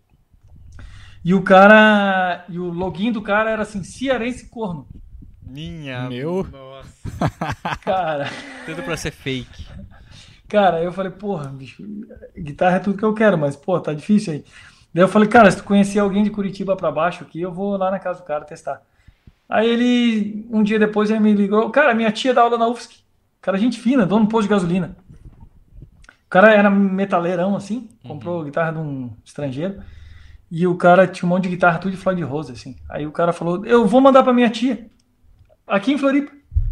E o login do cara era assim, cearense corno. Meu. Nossa. Cara, Tudo pra ser fake. cara, eu falei, porra, bicho, guitarra é tudo que eu quero, mas, pô, tá difícil aí. Daí eu falei, cara, se tu conhecer alguém de Curitiba pra baixo aqui, eu vou lá na casa do cara testar. Aí ele, um dia depois, ele me ligou, cara, minha tia dá aula na UFSC. Cara, gente fina, dono do posto de gasolina. O cara era metaleirão, assim, comprou guitarra de um estrangeiro. E o cara tinha um monte de guitarra, tudo de Floyd Rose, assim. Aí o cara falou, eu vou mandar pra minha tia, aqui em Floripa.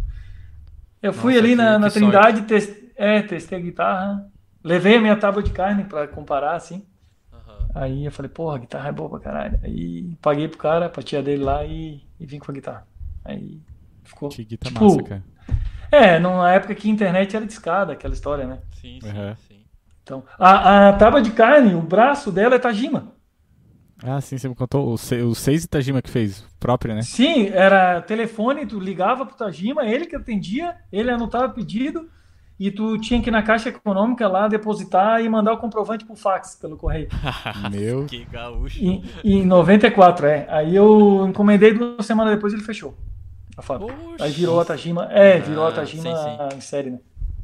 Eu fui Nossa, ali na que Trindade, testei a guitarra, levei a minha tábua de carne pra comparar, assim. Aí eu falei, porra, a guitarra é boa pra caralho. Aí paguei pro cara, pra tia dele lá e vim com a guitarra. Aí ficou, Que guitarra tipo, massa, cara. numa época que a internet era discada, aquela história, né? Sim. Então, a tábua de carne, o braço dela é Tajima. Ah, sim, você me contou. O 6 Itajima que fez, o próprio, né? Sim, era telefone, tu ligava pro Tajima, ele que atendia, ele anotava pedido e tu tinha que ir na Caixa Econômica lá depositar e mandar o comprovante pro fax, pelo correio. Meu. Que gaúcho. Em 94, Aí eu encomendei 2 semanas depois ele fechou a fábrica. Poxa. Aí virou a Tajima, virou a Tajima sim. em série, né?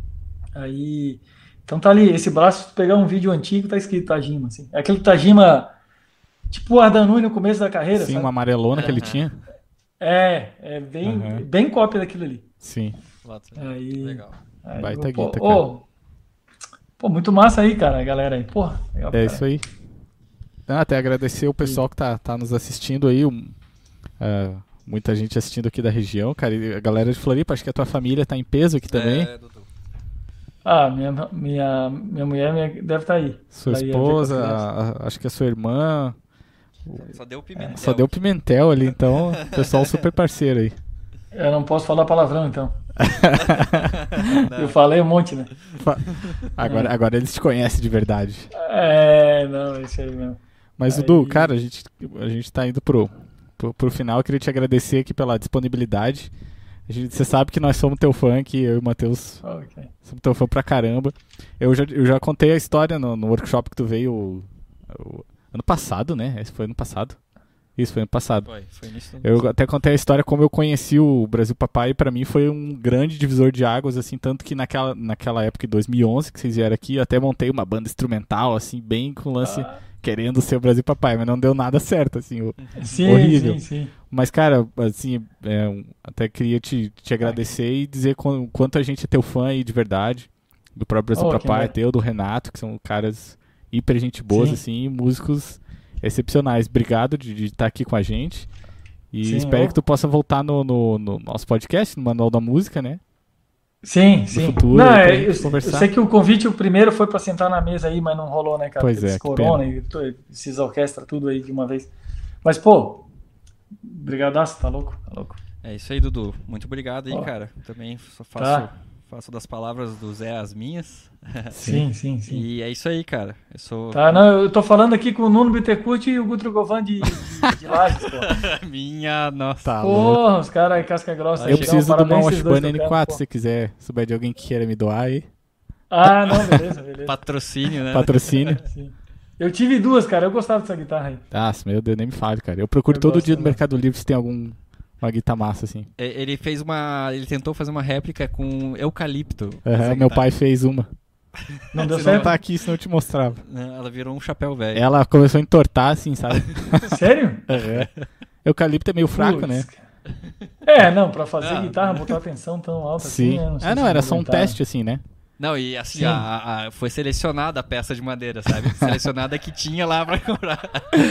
Aí, então tá ali, esse braço, se tu pegar um vídeo antigo, tá escrito Tajima, assim. É aquele Tajima, tipo o Ardanui no começo da carreira, Sim, sabe? uma amarelona que ele tinha. É bem cópia daquilo ali. Sim. Aí, Legal. Baita pô, guita, cara. pô, muito massa aí, cara, a galera aí. Pô, legal pra É caralho. isso aí. Até agradecer o pessoal que tá nos assistindo aí. Muita gente assistindo aqui da região, cara. E a galera de Floripa, acho que a tua família tá em peso aqui também. Dudu. Ah, minha mulher deve estar aí. Sua Ela ia ver com esposa, a criança. acho que a sua irmã. Só deu Pimentel. Só deu Pimentel ali, então. Pessoal super parceiro aí. Eu não posso falar palavrão, então. Não. Eu falei um monte, né? Agora eles te conhecem de verdade. Não, é isso aí mesmo. Mas, Aí- Dudu, cara, a gente tá indo pro final. Eu queria te agradecer aqui pela disponibilidade. Você sabe que nós somos teu fã aqui, eu e o Matheus Ok. somos teu fã pra caramba. Eu já contei a história no workshop que tu veio ano passado, né? Esse foi ano passado. Isso, foi ano passado. Foi nisso. Eu até contei a história como eu conheci o Brasil Papai, e pra mim foi um grande divisor de águas, assim, tanto que naquela época, em 2011, que vocês vieram aqui, eu até montei uma banda instrumental, assim, bem com lance querendo ser o Brasil Papai, mas não deu nada certo, assim, Sim, horrível. sim. Mas, cara, assim, até queria te agradecer e dizer quanto a gente é teu fã aí de verdade, do próprio Brasil Que Papai, legal. teu, do Renato, que são caras hiper gente boas, Sim. assim, e músicos excepcionais. Obrigado de estar aqui com a gente. E Sim, espero que tu possa voltar no nosso podcast, no Manual da Música, né? Sim. futuro, Não, aí pra gente eu conversar. sei que o convite, o primeiro foi pra sentar na mesa aí, mas não rolou, né, cara? Pois Porque é, esse que corona e esses orquestra, tudo aí de uma vez. Mas, pô, brigadaço, tá louco? É isso aí, Dudu. Muito obrigado aí, Ó. cara. Também só Tá. faço das palavras do Zé as minhas. Sim. E é isso aí, cara. Eu sou. Tá, não, eu tô falando aqui com o Nuno Bittencourt e o Guto Govan de Lages, pô. Minha nossa. Tá louco. Porra, os caras casca grossa. Eu aí. preciso Então, de uma parabéns esses dois Washburn tocando, N4, pô. se você quiser, souber de alguém que queira me doar aí. Ah, não, beleza. Patrocínio, né? Patrocínio. Sim. Eu tive duas, cara. Eu gostava dessa guitarra aí. Ah, meu Deus, nem me fale, cara. Eu procuro Eu todo gosto dia no também. Mercado Livre se tem uma guitarra massa, assim. Ele tentou fazer uma réplica com eucalipto. Aham, Essa meu guitarra. pai fez uma. Não deu Se não certo? tá aqui, senão eu te mostrava. Ela virou um chapéu velho. Ela começou a entortar, assim, sabe? Sério? Eucalipto é meio fraco, Putz, né? cara. Não, pra fazer Ah. guitarra, botar tensão tão alta Sim. assim, né? sei se Não, era eu só um aguentava. teste, assim, né? Não, e assim, Sim. foi selecionada a peça de madeira, sabe? Selecionada que tinha lá pra comprar.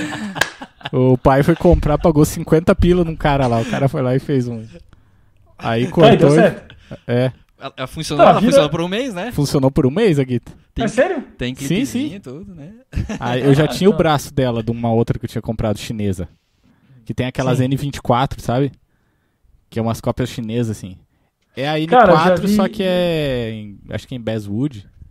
O pai foi comprar, pagou 50 pila num cara lá. O cara foi lá e fez um. Aí Tá, e cortou. deu certo. Ela funcionou, Tá, ela vira- funcionou por um mês, né? Funcionou por um mês a guita. É sério? Tem Sim, clipezinho sim. e tudo, né? Aí eu já tinha o Não. braço dela, de uma outra que eu tinha comprado chinesa. Que tem aquelas Sim. N24, sabe? Que é umas cópias chinesas, assim. É a Cara, eu N4, já vi- só que acho que é em basswood.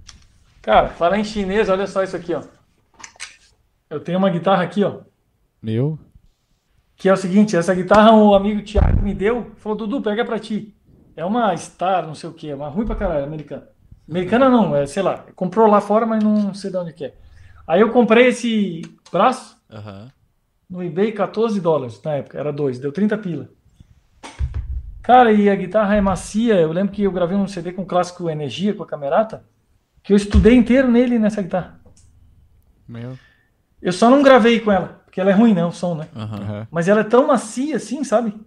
Cara, falar em chinês, olha só isso aqui, ó. Eu tenho uma guitarra aqui, ó. Meu? Que é o seguinte, essa guitarra o amigo Thiago me deu, falou, Dudu, pega pra ti. É uma Star, não sei o que, é uma ruim pra caralho, americana. Americana não, sei lá, comprou lá fora, mas não sei de onde que é. Aí eu comprei esse braço no eBay, $14 na época, era 2, deu 30 pila. Cara, e a guitarra é macia, eu lembro que eu gravei um CD com o clássico Energia, com a Camerata, que eu estudei inteiro nele nessa guitarra. Meu. Eu só não gravei com ela, porque ela é ruim, né, o som, né? Uhum. Mas ela é tão macia assim, sabe?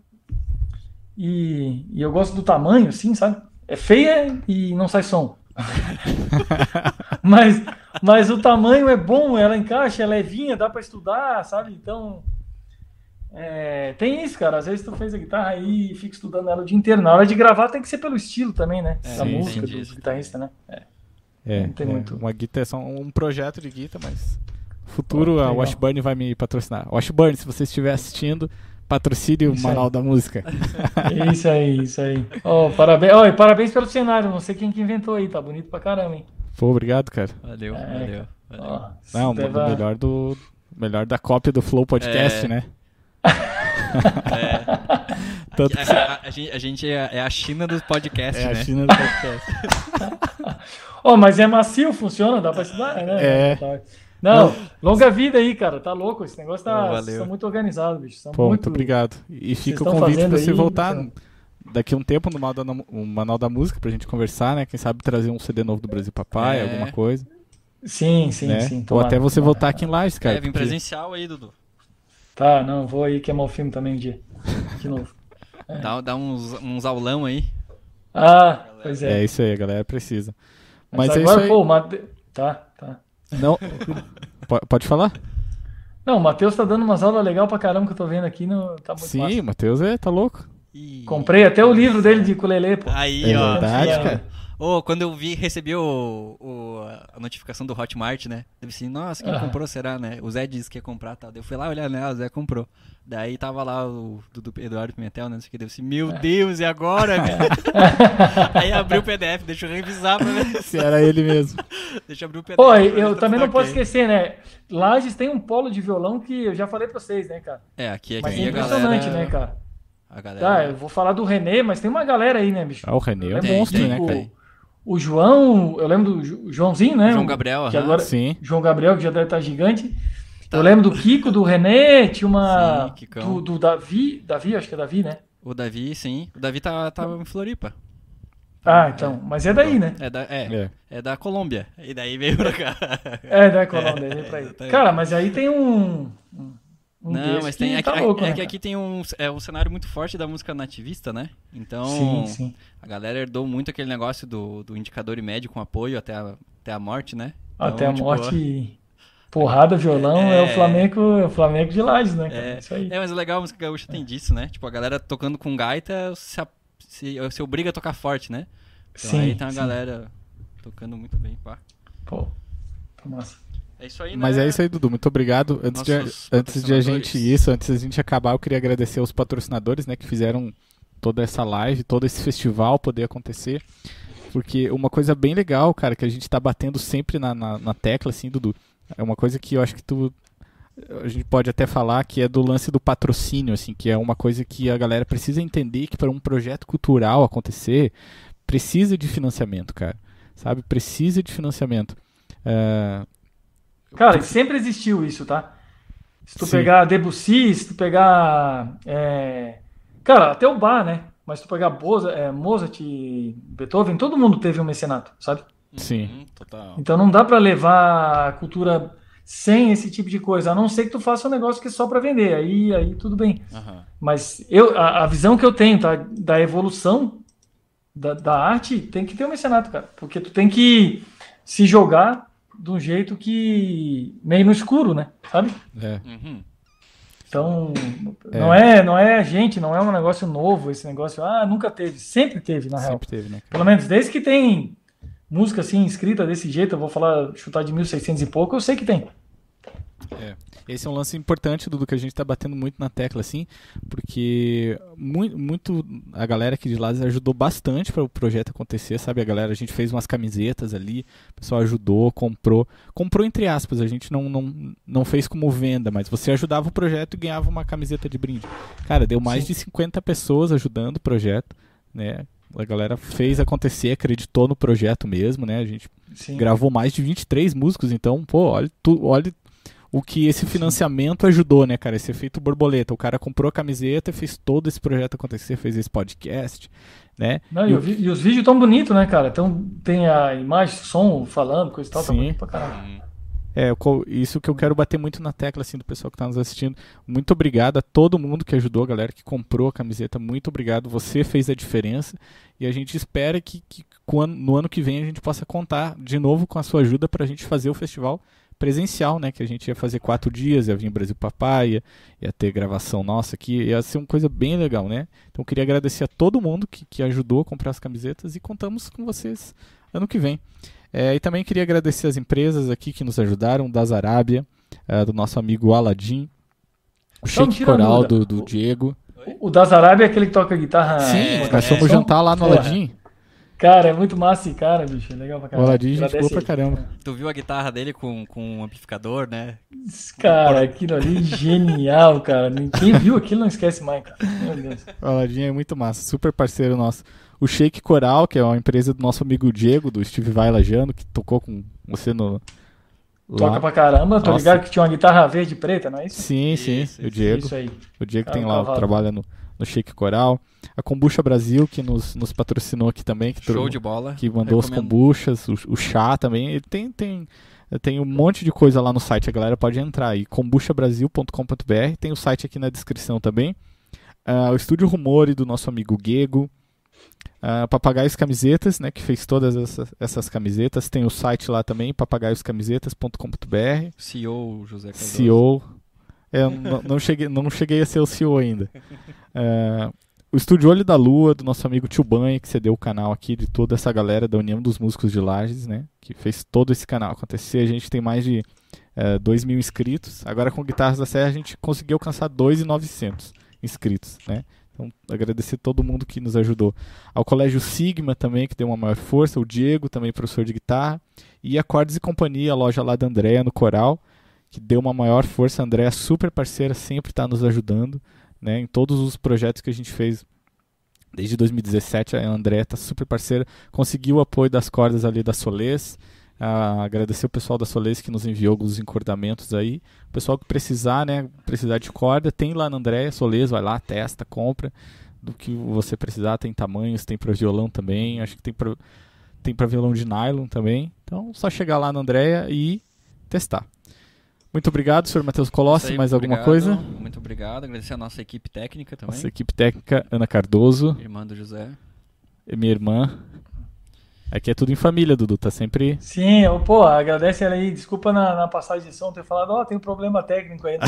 E eu gosto do tamanho, assim, sabe? É feia e não sai som. mas o tamanho é bom, ela encaixa, ela é levinha, dá pra estudar, sabe? Então, tem isso, cara. Às vezes tu fez a guitarra aí e fica estudando ela o dia inteiro. Na hora de gravar tem que ser pelo estilo também, né? Da sim, música, sim. do guitarrista, né? Não tem muito. Uma guitarra é só um projeto de guitarra, mas futuro a Washburn vai me patrocinar. Washburn, se você estiver assistindo, patrocine o Manual da Música. Isso aí. Parabéns. Parabéns pelo cenário. Não sei quem que inventou aí. Tá bonito pra caramba, hein? Pô, obrigado, cara. Valeu. Não, melhor da cópia do Flow Podcast, né? Tanto que a gente é a China do podcast, né? É a China do podcast. Mas é macio, funciona, dá pra estudar, né? Não, longa vida aí, cara. Tá louco. Esse negócio são muito organizados, bicho. Muito obrigado. E fica o convite pra você voltar daqui a um tempo no Manual da Música pra gente conversar, né? Quem sabe trazer um CD novo do Brasil Papai, alguma coisa. Sim. Ou até você voltar aqui em Lages, cara. Vem presencial aí, Dudu. Tá, não, vou aí queimar o filme também um dia. De novo. Dá uns aulão aí. Pois é. É isso aí, a galera precisa. Mas é agora, isso aí. Tá. Não, pode falar? Não, o Matheus tá dando umas aulas legais pra caramba que eu tô vendo aqui. Tá muito Sim, massa. o Matheus tá louco. Comprei até o livro dele de ukulele, pô. Aí, ó. Verdade, cara. Quando eu recebi a notificação do Hotmart, né? Eu disse assim, nossa, quem comprou será, né? O Zé disse que ia comprar, tal. Eu fui lá olhar, né? O Zé comprou. Daí tava lá o do Eduardo Pimentel, né? Não sei o que. Eu disse, meu Deus, e agora, velho? Aí abri o PDF, deixa eu revisar pra ver se era ele mesmo. Deixa eu abrir o PDF. Eu também não posso esquecer, né? Lages tem um polo de violão que eu já falei pra vocês, né, cara? Aqui mas é impressionante, né, cara? A galera... eu vou falar do René, mas tem uma galera aí, né, bicho? O René é monstro, né, cara? O João, eu lembro do Joãozinho, né? João Gabriel, que agora, sim. João Gabriel, que já deve estar gigante. Eu lembro do Kiko, do René, tinha uma... Sim, do Davi, acho que é Davi, né? O Davi, sim. O Davi tá em Floripa. Então, mas é daí, né? É da Colômbia. E daí veio pra cá. Da Colômbia, veio pra aí. Cara, mas aí tem não, mas tem. Tá louco, que aqui tem um cenário muito forte da música nativista, né? Então, sim. A galera herdou muito aquele negócio do indicador e médio com apoio até a morte, né? Então, até a morte, porrada, violão, é o Flamengo de Lages, né, cara? Isso aí. Mas o legal, a música gaúcha tem disso, né? Tipo, a galera tocando com gaita se obriga a tocar forte, né? Então, sim. Aí tem a galera tocando muito bem, pá. Pô, tá massa. É isso aí, né? Mas é isso aí, Dudu. Muito obrigado. Antes de a gente acabar, eu queria agradecer aos patrocinadores, né, que fizeram toda essa live, todo esse festival poder acontecer. Porque uma coisa bem legal, cara, que a gente tá batendo sempre na tecla, assim, Dudu, é uma coisa que eu acho que a gente pode até falar, que é do lance do patrocínio, assim, que é uma coisa que a galera precisa entender, que para um projeto cultural acontecer, precisa de financiamento, cara. Sabe? Precisa de financiamento. Cara, sempre existiu isso, tá? Se tu pegar Debussy, se tu pegar... Cara, até o Bach, né? Mas se tu pegar Mozart e Beethoven, todo mundo teve um mecenato, sabe? Sim. Total. Então não dá pra levar a cultura sem esse tipo de coisa, a não ser que tu faça um negócio que é só pra vender, aí tudo bem. Mas a visão que eu tenho, tá, da evolução da arte, tem que ter um mecenato, cara. Porque tu tem que se jogar de um jeito que meio no escuro, né? Sabe? Então, não é a gente, não é um negócio novo, esse negócio, nunca teve, sempre teve, na real. Sempre teve, né? Pelo menos desde que tem música assim, escrita desse jeito, eu vou chutar de 1600 e pouco, eu sei que tem. Esse é um lance importante, Dudu, que a gente tá batendo muito na tecla, assim, porque muito a galera aqui de lá ajudou bastante para o projeto acontecer, sabe? A gente fez umas camisetas ali, o pessoal ajudou, comprou entre aspas, a gente não fez como venda, mas você ajudava o projeto e ganhava uma camiseta de brinde. Cara, deu mais de 50 pessoas ajudando o projeto, né? A galera fez acontecer, acreditou no projeto mesmo, né? A gente gravou mais de 23 músicos, então, pô, olha o que esse financiamento ajudou, né, cara? Esse efeito borboleta. O cara comprou a camiseta, fez todo esse projeto acontecer, fez esse podcast, né? Não, e os vídeos tão bonitos, né, cara? Então tem a imagem, som, falando, coisa e tal, tá bonito pra caralho. Isso que eu quero bater muito na tecla, assim, do pessoal que tá nos assistindo. Muito obrigado a todo mundo que ajudou, a galera que comprou a camiseta. Muito obrigado, você fez a diferença. E a gente espera que no ano que vem a gente possa contar de novo com a sua ajuda pra gente fazer o festival presencial, né? Que a gente ia fazer 4 dias, ia vir Brasil Papaya, ia ter gravação nossa aqui, ia ser uma coisa bem legal, né? Então eu queria agradecer a todo mundo que ajudou a comprar as camisetas e contamos com vocês ano que vem. E também queria agradecer as empresas aqui que nos ajudaram, da Arábia, do nosso amigo Aladim, o Shake Coral do Diego. O da Arábia é aquele que toca guitarra. Sim, nós fomos jantar lá no Aladim. Cara, é muito massa esse cara, bicho. É legal pra caramba. O Aladim, gente boa pra caramba. Tu viu a guitarra dele com um amplificador, né? Cara, aquilo ali, genial, cara. Quem viu aquilo não esquece mais, cara. Meu Deus. O Aladim é muito massa, super parceiro nosso. O Shake Coral, que é uma empresa do nosso amigo Diego, do Steve Vai Lajano, que tocou com você no... Toca pra caramba, tô ligado que tinha uma guitarra verde e preta, não é isso? Sim, o Diego. Isso aí. O Diego tem lá, trabalha no Shake Coral. A Kombucha Brasil, que nos patrocinou aqui também. Show de bola. Que mandou as kombuchas, o chá também. Ele tem um monte de coisa lá no site, a galera pode entrar aí. kombuchabrasil.com.br, tem o site aqui na descrição também. O Estúdio Rumore do nosso amigo Gego. Papagaios Camisetas, né, que fez todas essas camisetas. Tem o site lá também, papagaioscamisetas.com.br. CEO José Cardoso. CEO. Não cheguei a ser o CEO ainda. O Estúdio Olho da Lua, do nosso amigo Tio Banha, que cedeu o canal aqui, de toda essa galera da União dos Músicos de Lages, né, que fez todo esse canal acontecer. A gente tem mais de 2.000 inscritos. Agora com Guitarras da Serra a gente conseguiu alcançar 2.900 inscritos, né? Então, agradecer todo mundo que nos ajudou. Ao Colégio Sigma também, que deu uma maior força. O Diego, também professor de guitarra. E a Cordes e Companhia, a loja lá da Andréa, no Coral, que deu uma maior força. A Andréa, super parceira, sempre está nos ajudando, né, em todos os projetos que a gente fez. Desde 2017, a Andréa está super parceira. Conseguiu o apoio das cordas ali da Solês. Agradecer o pessoal da Solês que nos enviou alguns encordamentos aí. O pessoal que precisar, né, precisar de corda, tem lá na Andréa Solês, vai lá, testa, compra. Do que você precisar, tem tamanhos, tem para violão também, acho que tem para violão de nylon também. Então, só chegar lá na Andréa e testar. Muito obrigado, senhor Matheus Colossi. Mais alguma coisa? Muito obrigado. Agradecer a nossa equipe técnica também. Nossa equipe técnica, Ana Cardoso. Irmã do José. Minha irmã. Aqui é tudo em família, Dudu, tá sempre... Sim, pô, agradece ela aí. Desculpa na passagem de som ter falado, tem um problema técnico aí.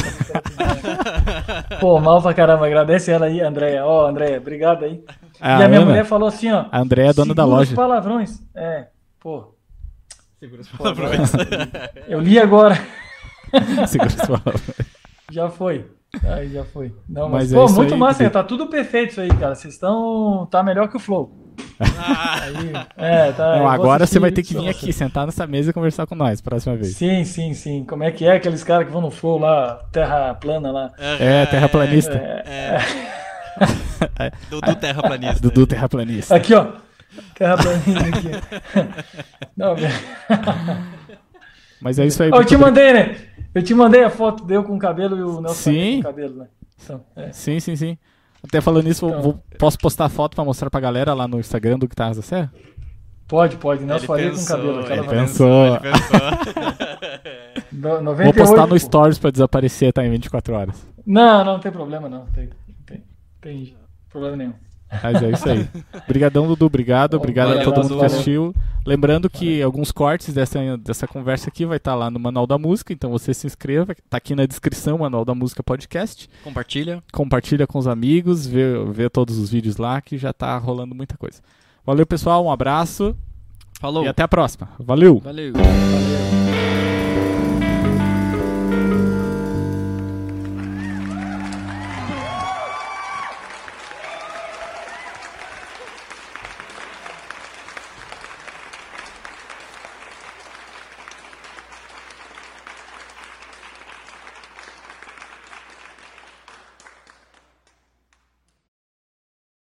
Pô, mal pra caramba. Agradece ela aí, Andréia. Andréia, obrigado aí. E a minha mulher falou assim, ó... A Andréia é dona da loja. Segura os palavrões. Pô. Segura os palavrões. Eu li agora. Segura os palavrões. Já foi. Aí já foi. Não, mas pô, muito aí, massa, tá tudo perfeito isso aí, cara. Vocês estão... Tá melhor que o Flow. Aí, tá, não, agora você vai ter que vir aqui, sentar nessa mesa e conversar com nós, próxima vez. Sim. Como é que é aqueles caras que vão no Flow lá, terra plana lá? Terraplanista. Dudu Terraplanista. Dudu Terraplanista. Aqui, ó. Terraplanista aqui. Não, mas é isso aí. Eu te mandei, né? Eu te mandei a foto dele com o cabelo e o Nelson com o cabelo, né? Então, Sim. Até falando nisso, posso postar a foto pra mostrar pra galera lá no Instagram do Guitarras da Serra? Pode. Nelson Faria com o cabelo. Ele pensou. 98, vou postar no Stories pra desaparecer, tá, em 24 horas. Não tem problema não. Tem problema nenhum. Mas é isso aí. Obrigadão, Dudu. Obrigado a todo mundo que assistiu. Lembrando que alguns cortes dessa conversa aqui vai estar lá no Manual da Música, então você se inscreva. Tá aqui na descrição, Manual da Música Podcast. Compartilha com os amigos, vê todos os vídeos lá, que já tá rolando muita coisa. Valeu, pessoal. Um abraço. Falou. E até a próxima. Valeu. Valeu.